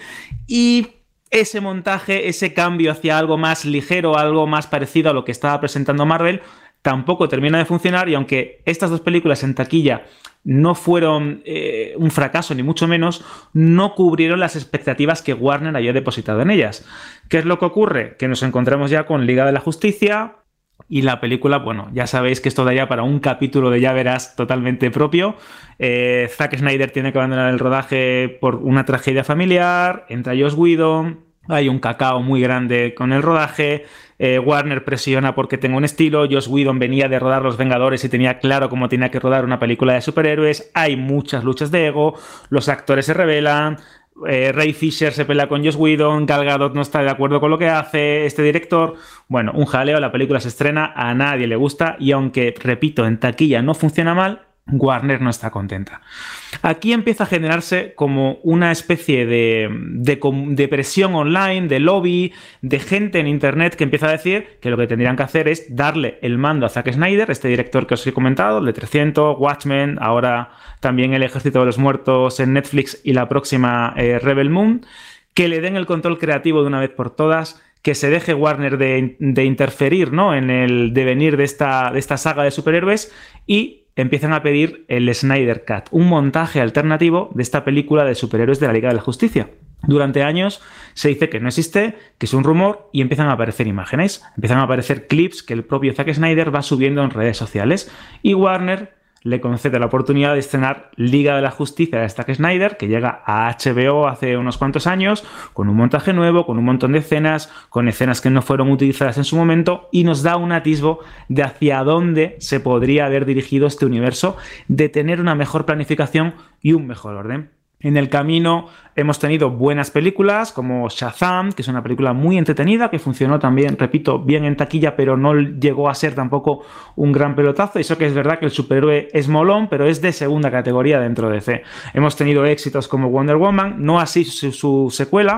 y ese montaje, ese cambio hacia algo más ligero, algo más parecido a lo que estaba presentando Marvel, tampoco termina de funcionar, y aunque estas dos películas en taquilla no fueron eh, un fracaso, ni mucho menos, no cubrieron las expectativas que Warner había depositado en ellas. ¿Qué es lo que ocurre? Que nos encontramos ya con Liga de la Justicia y la película, bueno, ya sabéis que esto da ya para un capítulo de Ya Verás totalmente propio. Eh, Zack Snyder tiene que abandonar el rodaje por una tragedia familiar, entra Joss Whedon, hay un cacao muy grande con el rodaje. Eh, Warner presiona porque tenga un estilo. Joss Whedon venía de rodar Los Vengadores y tenía claro cómo tenía que rodar una película de superhéroes. Hay muchas luchas de ego, los actores se rebelan, eh, Ray Fisher se pelea con Joss Whedon, Gal Gadot no está de acuerdo con lo que hace este director. Bueno, un jaleo, la película se estrena, a nadie le gusta y aunque, repito, en taquilla no funciona mal, Warner no está contenta. Aquí empieza a generarse como una especie de, de, de presión online, de lobby, de gente en internet que empieza a decir que lo que tendrían que hacer es darle el mando a Zack Snyder, este director que os he comentado, el de trescientos, Watchmen, ahora también El Ejército de los Muertos en Netflix y la próxima eh, Rebel Moon, que le den el control creativo de una vez por todas, que se deje Warner de, de interferir, ¿no?, en el devenir de esta, de esta saga de superhéroes y empiezan a pedir el Snyder Cut, un montaje alternativo de esta película de superhéroes de la Liga de la Justicia. Durante años se dice que no existe, que es un rumor, y empiezan a aparecer imágenes, empiezan a aparecer clips que el propio Zack Snyder va subiendo en redes sociales, y Warner le concede la oportunidad de estrenar Liga de la Justicia de Zack Snyder, que llega a H B O hace unos cuantos años, con un montaje nuevo, con un montón de escenas, con escenas que no fueron utilizadas en su momento, y nos da un atisbo de hacia dónde se podría haber dirigido este universo, de tener una mejor planificación y un mejor orden. En el camino hemos tenido buenas películas como Shazam, que es una película muy entretenida, que funcionó también, repito, bien en taquilla, pero no llegó a ser tampoco un gran pelotazo. Eso que es verdad que el superhéroe es molón, pero es de segunda categoría dentro de D C. Hemos tenido éxitos como Wonder Woman, no así su, su secuela,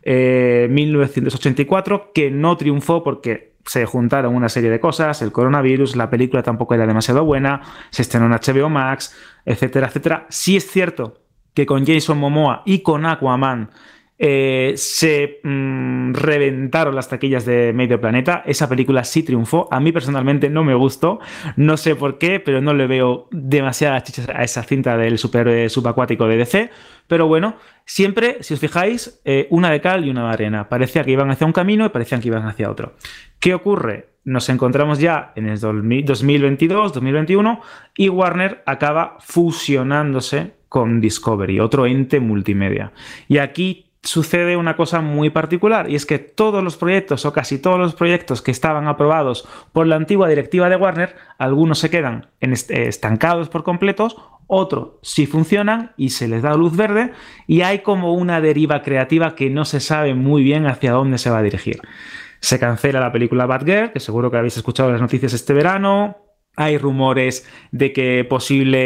eh, mil novecientos ochenta y cuatro, que no triunfó porque se juntaron una serie de cosas, el coronavirus, la película tampoco era demasiado buena, se estrenó en H B O Max, etcétera, etcétera. Sí es cierto que con Jason Momoa y con Aquaman eh, se mmm, reventaron las taquillas de Medio Planeta. Esa película sí triunfó. A mí personalmente no me gustó, no sé por qué, pero no le veo demasiadas chichas a esa cinta del superhéroe subacuático de D C. Pero bueno, siempre, si os fijáis, eh, una de cal y una de arena. Parecía que iban hacia un camino y parecían que iban hacia otro. ¿Qué ocurre? Nos encontramos ya en el dos mil veintidós, dos mil veintiuno y Warner acaba fusionándose con Discovery, otro ente multimedia. Y aquí sucede una cosa muy particular, y es que todos los proyectos, o casi todos los proyectos que estaban aprobados por la antigua directiva de Warner, algunos se quedan estancados por completos, otros sí funcionan y se les da luz verde, y hay como una deriva creativa que no se sabe muy bien hacia dónde se va a dirigir. Se cancela la película Batgirl, que seguro que habéis escuchado las noticias este verano. Hay rumores de que posible,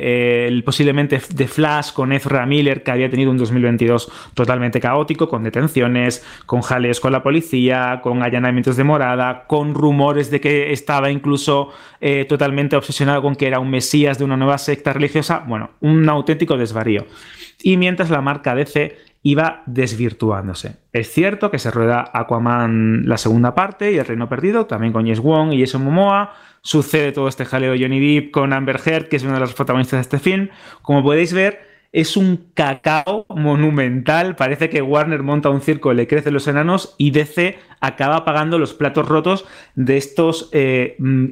eh, posiblemente de Flash con Ezra Miller, que había tenido un dos mil veintidós totalmente caótico, con detenciones, con jaleos con la policía, con allanamientos de morada, con rumores de que estaba incluso eh, totalmente obsesionado con que era un mesías de una nueva secta religiosa. Bueno, un auténtico desvarío. Y mientras la marca D C iba desvirtuándose. Es cierto que se rueda Aquaman la segunda parte y El Reino Perdido, también con James Wan y Jason Momoa. Sucede todo este jaleo de Johnny Depp con Amber Heard, que es una de las protagonistas de este film. Como podéis ver, es un cacao monumental. Parece que Warner monta un circo, le crecen los enanos y D C acaba pagando los platos rotos de estos eh,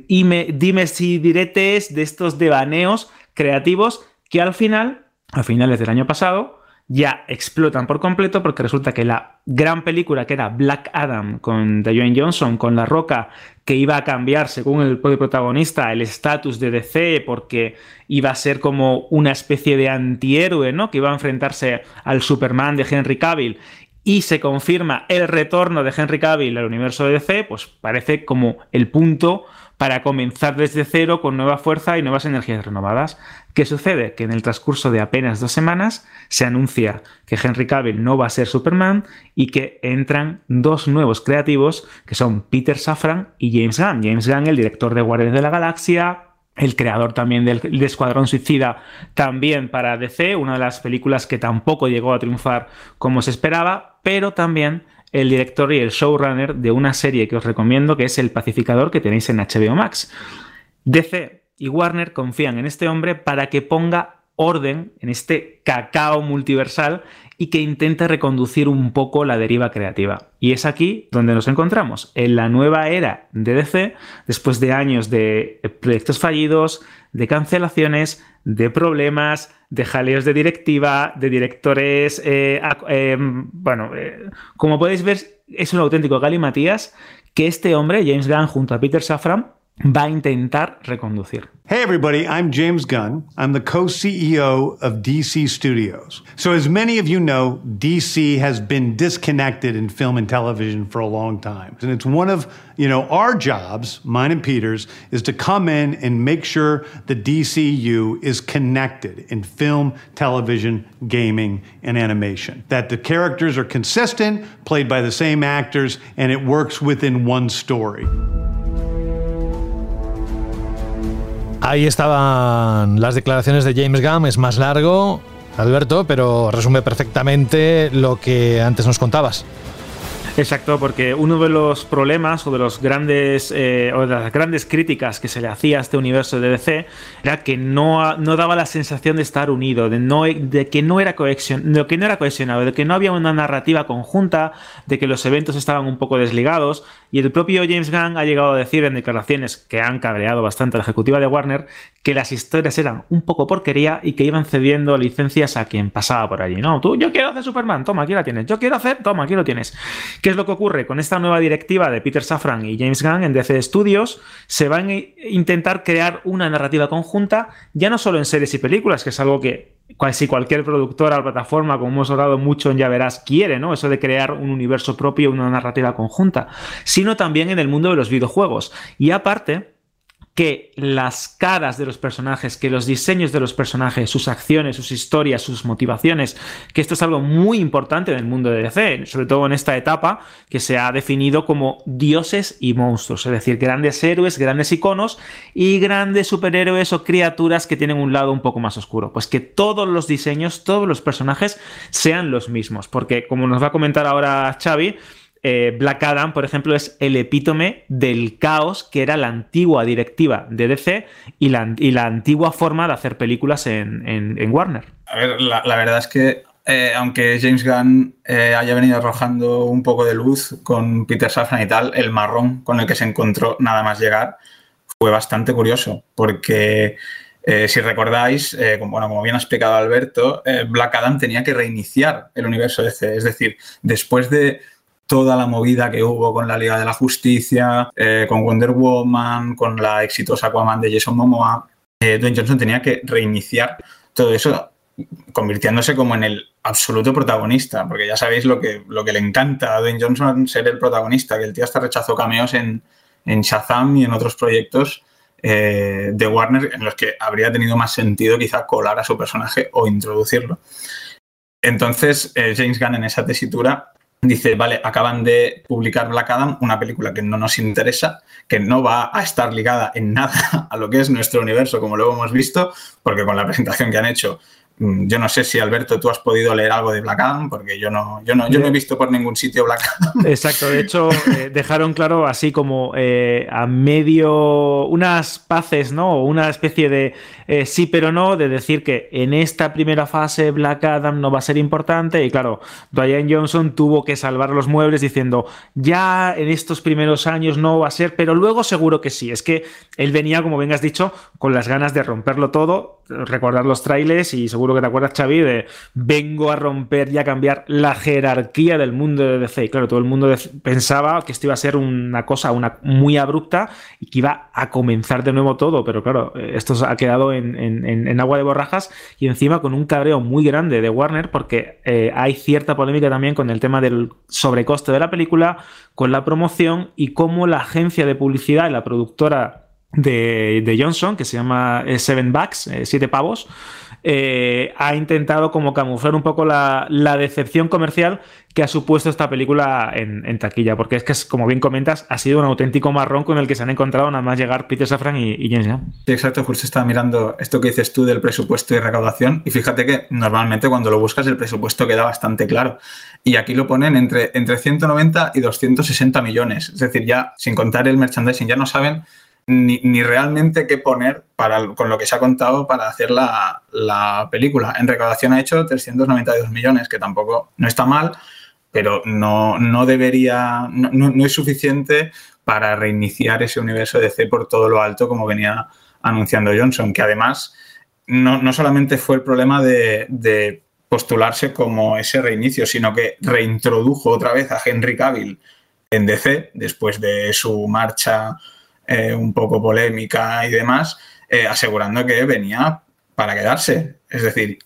dimes y diretes, de estos devaneos creativos que al final, a finales del año pasado, ya explotan por completo porque resulta que la gran película que era Black Adam con Dwayne Johnson, con La Roca, que iba a cambiar, según el propio protagonista, el estatus de D C porque iba a ser como una especie de antihéroe, ¿no? Que iba a enfrentarse al Superman de Henry Cavill, y se confirma el retorno de Henry Cavill al universo de D C, pues parece como el punto para comenzar desde cero con nueva fuerza y nuevas energías renovadas. ¿Qué sucede? Que en el transcurso de apenas dos semanas se anuncia que Henry Cavill no va a ser Superman y que entran dos nuevos creativos que son Peter Safran y James Gunn. James Gunn, el director de Guardianes de la Galaxia, el creador también del de Escuadrón Suicida, también para D C, una de las películas que tampoco llegó a triunfar como se esperaba, pero también el director y el showrunner de una serie que os recomiendo, que es El Pacificador, que tenéis en H B O Max. D C y Warner confían en este hombre para que ponga orden en este cacao multiversal y que intente reconducir un poco la deriva creativa. Y es aquí donde nos encontramos, en la nueva era de D C, después de años de proyectos fallidos, de cancelaciones, de problemas, de jaleos de directiva, de directores... Eh, eh, bueno, eh, como podéis ver, es un auténtico galimatías que este hombre, James Gunn, junto a Peter Safran, va a intentar reconducir. Hey everybody, I'm James Gunn. I'm the co-C E O of D C Studios. So as many of you know, D C has been disconnected in film and television for a long time. And it's one of, you know, our jobs, mine and Peter's, is to come in and make sure the D C U is connected in film, television, gaming, and animation. That the characters are consistent, played by the same actors, and it works within one story. Ahí estaban las declaraciones de James Gunn. Es más largo, Alberto, pero resume perfectamente lo que antes nos contabas. Exacto, porque uno de los problemas o de los grandes eh, o de las grandes críticas que se le hacía a este universo de D C era que no, no daba la sensación de estar unido, de, no, de, que no era cohesion, de que no era cohesionado, de que no había una narrativa conjunta, de que los eventos estaban un poco desligados. Y el propio James Gunn ha llegado a decir en declaraciones que han cabreado bastante a la ejecutiva de Warner que las historias eran un poco porquería y que iban cediendo licencias a quien pasaba por allí. No, tú, yo quiero hacer Superman, toma, aquí la tienes. Yo quiero hacer, toma, aquí lo tienes. ¿Qué es lo que ocurre? Con esta nueva directiva de Peter Safran y James Gunn en D C Studios se van a intentar crear una narrativa conjunta, ya no solo en series y películas, que es algo que casi cualquier productora o plataforma, como hemos hablado mucho en Ya Verás, quiere, ¿no? Eso de crear un universo propio, una narrativa conjunta, sino también en el mundo de los videojuegos. Y aparte, que las caras de los personajes, que los diseños de los personajes, sus acciones, sus historias, sus motivaciones, que esto es algo muy importante en el mundo de D C, sobre todo en esta etapa que se ha definido como dioses y monstruos, es decir, grandes héroes, grandes iconos y grandes superhéroes o criaturas que tienen un lado un poco más oscuro. Pues que todos los diseños, todos los personajes sean los mismos, porque como nos va a comentar ahora Xavi, Eh, Black Adam, por ejemplo, es el epítome del caos que era la antigua directiva de D C y la, y la antigua forma de hacer películas en, en, en Warner. A ver, la, la verdad es que eh, aunque James Gunn eh, haya venido arrojando un poco de luz con Peter Safran y tal, el marrón con el que se encontró nada más llegar fue bastante curioso, porque eh, si recordáis, eh, como, bueno, como bien ha explicado Alberto, eh, Black Adam tenía que reiniciar el universo D C, es decir, después de toda la movida que hubo con la Liga de la Justicia, eh, con Wonder Woman, con la exitosa Aquaman de Jason Momoa, eh, Dwayne Johnson tenía que reiniciar todo eso, convirtiéndose como en el absoluto protagonista, porque ya sabéis lo que, lo que le encanta a Dwayne Johnson, ser el protagonista, que el tío hasta rechazó cameos en, en Shazam y en otros proyectos eh, de Warner en los que habría tenido más sentido quizá colar a su personaje o introducirlo. Entonces, eh, James Gunn en esa tesitura dice, vale, acaban de publicar Black Adam, una película que no nos interesa, que no va a estar ligada en nada a lo que es nuestro universo, como luego hemos visto, porque con la presentación que han hecho, yo no sé si, Alberto, tú has podido leer algo de Black Adam, porque yo no, yo no, yo no he visto por ningún sitio Black Adam. Exacto, de hecho, eh, dejaron claro así como eh, a medio unas paces, ¿no? Una especie de eh, sí pero no, de decir que en esta primera fase Black Adam no va a ser importante, y claro, Dwayne Johnson tuvo que salvar los muebles diciendo, ya en estos primeros años no va a ser, pero luego seguro que sí. Es que él venía, como bien has dicho, con las ganas de romperlo todo, recordar los trailers y seguro que te acuerdas, Xavi, de vengo a romper y a cambiar la jerarquía del mundo de D C. Y claro, todo el mundo pensaba que esto iba a ser una cosa una, muy abrupta y que iba a comenzar de nuevo todo, pero claro, esto ha quedado en, en, en agua de borrajas y encima con un cabreo muy grande de Warner porque eh, hay cierta polémica también con el tema del sobrecoste de la película, con la promoción y cómo la agencia de publicidad y la productora De, de Johnson, que se llama Seven Bucks, eh, siete pavos, eh, ha intentado como camuflar un poco la, la decepción comercial que ha supuesto esta película en, en taquilla, porque es que, como bien comentas, ha sido un auténtico marrón con el que se han encontrado nada más llegar Peter Safran y, y James Gunn. Sí, exacto, justo estaba mirando esto que dices tú del presupuesto y recaudación, y fíjate que normalmente cuando lo buscas el presupuesto queda bastante claro, y aquí lo ponen entre, entre ciento noventa y doscientos sesenta millones, es decir, ya sin contar el merchandising, ya no saben Ni, ni realmente qué poner para, con lo que se ha contado para hacer la, la película. En recaudación ha hecho trescientos noventa y dos millones, que tampoco no está mal, pero no, no debería, no, no es suficiente para reiniciar ese universo de D C por todo lo alto como venía anunciando Johnson, que además no, no solamente fue el problema de, de postularse como ese reinicio, sino que reintrodujo otra vez a Henry Cavill en D C después de su marcha Eh, un poco polémica y demás, eh, asegurando que venía para quedarse. Es decir,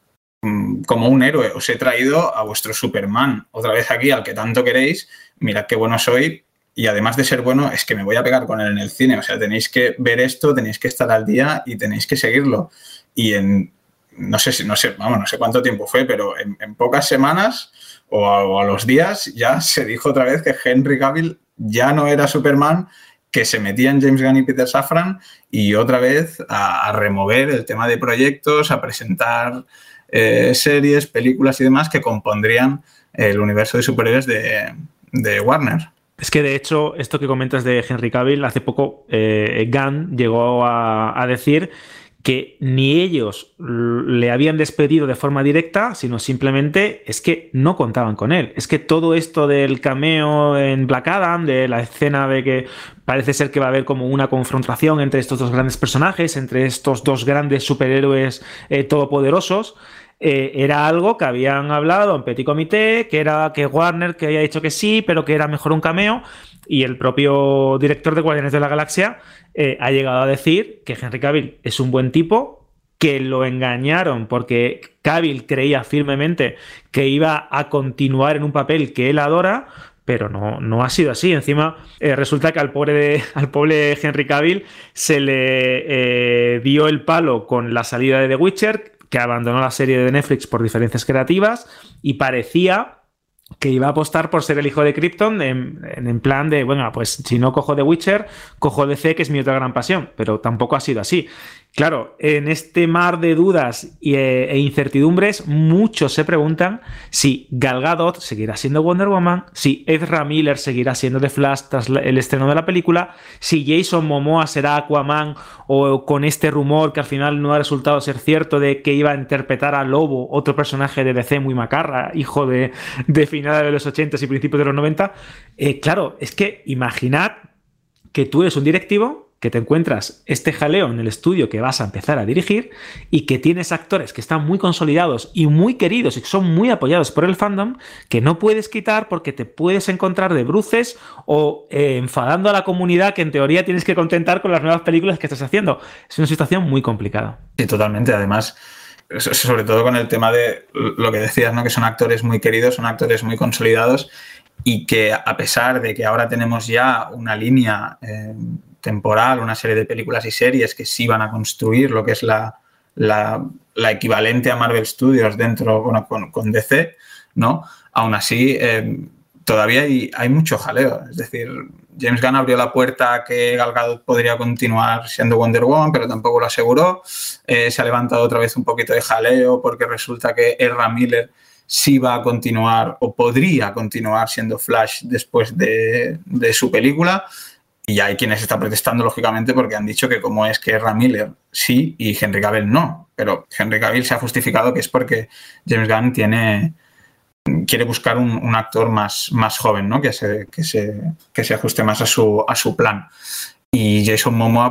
mmm, como un héroe, os he traído a vuestro Superman otra vez aquí, al que tanto queréis, mirad qué bueno soy, y además de ser bueno, es que me voy a pegar con él en el cine. O sea, tenéis que ver esto, tenéis que estar al día y tenéis que seguirlo. Y en, no sé, no sé, vamos, no sé cuánto tiempo fue, pero en, en pocas semanas o a, o a los días ya se dijo otra vez que Henry Cavill ya no era Superman, que se metían James Gunn y Peter Safran y otra vez a, a remover el tema de proyectos, a presentar eh, series, películas y demás que compondrían el universo de superhéroes de, de Warner. Es que, de hecho, esto que comentas de Henry Cavill, hace poco eh, Gunn llegó a, a decir que ni ellos le habían despedido de forma directa, sino simplemente es que no contaban con él. Es que todo esto del cameo en Black Adam, de la escena de que parece ser que va a haber como una confrontación entre estos dos grandes personajes, entre estos dos grandes superhéroes eh, todopoderosos, eh, era algo que habían hablado en Petit Comité, que era que Warner que había dicho que sí, pero que era mejor un cameo. Y el propio director de Guardianes de la Galaxia eh, ha llegado a decir que Henry Cavill es un buen tipo, que lo engañaron porque Cavill creía firmemente que iba a continuar en un papel que él adora, pero no, no ha sido así. Encima eh, resulta que al pobre, de, al pobre Henry Cavill se le eh, dio el palo con la salida de The Witcher, que abandonó la serie de Netflix por diferencias creativas y parecía que iba a apostar por ser el hijo de Krypton en, en, en plan de, bueno, pues si no cojo The Witcher, cojo D C, que es mi otra gran pasión, pero tampoco ha sido así. Claro, en este mar de dudas e, e incertidumbres, muchos se preguntan si Gal Gadot seguirá siendo Wonder Woman, si Ezra Miller seguirá siendo The Flash tras el estreno de la película, si Jason Momoa será Aquaman, o con este rumor que al final no ha resultado ser cierto de que iba a interpretar a Lobo, otro personaje de D C muy macarra, hijo de, de finales de los ochenta y principios de los noventa. Eh, claro, es que imaginad que tú eres un directivo, que te encuentras este jaleo en el estudio que vas a empezar a dirigir y que tienes actores que están muy consolidados y muy queridos y que son muy apoyados por el fandom, que no puedes quitar porque te puedes encontrar de bruces o eh, enfadando a la comunidad que en teoría tienes que contentar con las nuevas películas que estás haciendo. Es una situación muy complicada. Sí, totalmente. Además, sobre todo con el tema de lo que decías, ¿no? Que son actores muy queridos, son actores muy consolidados y que a pesar de que ahora tenemos ya una línea eh, temporal, una serie de películas y series que sí van a construir lo que es la, la, la equivalente a Marvel Studios dentro bueno, con, con D C, ¿no? Aún así, eh, todavía hay, hay mucho jaleo. Es decir, James Gunn abrió la puerta a que Gal Gadot podría continuar siendo Wonder Woman, pero tampoco lo aseguró. Eh, se ha levantado otra vez un poquito de jaleo porque resulta que Ezra Miller sí va a continuar o podría continuar siendo Flash después de, de su película. Y hay quienes están protestando, lógicamente, porque han dicho que como es que Ezra Miller sí y Henry Cavill no. Pero Henry Cavill se ha justificado que es porque James Gunn tiene, quiere buscar un, un actor más, más joven, ¿no? Que se, que, se, que se ajuste más a su, a su plan. Y Jason Momoa, pues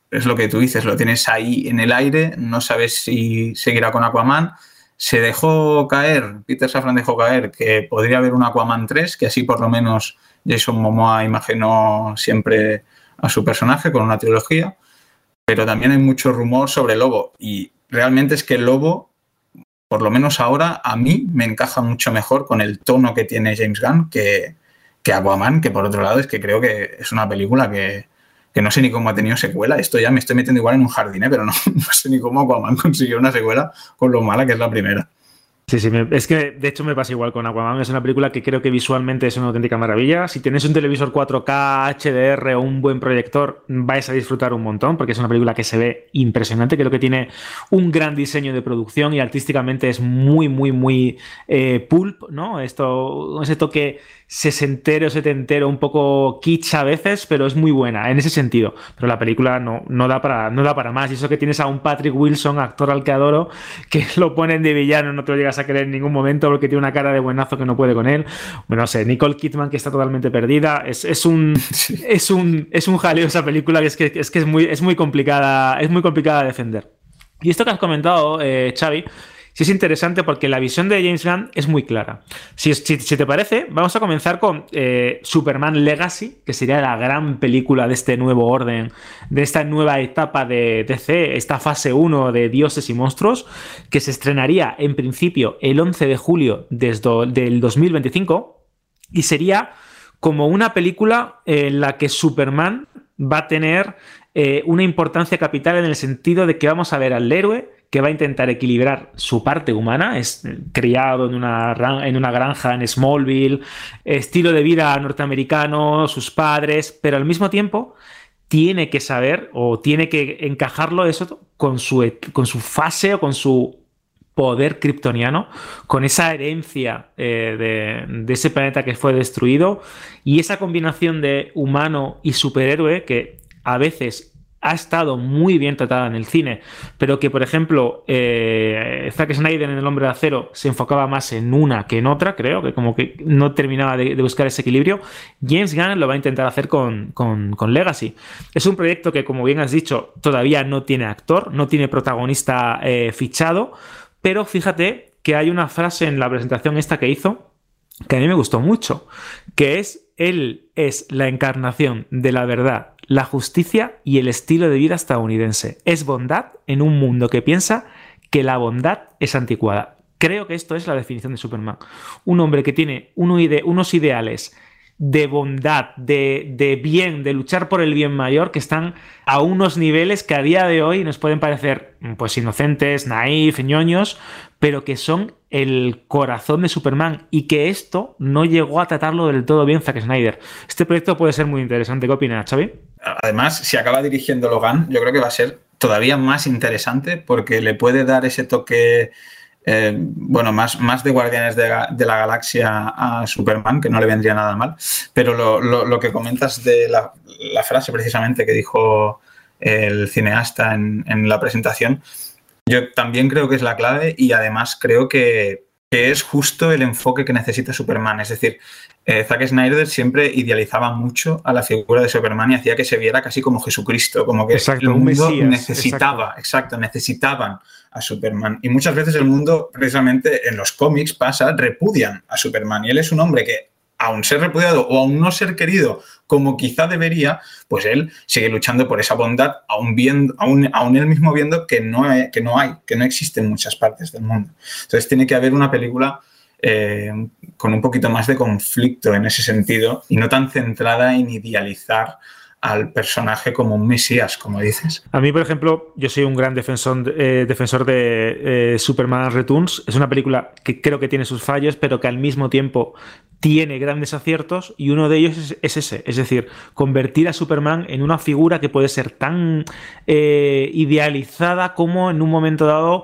es lo que tú dices, lo tienes ahí en el aire, no sabes si seguirá con Aquaman. Se dejó caer, Peter Safran dejó caer que podría haber un Aquaman tres, que así por lo menos Jason Momoa imaginó siempre a su personaje con una trilogía, pero también hay mucho rumor sobre Lobo, y realmente es que el Lobo, por lo menos ahora, a mí me encaja mucho mejor con el tono que tiene James Gunn que, que Aquaman, que por otro lado es que creo que es una película que, que no sé ni cómo ha tenido secuela. Esto ya me estoy metiendo igual en un jardín, ¿eh? Pero no, no sé ni cómo Aquaman consiguió una secuela con lo mala que es la primera. Sí, sí, me, es que de hecho me pasa igual con Aquaman. Es una película que creo que visualmente es una auténtica maravilla. Si tenéis un televisor cuatro K, H D R o un buen proyector, vais a disfrutar un montón, porque es una película que se ve impresionante. Creo que tiene un gran diseño de producción y artísticamente es muy, muy, muy eh, pulp, ¿no? Esto, ese toque sesentero, setentero, un poco kitsch a veces, pero es muy buena en ese sentido. Pero la película no, no, da para, no da para más. Y eso que tienes a un Patrick Wilson, actor al que adoro, que lo ponen de villano, no te lo llegas a creer en ningún momento porque tiene una cara de buenazo que no puede con él. Bueno, no sé, Nicole Kidman, que está totalmente perdida. Es, es un sí. es un es un jaleo esa película, que es que es, que es muy, es muy complicada, es muy complicada de defender. Y esto que has comentado, eh, Xavi, sí es interesante porque la visión de James Gunn es muy clara. Si, si, si te parece, vamos a comenzar con eh, Superman Legacy, que sería la gran película de este nuevo orden, de esta nueva etapa de D C, esta fase uno de dioses y monstruos, que se estrenaría en principio el once de julio desde, del dos mil veinticinco, y sería como una película en la que Superman va a tener eh, una importancia capital en el sentido de que vamos a ver al héroe que va a intentar equilibrar su parte humana, es criado en una, en una granja en Smallville, estilo de vida norteamericano, sus padres, pero al mismo tiempo tiene que saber o tiene que encajarlo eso con su, con su fase o con su poder kryptoniano, con esa herencia eh, de, de ese planeta que fue destruido, y esa combinación de humano y superhéroe que a veces ha estado muy bien tratada en el cine, pero que, por ejemplo, eh, Zack Snyder en El Hombre de Acero se enfocaba más en una que en otra, creo, que como que no terminaba de, de buscar ese equilibrio. James Gunn lo va a intentar hacer con, con, con Legacy. Es un proyecto que, como bien has dicho, todavía no tiene actor, no tiene protagonista eh, fichado, pero fíjate que hay una frase en la presentación esta que hizo que a mí me gustó mucho, que es: él es la encarnación de la verdad, la justicia y el estilo de vida estadounidense. Es bondad en un mundo que piensa que la bondad es anticuada. Creo que esto es la definición de Superman. Un hombre que tiene uno ide- unos ideales de bondad, de, de bien, de luchar por el bien mayor, que están a unos niveles que a día de hoy nos pueden parecer pues inocentes, naif, ñoños, pero que son el corazón de Superman, y que esto no llegó a tratarlo del todo bien Zack Snyder. Este proyecto puede ser muy interesante. ¿Qué opinas, Xavi? Además, si acaba dirigiendo Logan, yo creo que va a ser todavía más interesante, porque le puede dar ese toque Eh, bueno, más, más de Guardianes de, de la Galaxia a Superman, que no le vendría nada mal. Pero lo, lo, lo que comentas de la, la frase precisamente que dijo el cineasta en, en la presentación, yo también creo que es la clave, y además creo que, que es justo el enfoque que necesita Superman. Es decir, eh, Zack Snyder siempre idealizaba mucho a la figura de Superman y hacía que se viera casi como Jesucristo, como que exacto, el mundo Mesías, necesitaba, exacto. exacto, necesitaban a Superman. Y muchas veces el mundo, precisamente en los cómics pasa, repudian a Superman. Y él es un hombre que, aun ser repudiado o aun no ser querido como quizá debería, pues él sigue luchando por esa bondad, aun, viendo, aun, aun él mismo viendo que no, hay, que no hay, que no existe en muchas partes del mundo. Entonces tiene que haber una película eh, con un poquito más de conflicto en ese sentido, y no tan centrada en idealizar al personaje como un mesías, como dices. A mí, por ejemplo, yo soy un gran defensor, eh, defensor de eh, Superman Returns. Es una película que creo que tiene sus fallos, pero que al mismo tiempo tiene grandes aciertos, y uno de ellos es, es ese, es decir, convertir a Superman en una figura que puede ser tan eh, idealizada como en un momento dado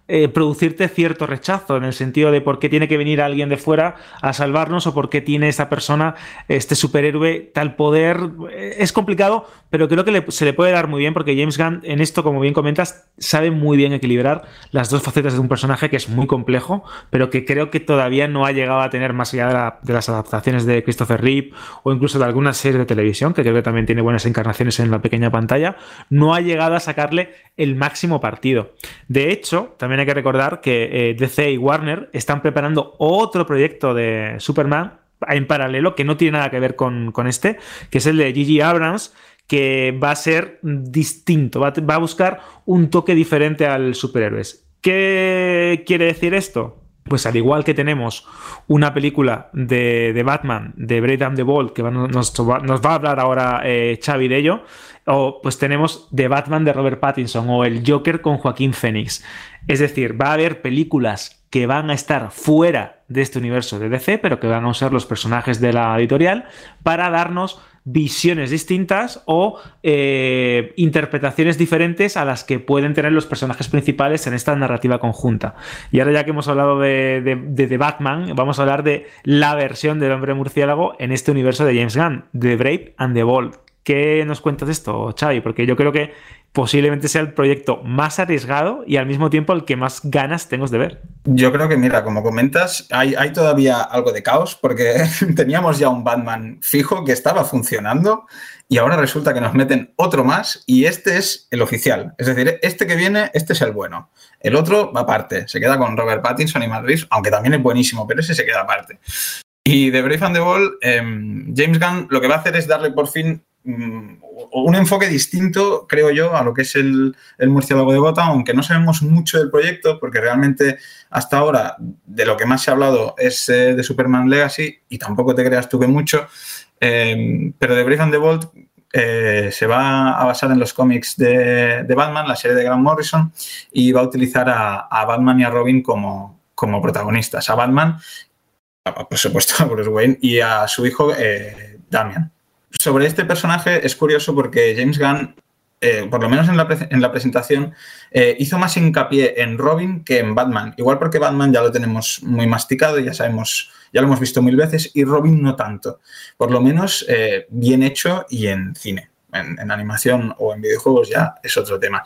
eh, producirte cierto rechazo, en el sentido de por qué tiene que venir alguien de fuera a salvarnos o por qué tiene esta persona, este superhéroe, tal poder. Es complicado, pero creo que le, se le puede dar muy bien, porque James Gunn en esto, como bien comentas, sabe muy bien equilibrar las dos facetas de un personaje que es muy complejo, pero que creo que todavía no ha llegado a tener, más allá de, la, de las adaptaciones de Christopher Reeve o incluso de algunas series de televisión, que creo que también tiene buenas encarnaciones en la pequeña pantalla, no ha llegado a sacarle el máximo partido. De hecho, también hay que recordar que eh, D C y Warner están preparando otro proyecto de Superman en paralelo que no tiene nada que ver con, con este, que es el de J J Abrams, que va a ser distinto, va a, va a buscar un toque diferente al superhéroes. ¿Qué quiere decir esto? Pues al igual que tenemos una película de, de Batman, de Brave and the Bold, que va, nos, nos va a hablar ahora eh, Xavi de ello, o pues tenemos The Batman de Robert Pattinson o el Joker con Joaquín Phoenix. Es decir, va a haber películas que van a estar fuera de este universo de D C, pero que van a usar los personajes de la editorial para darnos visiones distintas o eh, interpretaciones diferentes a las que pueden tener los personajes principales en esta narrativa conjunta. Y ahora, ya que hemos hablado de, de, de, de Batman, vamos a hablar de la versión del Hombre Murciélago en este universo de James Gunn, The Brave and the Bold. ¿Qué nos cuentas de esto, Xavi? Porque yo creo que posiblemente sea el proyecto más arriesgado y al mismo tiempo el que más ganas tengo de ver. Yo creo que, mira, como comentas, hay, hay todavía algo de caos, porque teníamos ya un Batman fijo que estaba funcionando y ahora resulta que nos meten otro más y este es el oficial. Es decir, este que viene, este es el bueno. El otro va aparte, se queda con Robert Pattinson y Matt Reeves, aunque también es buenísimo, pero ese se queda aparte. Y de Brave and the Bold, eh, James Gunn lo que va a hacer es darle por fin un enfoque distinto, creo yo, a lo que es el, el murciélago de Gotham, aunque no sabemos mucho del proyecto, porque realmente hasta ahora de lo que más se ha hablado es eh, de Superman Legacy, y tampoco te creas tú que mucho, eh, pero The Brave and the Bold eh, se va a basar en los cómics de, de Batman, la serie de Grant Morrison, y va a utilizar a, a Batman y a Robin como, como protagonistas. A Batman, por supuesto, a Bruce Wayne, y a su hijo eh, Damian. Sobre este personaje es curioso porque James Gunn, eh, por lo menos en la, pre- en la presentación, eh, hizo más hincapié en Robin que en Batman. Igual porque Batman ya lo tenemos muy masticado, ya sabemos, ya lo hemos visto mil veces, y Robin no tanto. Por lo menos eh, bien hecho y en cine. En, en animación o en videojuegos ya es otro tema.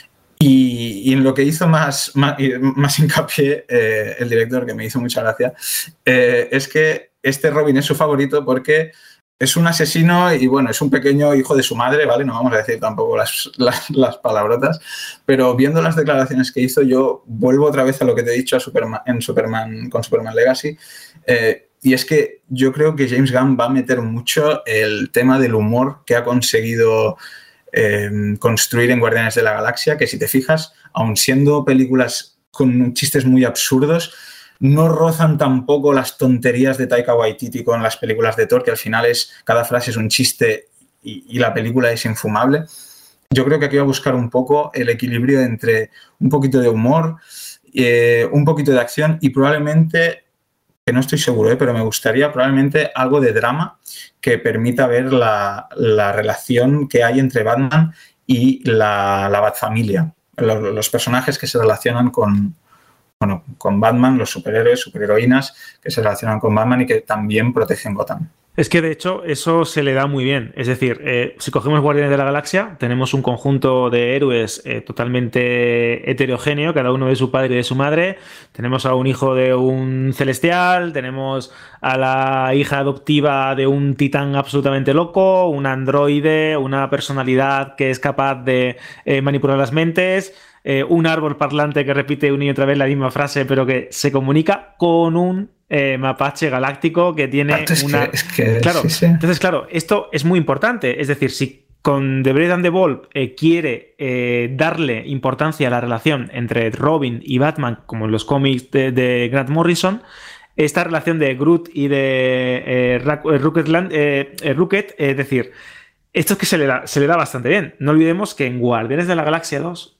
Y, y en lo que hizo más, más, más hincapié eh, el director, que me hizo mucha gracia, eh, es que este Robin es su favorito porque es un asesino y, bueno, es un pequeño hijo de su madre, ¿vale? No vamos a decir tampoco las, las, las palabrotas, pero viendo las declaraciones que hizo, yo vuelvo otra vez a lo que te he dicho a Superman, en Superman, con Superman Legacy, eh, y es que yo creo que James Gunn va a meter mucho el tema del humor que ha conseguido eh, construir en Guardianes de la Galaxia, que si te fijas, aun siendo películas con chistes muy absurdos, no rozan tampoco las tonterías de Taika Waititi con las películas de Thor, que al final es, cada frase es un chiste y, y la película es infumable. Yo creo que aquí va a buscar un poco el equilibrio entre un poquito de humor, eh, un poquito de acción y probablemente, que no estoy seguro, eh, pero me gustaría probablemente algo de drama que permita ver la, la relación que hay entre Batman y la, la Batfamilia, los, los personajes que se relacionan con... Bueno, con Batman, los superhéroes, superheroínas que se relacionan con Batman y que también protegen Gotham. Es que, de hecho, eso se le da muy bien. Es decir, eh, si cogemos Guardianes de la Galaxia, tenemos un conjunto de héroes eh, totalmente heterogéneo, cada uno de su padre y de su madre. Tenemos a un hijo de un celestial, tenemos a la hija adoptiva de un titán absolutamente loco, un androide, una personalidad que es capaz de eh, manipular las mentes, eh, un árbol parlante que repite una y otra vez la misma frase, pero que se comunica con un Eh, mapache galáctico que tiene es una... Que, es que, claro, sí, sí. Entonces, claro, esto es muy importante. Es decir, si con The Brave and the Bold eh, quiere eh, darle importancia a la relación entre Robin y Batman, como en los cómics de, de Grant Morrison, esta relación de Groot y de eh, Rocket, eh, eh, Rocket, es decir, esto es que se le, da, se le da bastante bien. No olvidemos que en Guardianes de la Galaxia dos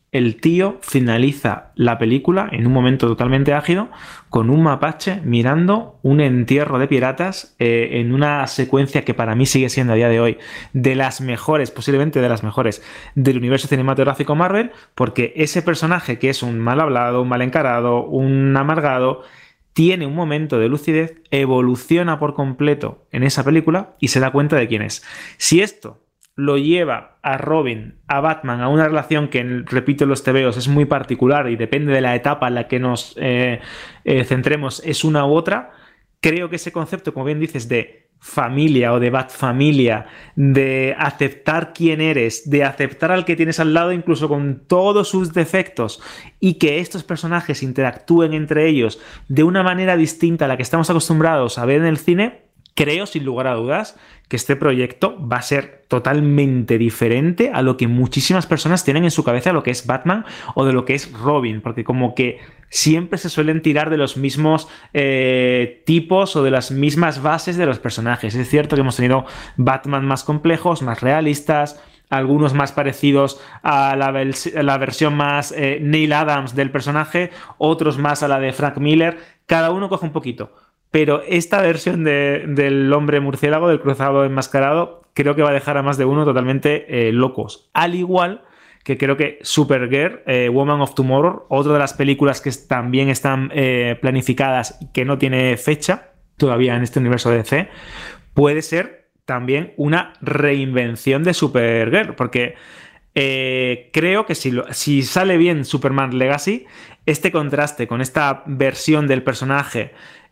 el tío finaliza la película en un momento totalmente ágido con un mapache mirando un entierro de piratas eh, en una secuencia que para mí sigue siendo a día de hoy de las mejores, posiblemente de las mejores del universo cinematográfico Marvel, porque ese personaje que es un mal hablado, un mal encarado, un amargado, tiene un momento de lucidez, evoluciona por completo en esa película y se da cuenta de quién es. Si esto lo lleva a Robin, a Batman, a una relación que, repito, en los tebeos es muy particular y depende de la etapa en la que nos eh, eh, centremos, es una u otra, creo que ese concepto, como bien dices, de familia o de Batfamilia, de aceptar quién eres, de aceptar al que tienes al lado incluso con todos sus defectos y que estos personajes interactúen entre ellos de una manera distinta a la que estamos acostumbrados a ver en el cine, creo sin lugar a dudas que este proyecto va a ser totalmente diferente a lo que muchísimas personas tienen en su cabeza de lo que es Batman o de lo que es Robin, porque como que siempre se suelen tirar de los mismos eh, tipos o de las mismas bases de los personajes. Es cierto que hemos tenido Batman más complejos, más realistas, algunos más parecidos a la, a la versión más eh, Neil Adams del personaje, otros más a la de Frank Miller, cada uno coge un poquito. Pero esta versión de, del hombre murciélago, del cruzado enmascarado, creo que va a dejar a más de uno totalmente eh, locos. Al igual que creo que Supergirl, eh, Woman of Tomorrow, otra de las películas que también están eh, planificadas y que no tiene fecha todavía en este universo de D C, puede ser también una reinvención de Supergirl, porque eh, creo que si, lo, si sale bien Superman Legacy, este contraste con esta versión del personaje,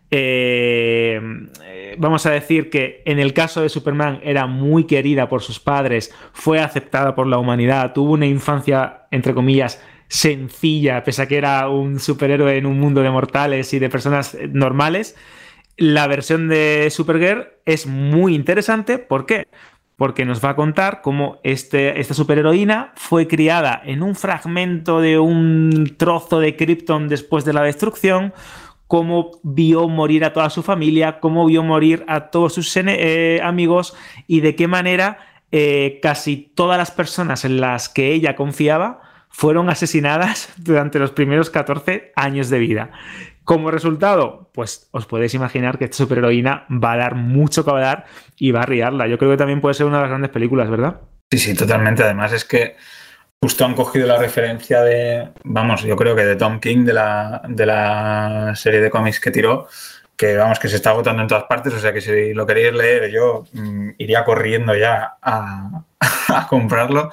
Eh, vamos a decir que en el caso de Superman era muy querida por sus padres, fue aceptada por la humanidad, tuvo una infancia, entre comillas, sencilla, pese a que era un superhéroe en un mundo de mortales y de personas normales. La versión de Supergirl es muy interesante. ¿Por qué? Porque nos va a contar cómo este, esta superheroína fue criada en un fragmento de un trozo de Krypton después de la destrucción, cómo vio morir a toda su familia, cómo vio morir a todos sus eh, amigos y de qué manera eh, casi todas las personas en las que ella confiaba fueron asesinadas durante los primeros catorce años de vida. Como resultado, pues os podéis imaginar que esta superheroína va a dar mucho que hablar y va a riarla. Yo creo que también puede ser una de las grandes películas, ¿verdad? Sí, sí, totalmente. Además es que justo han cogido la referencia de, vamos, yo creo que de Tom King, de la, de la serie de cómics que tiró, que vamos, que se está agotando en todas partes, o sea que si lo queréis leer yo mmm, iría corriendo ya a, a comprarlo.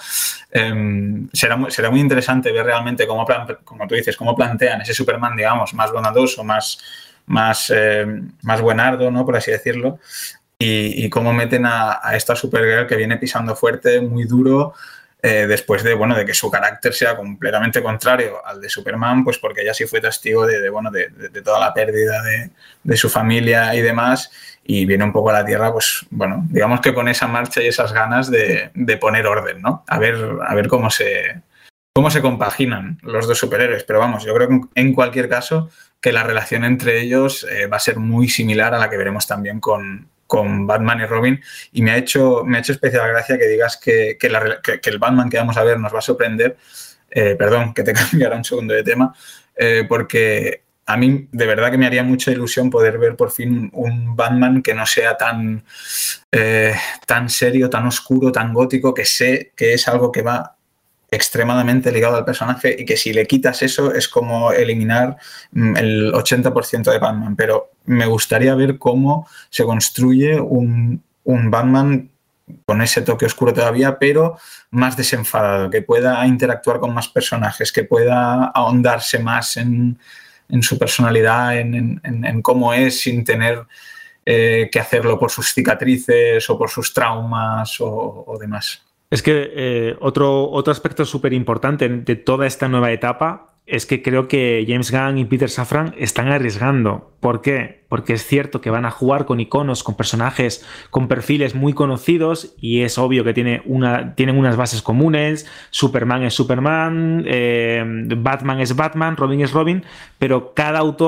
Eh, será, muy, será muy interesante ver realmente cómo, plan, como tú dices, cómo plantean ese Superman, digamos, más bondadoso, más, más, eh, más buenardo, ¿no? Por así decirlo, y, y cómo meten a, a esta Supergirl que viene pisando fuerte, muy duro, Eh, después de, bueno, de que su carácter sea completamente contrario al de Superman, pues porque ella sí fue testigo de, de, bueno, de, de, de toda la pérdida de, de su familia y demás, y viene un poco a la Tierra, pues, bueno, digamos que con esa marcha y esas ganas de, de poner orden, ¿no? A ver, a ver cómo se, cómo se compaginan los dos superhéroes, pero vamos, yo creo que en cualquier caso que la relación entre ellos eh, va a ser muy similar a la que veremos también con con Batman y Robin, y me ha hecho, me ha hecho especial gracia que digas que, que, la, que, que el Batman que vamos a ver nos va a sorprender. Eh, perdón, que te cambiara un segundo de tema, eh, porque a mí de verdad que me haría mucha ilusión poder ver por fin un Batman que no sea tan, eh, tan serio, tan oscuro, tan gótico, que sé que es algo que va extremadamente ligado al personaje y que si le quitas eso es como eliminar el ochenta por ciento de Batman, pero me gustaría ver cómo se construye un, un Batman con ese toque oscuro todavía, pero más desenfadado, que pueda interactuar con más personajes, que pueda ahondarse más en, en su personalidad, en, en, en cómo es, sin tener eh, que hacerlo por sus cicatrices o por sus traumas o, o demás. Es que eh, otro, otro aspecto súper importante de toda esta nueva etapa es que creo que James Gunn y Peter Safran están arriesgando. ¿Por qué? Porque es cierto que van a jugar con iconos, con personajes, con perfiles muy conocidos, y es obvio que tiene una, tienen unas bases comunes. Superman es Superman, eh, Batman es Batman, Robin es Robin, pero cada autor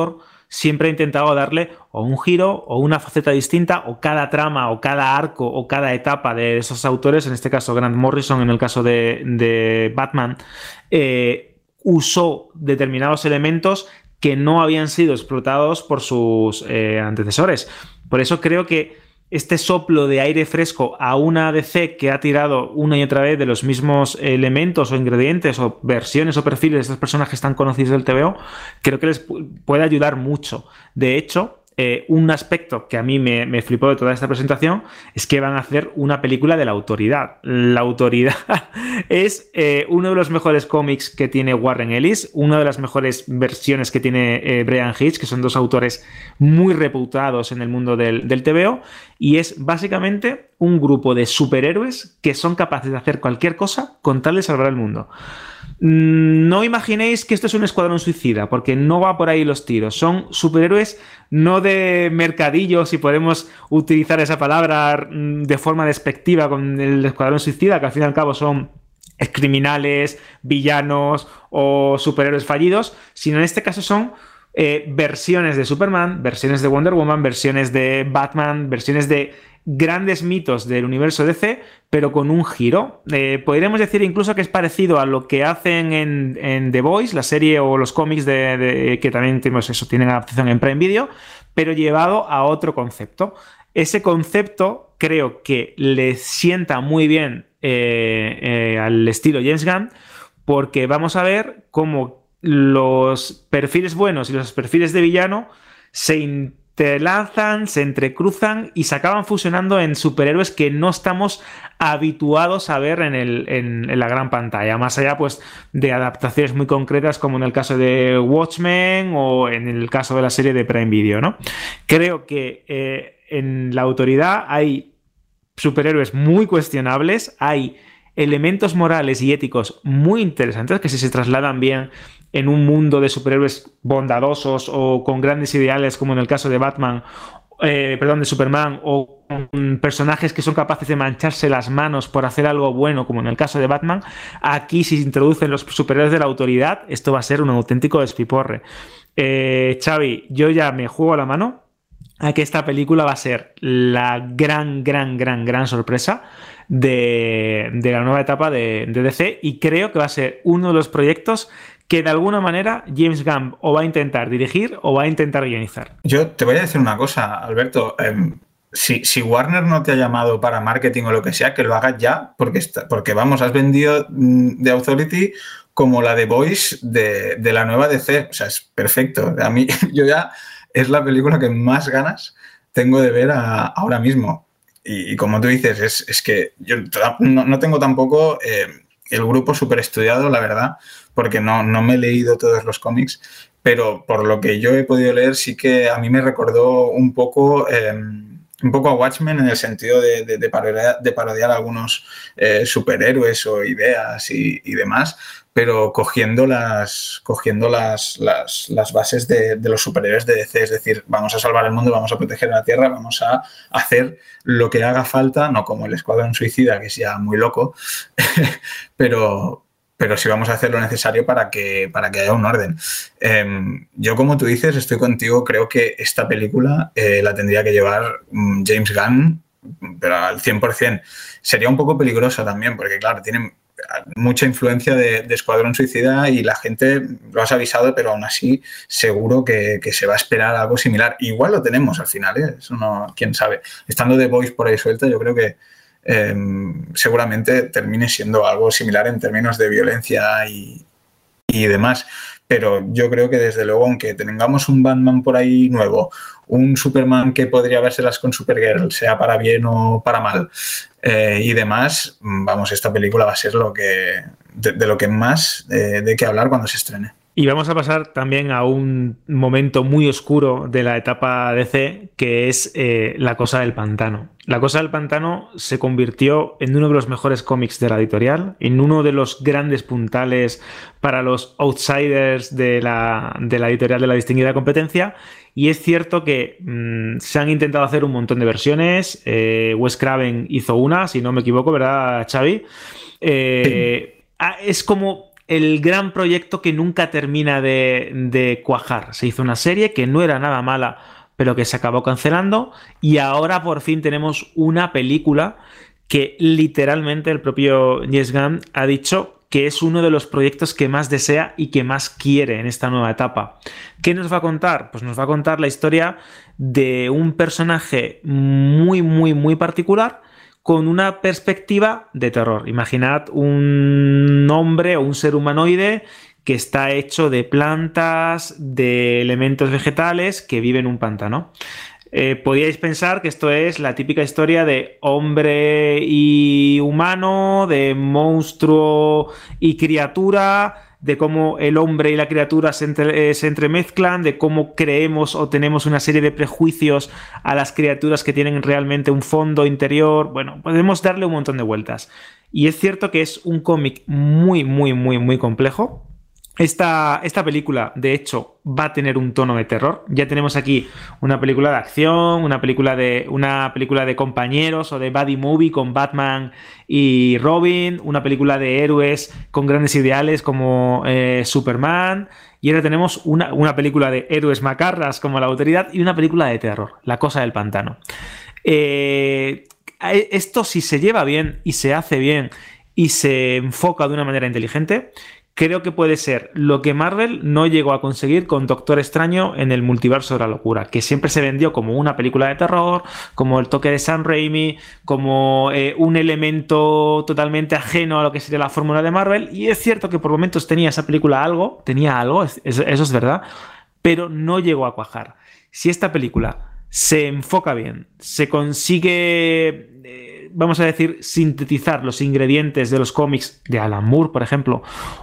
siempre ha intentado darle o un giro o una faceta distinta, o cada trama o cada arco o cada etapa de esos autores, en este caso Grant Morrison, en el caso de, de Batman, eh, usó determinados elementos que no habían sido explotados por sus eh, antecesores. Por eso creo que este soplo de aire fresco a una D C que ha tirado una y otra vez de los mismos elementos o ingredientes o versiones o perfiles de estos personajes tan conocidos del T V O, creo que les puede ayudar mucho. De hecho, eh, un aspecto que a mí me, me flipó de toda esta presentación es que van a hacer una película de La Autoridad. La Autoridad es eh, uno de los mejores cómics que tiene Warren Ellis, una de las mejores versiones que tiene eh, Brian Hitch, que son dos autores muy reputados en el mundo del, del T V O, y es básicamente un grupo de superhéroes que son capaces de hacer cualquier cosa con tal de salvar el mundo. No imaginéis que esto es un escuadrón suicida, porque no va por ahí los tiros. Son superhéroes no de mercadillo, si podemos utilizar esa palabra de forma despectiva con el escuadrón suicida, que al fin y al cabo son criminales, villanos o superhéroes fallidos, sino en este caso son eh, versiones de Superman, versiones de Wonder Woman, versiones de Batman, versiones de grandes mitos del universo D C, pero con un giro. Eh, podríamos decir incluso que es parecido a lo que hacen en, en The Boys, la serie o los cómics de, de, que también tenemos eso, tienen adaptación en Prime Video, pero llevado a otro concepto. Ese concepto creo que le sienta muy bien eh, eh, al estilo James Gunn, porque vamos a ver cómo los perfiles buenos y los perfiles de villano se te lanzan, se entrecruzan y se acaban fusionando en superhéroes que no estamos habituados a ver en, el, en, en la gran pantalla, más allá pues de adaptaciones muy concretas como en el caso de Watchmen o en el caso de la serie de Prime Video, ¿no? Creo que eh, en La Autoridad hay superhéroes muy cuestionables, hay elementos morales y éticos muy interesantes que si se trasladan bien en un mundo de superhéroes bondadosos o con grandes ideales como en el caso de Batman, eh, perdón, de Superman, o con personajes que son capaces de mancharse las manos por hacer algo bueno como en el caso de Batman, aquí si se introducen los superhéroes de La Autoridad, esto va a ser un auténtico despiporre. Eh, Xavi, yo ya me juego la mano a que esta película va a ser la gran, gran, gran, gran sorpresa de, de la nueva etapa de, de D C, y creo que va a ser uno de los proyectos que de alguna manera James Gunn o va a intentar dirigir o va a intentar guionizar. Yo te voy a decir una cosa, Alberto. Eh, si, si Warner no te ha llamado para marketing o lo que sea, que lo hagas ya, porque, está, porque vamos, has vendido The Authority como la de Boys de, de la nueva D C. O sea, es perfecto. A mí, yo ya es la película que más ganas tengo de ver a, ahora mismo. Y, y como tú dices, es, es que yo no, no tengo tampoco eh, el grupo súper estudiado, la verdad, porque no, no me he leído todos los cómics, pero por lo que yo he podido leer sí que a mí me recordó un poco, eh, un poco a Watchmen en el sentido de, de, de, parodiar, de parodiar algunos eh, superhéroes o ideas y, y demás, pero cogiendo las, cogiendo las, las, las bases de, de los superhéroes de D C, es decir, vamos a salvar el mundo, vamos a proteger la Tierra, vamos a hacer lo que haga falta, no como el Escuadrón Suicida, que es ya muy loco, pero... pero sí vamos a hacer lo necesario para que, para que haya un orden. Eh, yo, como tú dices, estoy contigo, creo que esta película eh, la tendría que llevar um, James Gunn, pero al cien por ciento. Sería un poco peligrosa también, porque claro, tiene mucha influencia de, de Escuadrón Suicida y la gente lo has avisado, pero aún así seguro que, que se va a esperar algo similar. Igual lo tenemos al final, ¿eh? Eso no, quién sabe. Estando The Boys por ahí suelta, yo creo que Eh, seguramente termine siendo algo similar en términos de violencia y, y demás. Pero yo creo que desde luego, aunque tengamos un Batman por ahí nuevo, un Superman que podría vérselas con Supergirl, sea para bien o para mal, eh, y demás, vamos, esta película va a ser lo que de, de lo que más eh, de qué hablar cuando se estrene. Y vamos a pasar también a un momento muy oscuro de la etapa D C, que es eh, La Cosa del Pantano. La Cosa del Pantano se convirtió en uno de los mejores cómics de la editorial, en uno de los grandes puntales para los outsiders de la, de la editorial de la distinguida competencia. Y es cierto que mmm, se han intentado hacer un montón de versiones. Eh, Wes Craven hizo una, si no me equivoco, ¿verdad, Xavi? Eh, sí. Es como el gran proyecto que nunca termina de, de cuajar. Se hizo una serie que no era nada mala, pero que se acabó cancelando, y ahora por fin tenemos una película que literalmente el propio James Gunn ha dicho que es uno de los proyectos que más desea y que más quiere en esta nueva etapa. ¿Qué nos va a contar? Pues nos va a contar la historia de un personaje muy, muy, muy particular con una perspectiva de terror. Imaginad un hombre o un ser humanoide que está hecho de plantas, de elementos vegetales, que vive en un pantano. Eh, podíais pensar que esto es la típica historia de hombre y humano, de monstruo y criatura, de cómo el hombre y la criatura se, entre, eh, se entremezclan, de cómo creemos o tenemos una serie de prejuicios a las criaturas que tienen realmente un fondo interior. Bueno, podemos darle un montón de vueltas. Y es cierto que es un cómic muy, muy, muy, muy complejo. Esta, esta película, de hecho, va a tener un tono de terror. Ya tenemos aquí una película de acción, una película de, una película de compañeros o de buddy movie con Batman y Robin, una película de héroes con grandes ideales como eh, Superman, y ahora tenemos una, una película de héroes macarras como La Autoridad y una película de terror, La Cosa del Pantano. Eh, esto, si se lleva bien y se hace bien y se enfoca de una manera inteligente, creo que puede ser lo que Marvel no llegó a conseguir con Doctor Extraño en el Multiverso de la Locura, que siempre se vendió como una película de terror, como el toque de Sam Raimi, como eh, un elemento totalmente ajeno a lo que sería la fórmula de Marvel, y es cierto que por momentos tenía esa película algo, tenía algo, es, es, eso es verdad, pero no llegó a cuajar. Si esta película se enfoca bien, se consigue... Eh, vamos a decir, sintetizar los ingredientes de los cómics de Alan Moore, por ejemplo,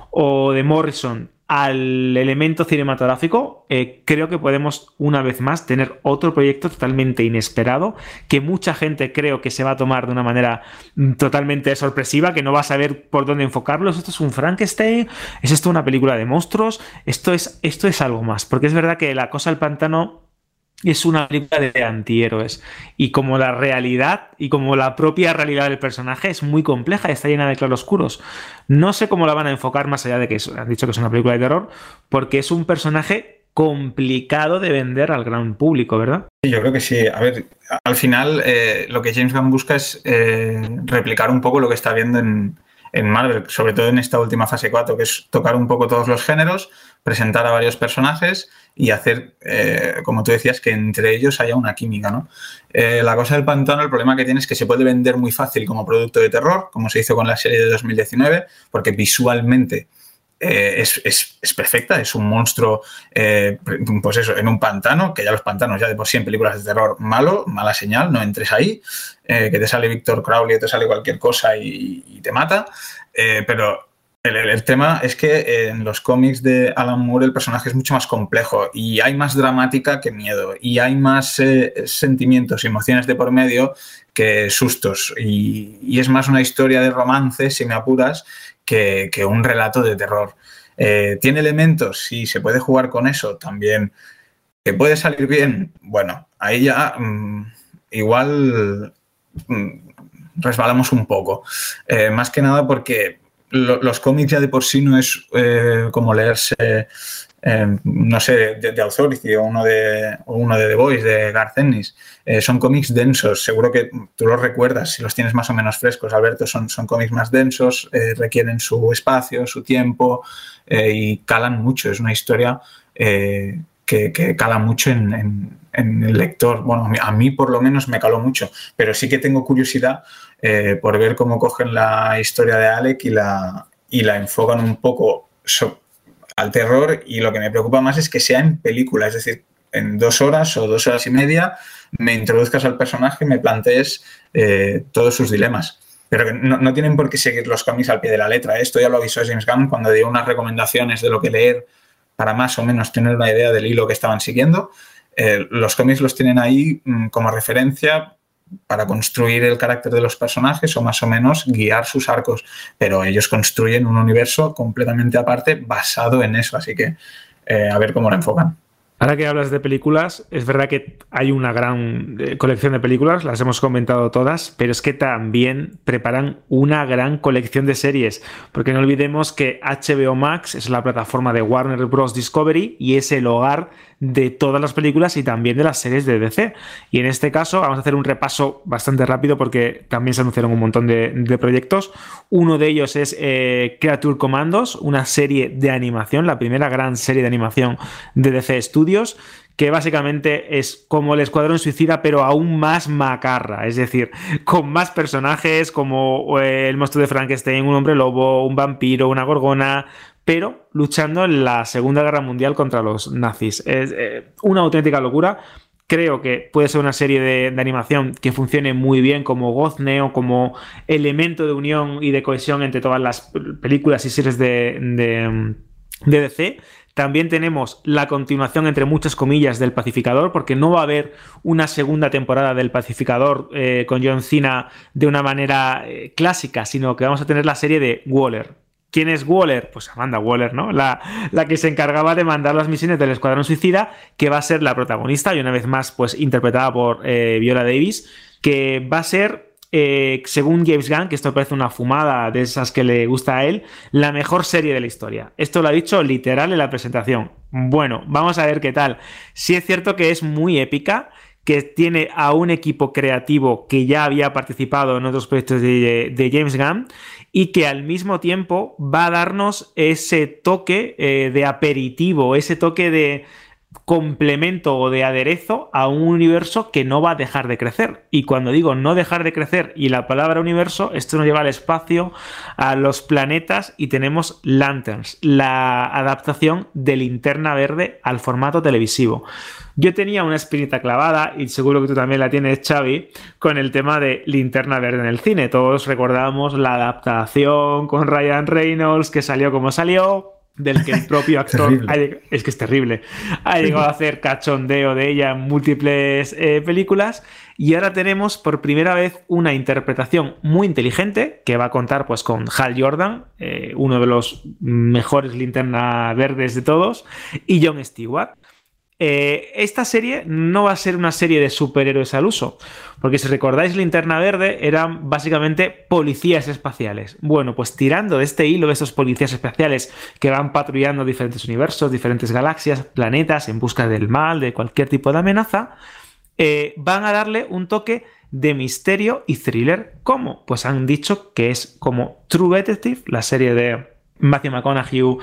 o de Morrison al elemento cinematográfico, eh, creo que podemos una vez más tener otro proyecto totalmente inesperado, que mucha gente creo que se va a tomar de una manera totalmente sorpresiva, que no va a saber por dónde enfocarlo. ¿Esto es un Frankenstein? ¿Es esto una película de monstruos? Esto es, esto es algo más, porque es verdad que La Cosa del Pantano es una película de antihéroes, y como la realidad y como la propia realidad del personaje es muy compleja y está llena de claroscuros. No sé cómo la van a enfocar más allá de que es, han dicho que es una película de terror, porque es un personaje complicado de vender al gran público, ¿verdad? Sí, yo creo que sí. A ver, al final eh, lo que James Gunn busca es eh, replicar un poco lo que está viendo en, en Marvel, sobre todo en esta última fase cuatro, que es tocar un poco todos los géneros, presentar a varios personajes y hacer, eh, como tú decías, que entre ellos haya una química, ¿no? Eh, La Cosa del Pantano, el problema que tiene es que se puede vender muy fácil como producto de terror, como se hizo con la serie de dos mil diecinueve, porque visualmente eh, es, es, es perfecta, es un monstruo, eh, pues eso, en un pantano, que ya los pantanos ya de por sí en películas de terror malo, mala señal, no entres ahí, eh, que te sale Víctor Crowley, te sale cualquier cosa y, y te mata, eh, pero... El, el tema es que en los cómics de Alan Moore el personaje es mucho más complejo y hay más dramática que miedo y hay más eh, sentimientos y emociones de por medio que sustos y, y es más una historia de romance, si me apuras, que, que un relato de terror. Eh, ¿Tiene elementos? Sí, se puede jugar con eso también. ¿Que puede salir bien? Bueno, ahí ya mmm, igual mmm, resbalamos un poco. Eh, más que nada porque... Los cómics ya de por sí no es eh, como leerse, eh, no sé, de, de Authority o uno de, o uno de The Boys, de Garth Ennis. Eh, son cómics densos, seguro que tú los recuerdas, si los tienes más o menos frescos, Alberto, son, son cómics más densos, eh, requieren su espacio, su tiempo eh, y calan mucho. Es una historia eh, que, que cala mucho en, en, en el lector. Bueno, a mí por lo menos me caló mucho, pero sí que tengo curiosidad Eh, por ver cómo cogen la historia de Alec y la, y la enfocan un poco so, al terror, y lo que me preocupa más es que sea en película, es decir, en dos horas o dos horas y media me introduzcas al personaje y me plantees eh, todos sus dilemas. Pero que no, no tienen por qué seguir los cómics al pie de la letra. Esto ya lo avisó James Gunn cuando dio unas recomendaciones de lo que leer para más o menos tener una idea del hilo que estaban siguiendo. Eh, los cómics los tienen ahí mmm, como referencia para construir el carácter de los personajes o más o menos guiar sus arcos, pero ellos construyen un universo completamente aparte basado en eso, así que eh, a ver cómo lo enfocan. Ahora que hablas de películas, es verdad que hay una gran colección de películas, las hemos comentado todas, pero es que también preparan una gran colección de series, porque no olvidemos que H B O Max es la plataforma de Warner Bros. Discovery y es el hogar de todas las películas y también de las series de D C. Y en este caso vamos a hacer un repaso bastante rápido porque también se anunciaron un montón de, de proyectos. Uno de ellos es eh, Creature Commandos, una serie de animación, la primera gran serie de animación de D C Studios, que básicamente es como el Escuadrón Suicida, pero aún más macarra, es decir, con más personajes como el monstruo de Frankenstein, un hombre lobo, un vampiro, una gorgona, pero luchando en la Segunda Guerra Mundial contra los nazis. Es eh, una auténtica locura. Creo que puede ser una serie de, de animación que funcione muy bien como gozne o como elemento de unión y de cohesión entre todas las películas y series de, de, de D C. También tenemos la continuación, entre muchas comillas, del Pacificador, porque no va a haber una segunda temporada del Pacificador eh, con John Cena de una manera eh, clásica, sino que vamos a tener la serie de Waller. ¿Quién es Waller? Pues Amanda Waller, ¿no? La, la que se encargaba de mandar las misiones del Escuadrón Suicida, que va a ser la protagonista y una vez más pues interpretada por eh, Viola Davis, que va a ser, eh, según James Gunn, que esto parece una fumada de esas que le gusta a él, la mejor serie de la historia. Esto lo ha dicho literal en la presentación. Bueno, vamos a ver qué tal. Sí es cierto que es muy épica, que tiene a un equipo creativo que ya había participado en otros proyectos de, de James Gunn y que al mismo tiempo va a darnos ese toque eh, de aperitivo, ese toque de complemento o de aderezo a un universo que no va a dejar de crecer. Y cuando digo no dejar de crecer y la palabra universo, esto nos lleva al espacio, a los planetas, y tenemos Lanterns, la adaptación de Linterna Verde al formato televisivo. Yo tenía una espinita clavada, y seguro que tú también la tienes, Xavi, con el tema de Linterna Verde en el cine. Todos recordamos la adaptación con Ryan Reynolds, que salió como salió, del que el propio actor ha llegado, es que es terrible, ha llegado a hacer cachondeo de ella en múltiples eh, películas, y ahora tenemos por primera vez una interpretación muy inteligente que va a contar pues con Hal Jordan, eh, uno de los mejores Linterna Verdes de todos, y Jon Stewart. Eh, esta serie no va a ser una serie de superhéroes al uso, porque si recordáis, Linterna Verde eran básicamente policías espaciales. Bueno, pues tirando de este hilo de estos policías espaciales que van patrullando diferentes universos, diferentes galaxias, planetas, en busca del mal, de cualquier tipo de amenaza, eh, van a darle un toque de misterio y thriller. ¿Cómo? Pues han dicho que es como True Detective, la serie de Matthew McConaughey,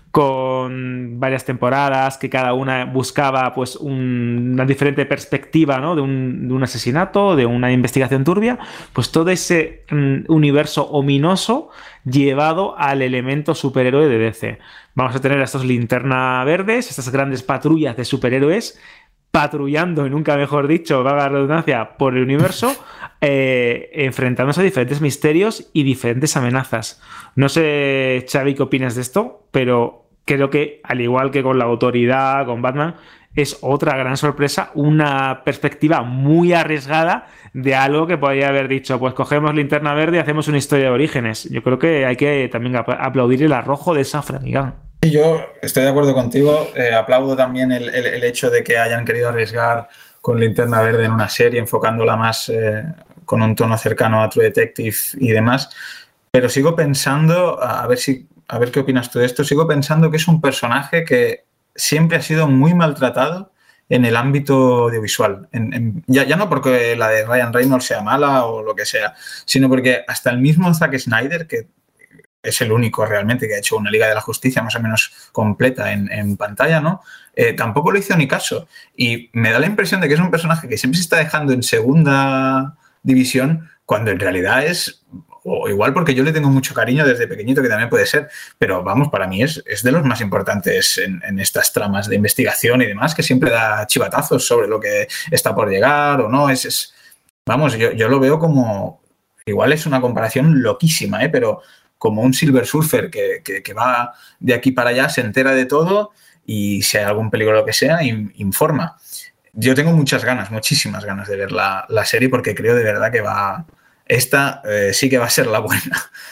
con varias temporadas que cada una buscaba pues un, una diferente perspectiva, ¿no? de, un, de un asesinato, de una investigación turbia, pues todo ese mm, universo ominoso llevado al elemento superhéroe de D C. Vamos a tener a estos Linterna Verdes, estas grandes patrullas de superhéroes patrullando, y nunca mejor dicho, valga la redundancia, por el universo, eh, enfrentándose a diferentes misterios y diferentes amenazas. No sé, Xavi, qué opinas de esto, pero creo que, al igual que con La Autoridad, con Batman, es otra gran sorpresa, una perspectiva muy arriesgada de algo que podría haber dicho, pues cogemos Linterna Verde y hacemos una historia de orígenes. Yo creo que hay que también aplaudir el arrojo de Safran y Gunn. Yo estoy de acuerdo contigo, eh, aplaudo también el, el, el hecho de que hayan querido arriesgar con Linterna Verde en una serie, enfocándola más eh, con un tono cercano a True Detective y demás, pero sigo pensando, a ver, si, a ver qué opinas tú de esto, sigo pensando que es un personaje que siempre ha sido muy maltratado en el ámbito audiovisual, en, en, ya, ya no porque la de Ryan Reynolds sea mala o lo que sea, sino porque hasta el mismo Zack Snyder, que es el único realmente que ha hecho una Liga de la Justicia más o menos completa en, en pantalla, ¿no? Eh, tampoco le hizo ni caso. Y me da la impresión de que es un personaje que siempre se está dejando en segunda división, cuando en realidad es, o igual porque yo le tengo mucho cariño desde pequeñito, que también puede ser, pero vamos, para mí es, es de los más importantes en, en estas tramas de investigación y demás, que siempre da chivatazos sobre lo que está por llegar o no. Es, es vamos, yo, yo lo veo como, igual es una comparación loquísima, ¿eh? Pero como un Silver Surfer que, que, que va de aquí para allá, se entera de todo y si hay algún peligro o lo que sea, in, informa. Yo tengo muchas ganas, muchísimas ganas de ver la, la serie, porque creo de verdad que va... Esta eh, sí que va a ser la buena.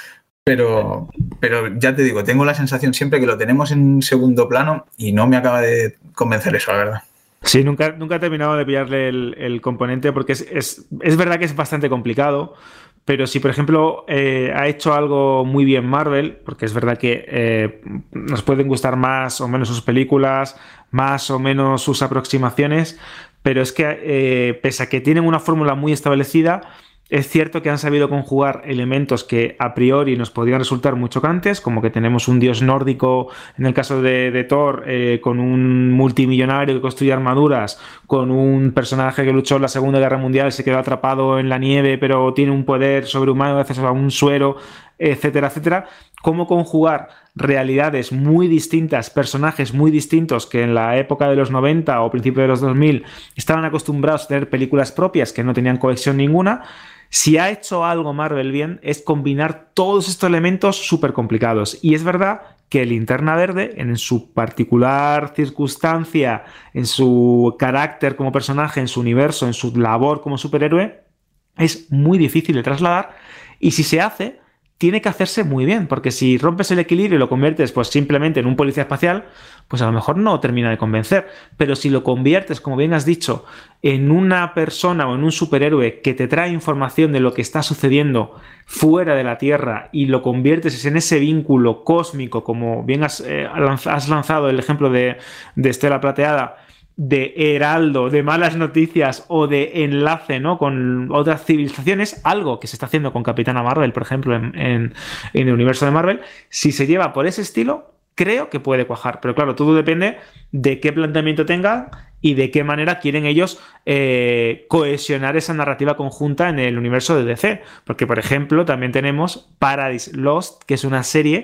pero, pero ya te digo, tengo la sensación siempre que lo tenemos en segundo plano y no me acaba de convencer eso, la verdad. Sí, nunca, nunca he terminado de pillarle el, el componente porque es, es, es verdad que es bastante complicado, pero si, por ejemplo, eh, ha hecho algo muy bien Marvel, porque es verdad que eh, nos pueden gustar más o menos sus películas, más o menos sus aproximaciones, pero es que eh, pese a que tienen una fórmula muy establecida, es cierto que han sabido conjugar elementos que a priori nos podrían resultar muy chocantes, como que tenemos un dios nórdico, en el caso de, de Thor, eh, con un multimillonario que construye armaduras, con un personaje que luchó en la Segunda Guerra Mundial y se quedó atrapado en la nieve, pero tiene un poder sobrehumano gracias a un suero, etcétera, etcétera. Cómo conjugar realidades muy distintas, personajes muy distintos que en la época de los noventa o principios de los dos mil estaban acostumbrados a tener películas propias que no tenían conexión ninguna. Si ha hecho algo Marvel bien es combinar todos estos elementos súper complicados. Y es verdad que Linterna Verde, en su particular circunstancia, en su carácter como personaje, en su universo, en su labor como superhéroe, es muy difícil de trasladar. Y si se hace, tiene que hacerse muy bien, porque si rompes el equilibrio y lo conviertes pues simplemente en un policía espacial, pues a lo mejor no termina de convencer. Pero si lo conviertes, como bien has dicho, en una persona o en un superhéroe que te trae información de lo que está sucediendo fuera de la Tierra y lo conviertes en ese vínculo cósmico, como bien has, eh, has lanzado el ejemplo de, de Estela Plateada, de heraldo, de malas noticias o de enlace, ¿no?, con otras civilizaciones, algo que se está haciendo con Capitana Marvel, por ejemplo, en, en, en el universo de Marvel, si se lleva por ese estilo, creo que puede cuajar. Pero claro, todo depende de qué planteamiento tengan y de qué manera quieren ellos eh, cohesionar esa narrativa conjunta en el universo de D C. Porque, por ejemplo, también tenemos Paradise Lost, que es una serie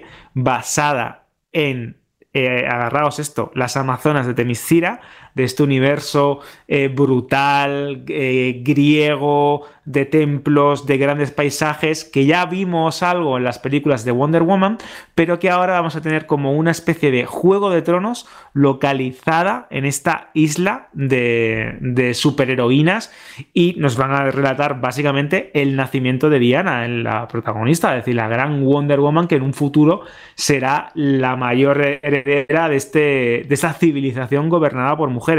basada en, eh, agarraos esto, las Amazonas de Themyscira, de este universo eh, brutal, eh, griego, de templos, de grandes paisajes, que ya vimos algo en las películas de Wonder Woman, pero que ahora vamos a tener como una especie de Juego de Tronos localizada en esta isla de, de superheroínas, y nos van a relatar básicamente el nacimiento de Diana, la protagonista, es decir, la gran Wonder Woman que en un futuro será la mayor heredera de, este, de esta civilización gobernada por mujeres.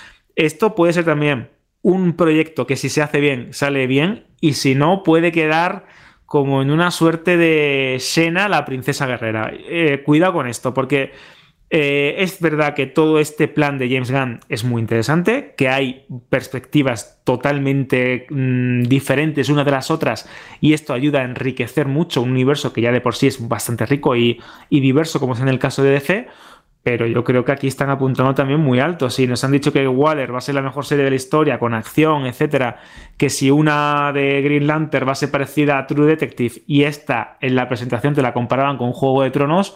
Esto puede ser también un proyecto que si se hace bien, sale bien, y si no, puede quedar como en una suerte de Xena, la princesa guerrera. Eh, cuidado con esto, porque eh, es verdad que todo este plan de James Gunn es muy interesante, que hay perspectivas totalmente mmm, diferentes una de las otras, y esto ayuda a enriquecer mucho un universo que ya de por sí es bastante rico y, y diverso, como es en el caso de D C. Pero yo creo que aquí están apuntando también muy alto. Si nos han dicho que Waller va a ser la mejor serie de la historia, con acción, etcétera, que si una de Green Lantern va a ser parecida a True Detective y esta en la presentación te la comparaban con Juego de Tronos,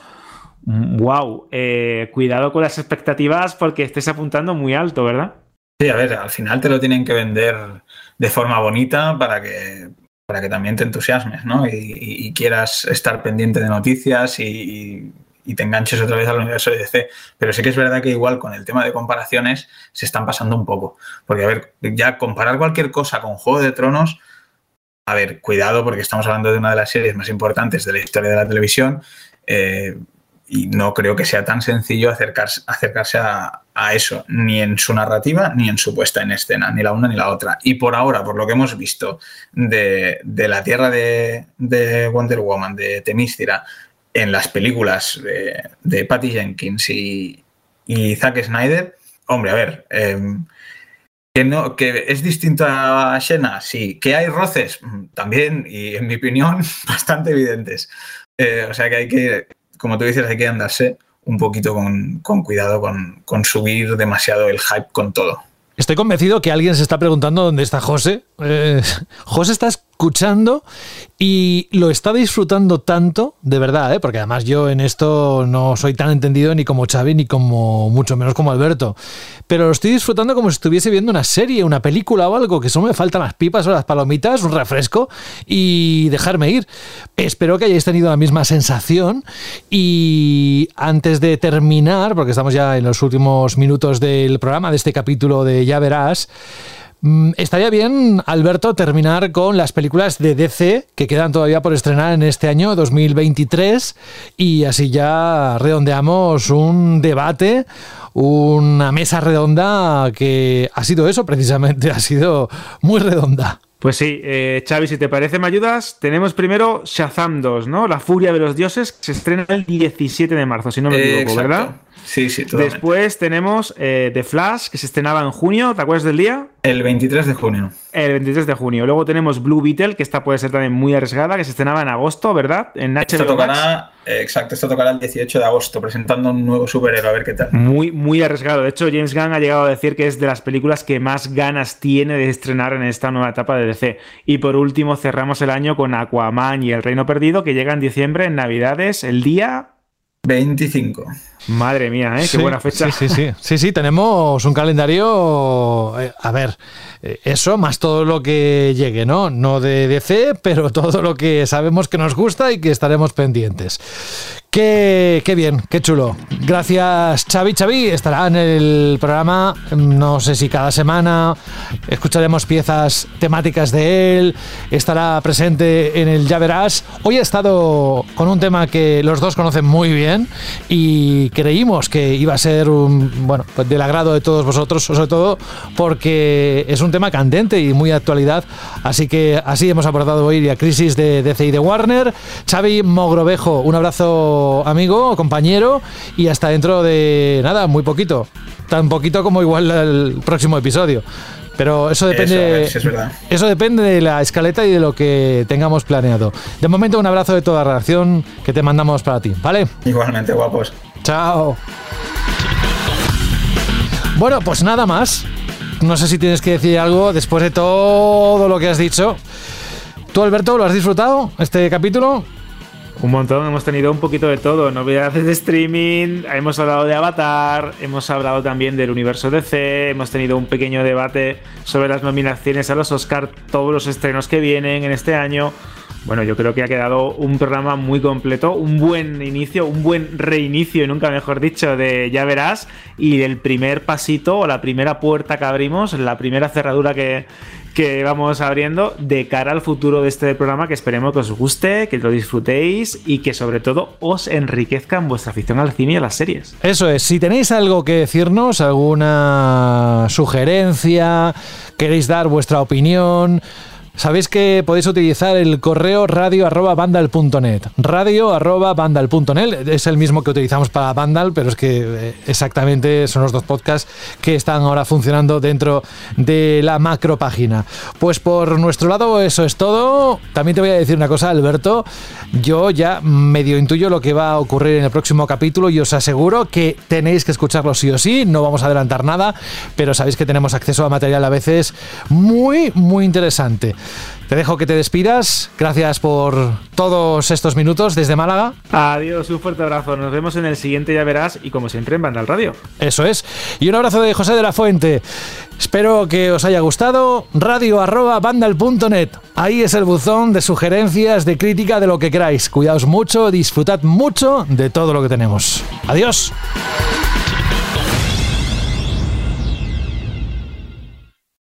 wow, eh, cuidado con las expectativas porque estés apuntando muy alto, ¿verdad? Sí, a ver, al final te lo tienen que vender de forma bonita para que, para que también te entusiasmes, ¿no? Y, y, y quieras estar pendiente de noticias y... y... y te enganches otra vez al universo de D C. Pero sí que es verdad que igual con el tema de comparaciones se están pasando un poco. Porque, a ver, ya comparar cualquier cosa con Juego de Tronos, a ver, cuidado, porque estamos hablando de una de las series más importantes de la historia de la televisión, eh, y no creo que sea tan sencillo acercarse, acercarse a, a eso, ni en su narrativa, ni en su puesta en escena, ni la una ni la otra. Y por ahora, por lo que hemos visto de, de la tierra de, de Wonder Woman, de Themyscira, en las películas de, de Patty Jenkins y, y Zack Snyder, hombre, a ver, eh, que, no, que es distinto a Xena, sí, que hay roces, también, y en mi opinión, bastante evidentes. Eh, o sea que hay que, como tú dices, hay que andarse un poquito con, con cuidado, con, con subir demasiado el hype con todo. Estoy convencido que alguien se está preguntando dónde está José. Eh, José está escuchando y lo está disfrutando tanto, de verdad, ¿eh? Porque además yo en esto no soy tan entendido ni como Xavi ni como mucho menos como Alberto. Pero lo estoy disfrutando como si estuviese viendo una serie, una película o algo, que solo me faltan las pipas o las palomitas, un refresco y dejarme ir. Espero que hayáis tenido la misma sensación. Y antes de terminar, porque estamos ya en los últimos minutos del programa, de este capítulo de Ya Verás, Mm, estaría bien, Alberto, terminar con las películas de D C que quedan todavía por estrenar en este año dos mil veintitrés y así ya redondeamos un debate, una mesa redonda que ha sido eso precisamente, ha sido muy redonda. Pues sí, eh, Xavi, si te parece, ¿me ayudas? Tenemos primero Shazam dos, ¿no? La furia de los dioses, que se estrena el diecisiete de marzo, si no me equivoco, Exacto. ¿verdad? Sí, sí, totalmente. Después tenemos eh, The Flash, que se estrenaba en junio, ¿te acuerdas del día? El veintitrés de junio. El veintitrés de junio. Luego tenemos Blue Beetle, que esta puede ser también muy arriesgada, que se estrenaba en agosto, ¿verdad? En H B O Esto tocará, Max. eh, exacto, esto tocará el dieciocho de agosto, presentando un nuevo superhéroe, a ver qué tal. Muy, muy arriesgado. De hecho, James Gunn ha llegado a decir que es de las películas que más ganas tiene de estrenar en esta nueva etapa de D C. Y por último, cerramos el año con Aquaman y El Reino Perdido, que llega en diciembre, en Navidades, el día... veinticinco. Madre mía, ¿eh? Qué Sí, buena fecha. Sí, sí, sí. Sí, sí, tenemos un calendario, eh, a ver, eh, eso más todo lo que llegue, ¿no? No de D C, pero todo lo que sabemos que nos gusta y que estaremos pendientes. Qué, qué bien, qué chulo. Gracias, Xavi. Xavi estará en el programa, no sé si cada semana, escucharemos piezas temáticas de él, estará presente en el Ya Verás. Hoy ha estado con un tema que los dos conocen muy bien y creímos que iba a ser un, bueno, pues del agrado de todos vosotros, sobre todo porque es un tema candente y muy de actualidad, así que así hemos abordado hoy la crisis de D C y de Warner. Xavi Mogrovejo, un abrazo, amigo, compañero, y hasta dentro de nada, muy poquito, tan poquito como igual el próximo episodio. Pero eso depende, eso, sí, es verdad. Eso depende de la escaleta y de lo que tengamos planeado. De momento, un abrazo de toda la redacción que te mandamos para ti, ¿vale? Igualmente, guapos. Chao. Bueno, pues nada más. No sé si tienes que decir algo después de todo lo que has dicho. ¿Tú, Alberto, lo has disfrutado, este capítulo? Un montón, hemos tenido un poquito de todo, novedades de streaming, hemos hablado de Avatar, hemos hablado también del universo D C, hemos tenido un pequeño debate sobre las nominaciones a los Oscar, todos los estrenos que vienen en este año. Bueno, yo creo que ha quedado un programa muy completo, un buen inicio, un buen reinicio, y nunca mejor dicho, de Ya Verás, y del primer pasito o la primera puerta que abrimos, la primera cerradura que, que vamos abriendo de cara al futuro de este programa, que esperemos que os guste, que lo disfrutéis y que sobre todo os enriquezca en vuestra afición al cine y a las series. Eso es, si tenéis algo que decirnos, alguna sugerencia, queréis dar vuestra opinión, sabéis que podéis utilizar el correo radio arroba vandal punto net. Radio arroba vandal punto net es el mismo que utilizamos para Vandal, pero es que exactamente son los dos podcasts que están ahora funcionando dentro de la macro página. Pues por nuestro lado eso es todo. También te voy a decir una cosa, Alberto. Yo ya medio intuyo lo que va a ocurrir en el próximo capítulo y os aseguro que tenéis que escucharlo sí o sí. No vamos a adelantar nada, pero sabéis que tenemos acceso a material a veces muy, muy interesante. Te dejo que te despidas. Gracias por todos estos minutos desde Málaga. Adiós, un fuerte abrazo. Nos vemos en el siguiente Ya Verás y como siempre en Vandal Radio. Eso es. Y un abrazo de José de la Fuente. Espero que os haya gustado. Radio arroba vandal punto net. Ahí es el buzón de sugerencias, de crítica, de lo que queráis. Cuidaos mucho, disfrutad mucho de todo lo que tenemos. Adiós.